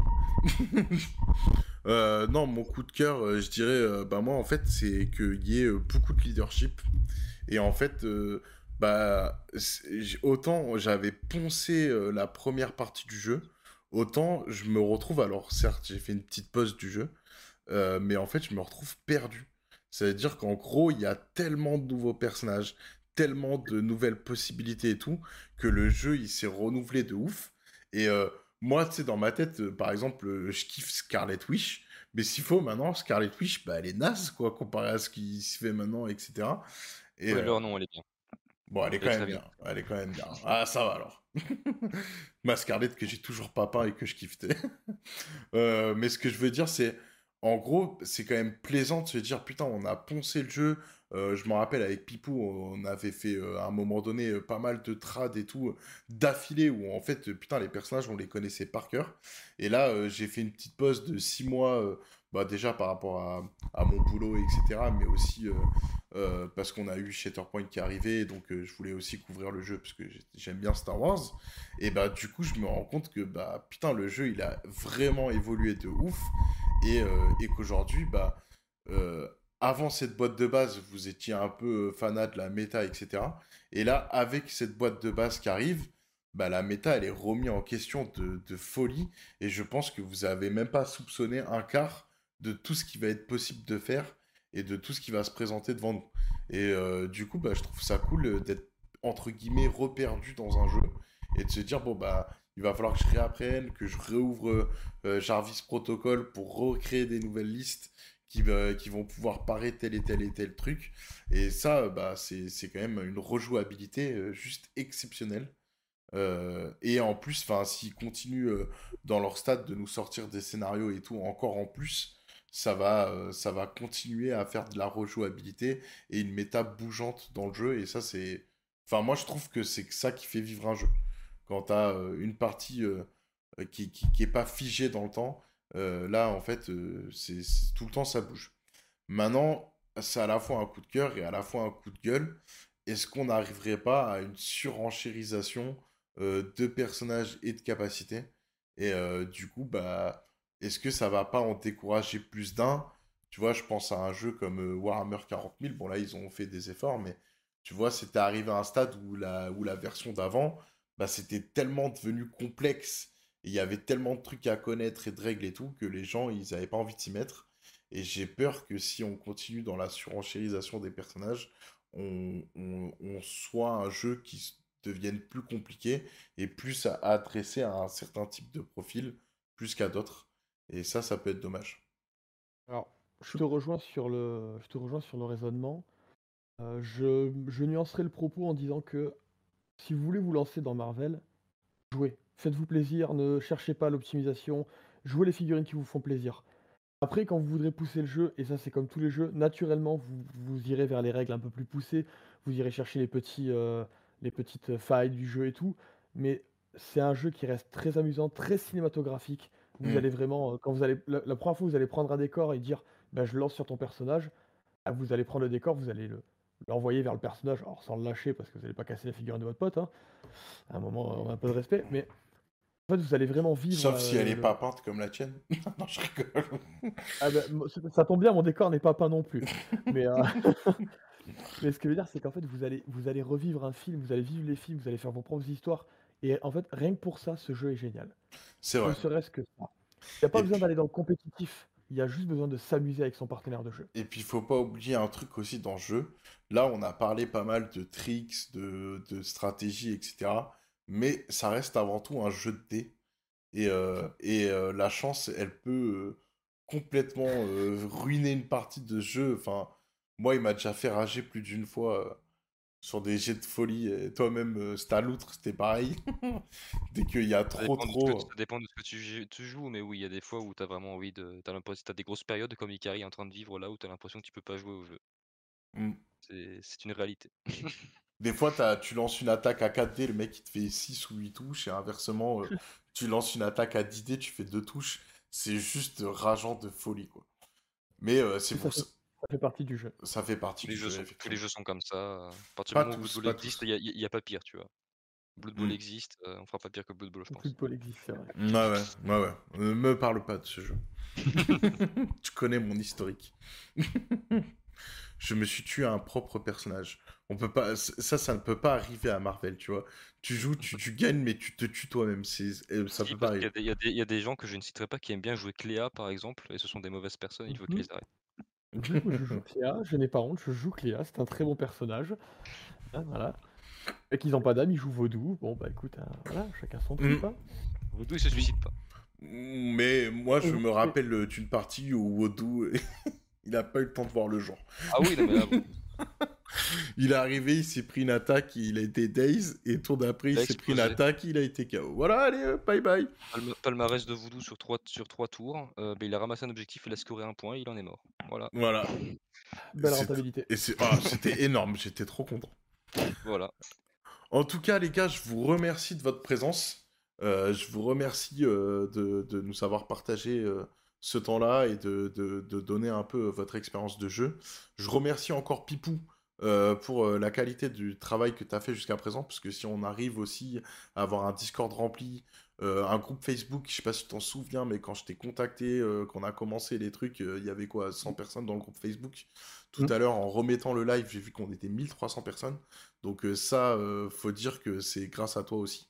Euh, non, mon coup de cœur, euh, je dirais, euh, bah moi, en fait, c'est qu'il y ait euh, beaucoup de leadership. Et en fait, euh, bah, c'est- j- autant j'avais poncé euh, la première partie du jeu, autant je me retrouve, alors certes, j'ai fait une petite pause du jeu, euh, mais en fait, je me retrouve perdu. Ça veut dire qu'en gros, il y a tellement de nouveaux personnages, tellement de nouvelles possibilités et tout, que le jeu, il s'est renouvelé de ouf. Et euh, moi, tu sais, dans ma tête, euh, par exemple, euh, je kiffe Scarlet Witch, mais s'il faut, maintenant, Scarlet Witch, bah, elle est naze, quoi, comparée à ce qui se fait maintenant, et cetera. Et euh, Spoiler, non, elle est bien. bon, elle est Elle quand est même très bien. bien. Elle est quand même bien. Ah, ça va alors. Ma Scarlett que j'ai toujours pas peint et que je kiffais. Euh, mais ce que je veux dire, c'est, en gros, c'est quand même plaisant de se dire, putain, on a poncé le jeu. Euh, je me rappelle avec Pipou, on avait fait euh, à un moment donné euh, pas mal de trades et tout euh, d'affilée où en fait, euh, putain, les personnages, on les connaissait par cœur. Et là, euh, j'ai fait une petite pause de six mois, euh, bah, déjà par rapport à, à mon boulot, et cetera. Mais aussi euh, euh, parce qu'on a eu Shatterpoint qui arrivait, donc euh, je voulais aussi couvrir le jeu parce que j'ai- j'aime bien Star Wars. Et bah du coup, je me rends compte que bah putain, le jeu il a vraiment évolué de ouf et, euh, et qu'aujourd'hui bah euh, avant cette boîte de base, vous étiez un peu euh, fanat de la méta, et cetera. Et là, avec cette boîte de base qui arrive, bah, la méta, elle est remise en question de, de folie. Et je pense que vous avez même pas soupçonné un quart de tout ce qui va être possible de faire et de tout ce qui va se présenter devant nous. Et euh, du coup, bah, je trouve ça cool euh, d'être, entre guillemets, reperdu dans un jeu et de se dire, bon, bah, il va falloir que je réapprenne, que je réouvre euh, Jarvis Protocol pour recréer des nouvelles listes qui, euh, qui vont pouvoir parer tel et tel et tel truc. Et ça, euh, bah, c'est, c'est quand même une rejouabilité euh, juste exceptionnelle. Euh, et en plus, enfin, s'ils continuent euh, dans leur stade de nous sortir des scénarios et tout, encore en plus, ça va, euh, ça va continuer à faire de la rejouabilité et une méta bougeante dans le jeu. Et ça, c'est... Enfin, moi, je trouve que c'est ça qui fait vivre un jeu. Quand t'as euh, une partie euh, euh, qui, qui, qui est pas figée dans le temps, euh, là, en fait, euh, c'est, c'est- tout le temps, ça bouge. Maintenant, c'est à la fois un coup de cœur et à la fois un coup de gueule. Est-ce qu'on n'arriverait pas à une surenchérisation euh, de personnages et de capacités? Et euh, du coup, bah, est-ce que ça va pas en décourager plus d'un? Tu vois, je pense à un jeu comme euh, Warhammer quarante mille. Bon, là, ils ont fait des efforts, mais tu vois, c'était arrivé à un stade où la, où la version d'avant, bah, c'était tellement devenu complexe. Et il y avait tellement de trucs à connaître et de règles et tout que les gens, ils n'avaient pas envie de s'y mettre. Et j'ai peur que si on continue dans la surenchérisation des personnages, on, on- on soit un jeu qui s- devienne plus compliqué et plus à, à adresser à un certain type de profil plus qu'à d'autres. Et ça, ça peut être dommage. Alors, je te rejoins sur le, je te rejoins sur le raisonnement. Euh, je, je nuancerai le propos en disant que si vous voulez vous lancer dans Marvel, jouez. Faites-vous plaisir, ne cherchez pas l'optimisation, jouez les figurines qui vous font plaisir. Après, quand vous voudrez pousser le jeu, et ça c'est comme tous les jeux, naturellement vous, vous irez vers les règles un peu plus poussées, vous irez chercher les petits, euh, les petites failles du jeu et tout, mais c'est un jeu qui reste très amusant, très cinématographique. Vous Hmm. allez vraiment, euh, quand vous allez, la, la première fois vous allez prendre un décor et dire, bah, je lance sur ton personnage, ah, vous allez prendre le décor, vous allez le, l'envoyer vers le personnage, alors sans le lâcher parce que vous n'allez pas casser la figurine de votre pote, hein. À un moment, on a un peu de respect, mais en fait vous allez vraiment vivre Sauf si elle euh, est le, pas peinte comme la tienne. Non, je rigole. ah bah, mo- ça ça tombe bien, mon décor n'est pas peint non plus. Mais, euh, mais ce que je veux dire, c'est qu'en fait, vous allez, vous allez revivre un film, vous allez vivre les films, vous allez faire vos propres histoires. Et en fait, rien que pour ça, ce jeu est génial. C'est Ne vrai. serait-ce que ça. Il n'y a pas Et besoin puis, d'aller dans le compétitif. Il y a juste besoin de s'amuser avec son partenaire de jeu. et puis, faut pas oublier un truc aussi dans le jeu. Là, on a parlé pas mal de tricks, de, de stratégies, et cetera. Mais ça reste avant tout un jeu de dés. Et, euh, et euh, la chance, elle peut euh, complètement euh, ruiner une partie de jeu. Enfin, moi, il m'a déjà fait rager plus d'une fois euh, sur des jets de folie. Et toi-même, euh, c'était à l'outre, c'était pareil. Dès qu'il y a Ça trop, dépend de ce que, trop. ça dépend de ce que tu, jou- tu joues, mais oui, il y a des fois où t'as vraiment envie de. T'as l'impression, t'as des grosses périodes comme Ikari est en train de vivre là où t'as l'impression que tu peux pas jouer au jeu. Hmm. C'est c'est une réalité. Des fois, t'as- tu lances une attaque à quatre dés, le mec il te fait six ou huit touches. Et inversement, euh, tu lances une attaque à dix dés, tu fais deux touches. C'est juste rageant de folie, quoi. Mais euh, c'est Mais ça pour fait, ça. ça fait partie du jeu. Ça fait Tous partie les du jeux jeu, sont, tous les effectivement. jeux sont comme ça. euh, À partir du Pas moment où Blood tous, Bowl pas existe, tous. il y a, y a pas pire, tu vois. Blood Bowl Hmm. existe, euh, on fera pas pire que Blood Bowl, je Plus pense. de pôle existe, c'est vrai. Ouais, ouais, ouais, ouais. Ne me parle pas de ce jeu. Tu connais mon historique. Je me suis tué à un propre personnage. On peut pas, ça, ça ne peut pas arriver à Marvel, tu vois. Tu joues, tu, tu gagnes, mais tu te tues toi-même. C'est, euh, ça Si, peut pas parce qu'il y arriver. a des, il y a des- il y a des gens que je ne citerai pas qui aiment bien jouer Cléa, par exemple, et ce sont des mauvaises personnes, il faut qu'ils Mhm. les arrêtent. Oui, moi je joue Cléa, je n'ai pas honte, je joue Cléa, c'est un très bon personnage. Hein, voilà. Et qu'ils n'ont pas d'âme, ils jouent Vaudou. Bon, bah écoute, hein, voilà, chacun son Mm. trip. Hein. Voodoo, il se suicide pas. Mais moi, je Euh, me mais- rappelle euh, d'une partie où Wodu, il a pas eu le temps de voir le jour. Ah oui, non mais là, bon, Il est arrivé, il s'est pris une attaque, il a été daze, et tour d'après, il il a s'est pris une explosé. attaque, il a été K O. Voilà, allez, euh, bye bye. Palma- Palmarès de Voodoo sur trois, sur trois tours, euh, bah, il a ramassé un objectif, il a scoré un point, il en est mort. Voilà, Voilà. Belle C'est- rentabilité. Et c'est, ah, c'était énorme, j'étais trop content. voilà. En tout cas, les gars, je vous remercie de votre présence. Euh, je vous remercie euh, de, de nous avoir partagé euh, ce temps-là et de, de- de donner un peu votre expérience de jeu. Je remercie encore Pipou euh, pour euh, la qualité du travail que tu as fait jusqu'à présent, parce que si on arrive aussi à avoir un Discord rempli, euh, un groupe Facebook, je sais pas si tu t'en souviens, mais quand je t'ai contacté, euh, qu'on a commencé les trucs, euh, il y avait quoi, cent personnes dans le groupe Facebook. Tout Mm. à l'heure, en remettant le live, j'ai vu qu'on était mille trois cents personnes. Donc euh, ça, euh, faut dire que c'est grâce à toi aussi.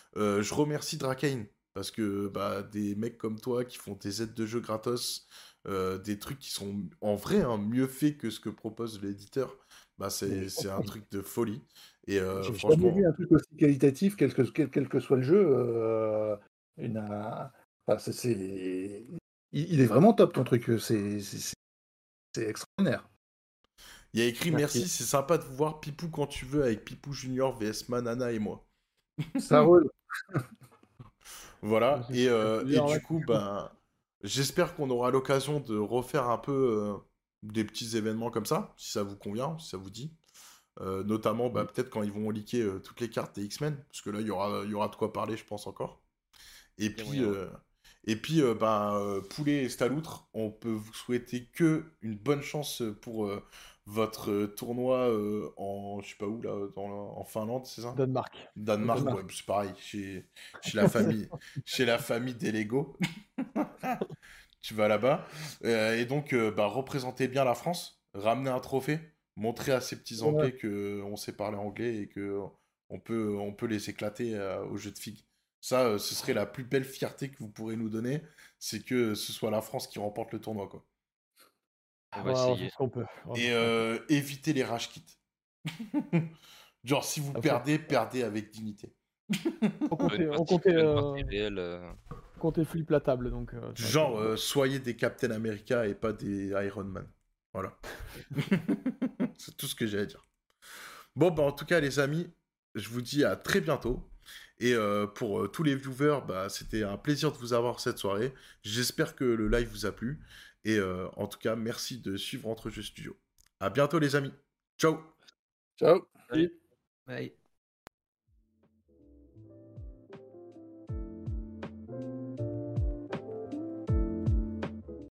Euh, je remercie Drakane parce que bah, des mecs comme toi qui font des aides de jeux gratos, euh, des trucs qui sont en vrai hein, mieux faits que ce que propose l'éditeur, bah, Mais c'est je c'est pense un que truc de folie. Et euh, j'ai jamais vu franchement, un truc aussi qualitatif, quel que, quel, quel que soit le jeu. euh, une, euh, enfin, c'est, c'est- Il, il est vraiment top ton truc. C'est, c'est, c'est- c'est extraordinaire. il y a écrit Merci. merci, c'est sympa de vous voir Pipou quand tu veux avec Pipou Junior vs Manana et moi. Ça roule. Voilà, C'est et, ça fait euh, et plaisir, ouais, du coup, franchement. ben, j'espère qu'on aura l'occasion de refaire un peu euh, des petits événements comme ça, si ça vous convient, si ça vous dit. Euh, notamment, bah, Oui. peut-être quand ils vont leaker euh, toutes les cartes des X-Men, parce que là, il y aura, il y aura de quoi parler, je pense encore. Et Il y a puis, moyen, ouais. euh, et puis euh, ben, euh, Poulet et Staloutre, on peut vous souhaiter que une bonne chance pour euh, votre euh, tournoi euh, en, je sais pas où, là, dans la- en Finlande, c'est ça? Danemark. Au Danemark, Danemark. ouais, c'est pareil, chez, chez la famille, chez la famille des Lego. Tu vas là-bas. Euh, et donc, euh, bah, représenter bien la France, ramener un trophée, montrer à ces petits Ouais. Anglais que on sait parler anglais et que on peut, on peut les éclater euh, au jeu de figues. Ça, euh, ce serait la plus belle fierté que vous pourrez nous donner, c'est que ce soit la France qui remporte le tournoi, quoi. On va Ouais, on va faire essayer. ce qu'on peut. On va Et faire ce qu'on peut. euh, éviter les rage kits. Genre, si vous Ah, faut- perdez, perdez avec dignité. On Pas une comptait, on partie, comptait, pas une euh, partie réelle. euh, on comptait flip la table, donc euh, c'est vrai que Genre, euh, soyez des Captain America et pas des Iron Man. Voilà. C'est tout ce que j'ai à dire. Bon, bah, en tout cas, les amis, je vous dis à très bientôt. Et euh, pour euh, tous les viewers, bah, c'était un plaisir de vous avoir cette soirée. J'espère que le live vous a plu. Et euh, en tout cas, merci de suivre Entre Jeux Studio. À bientôt, les amis. Ciao! Ciao. Allez. Bye.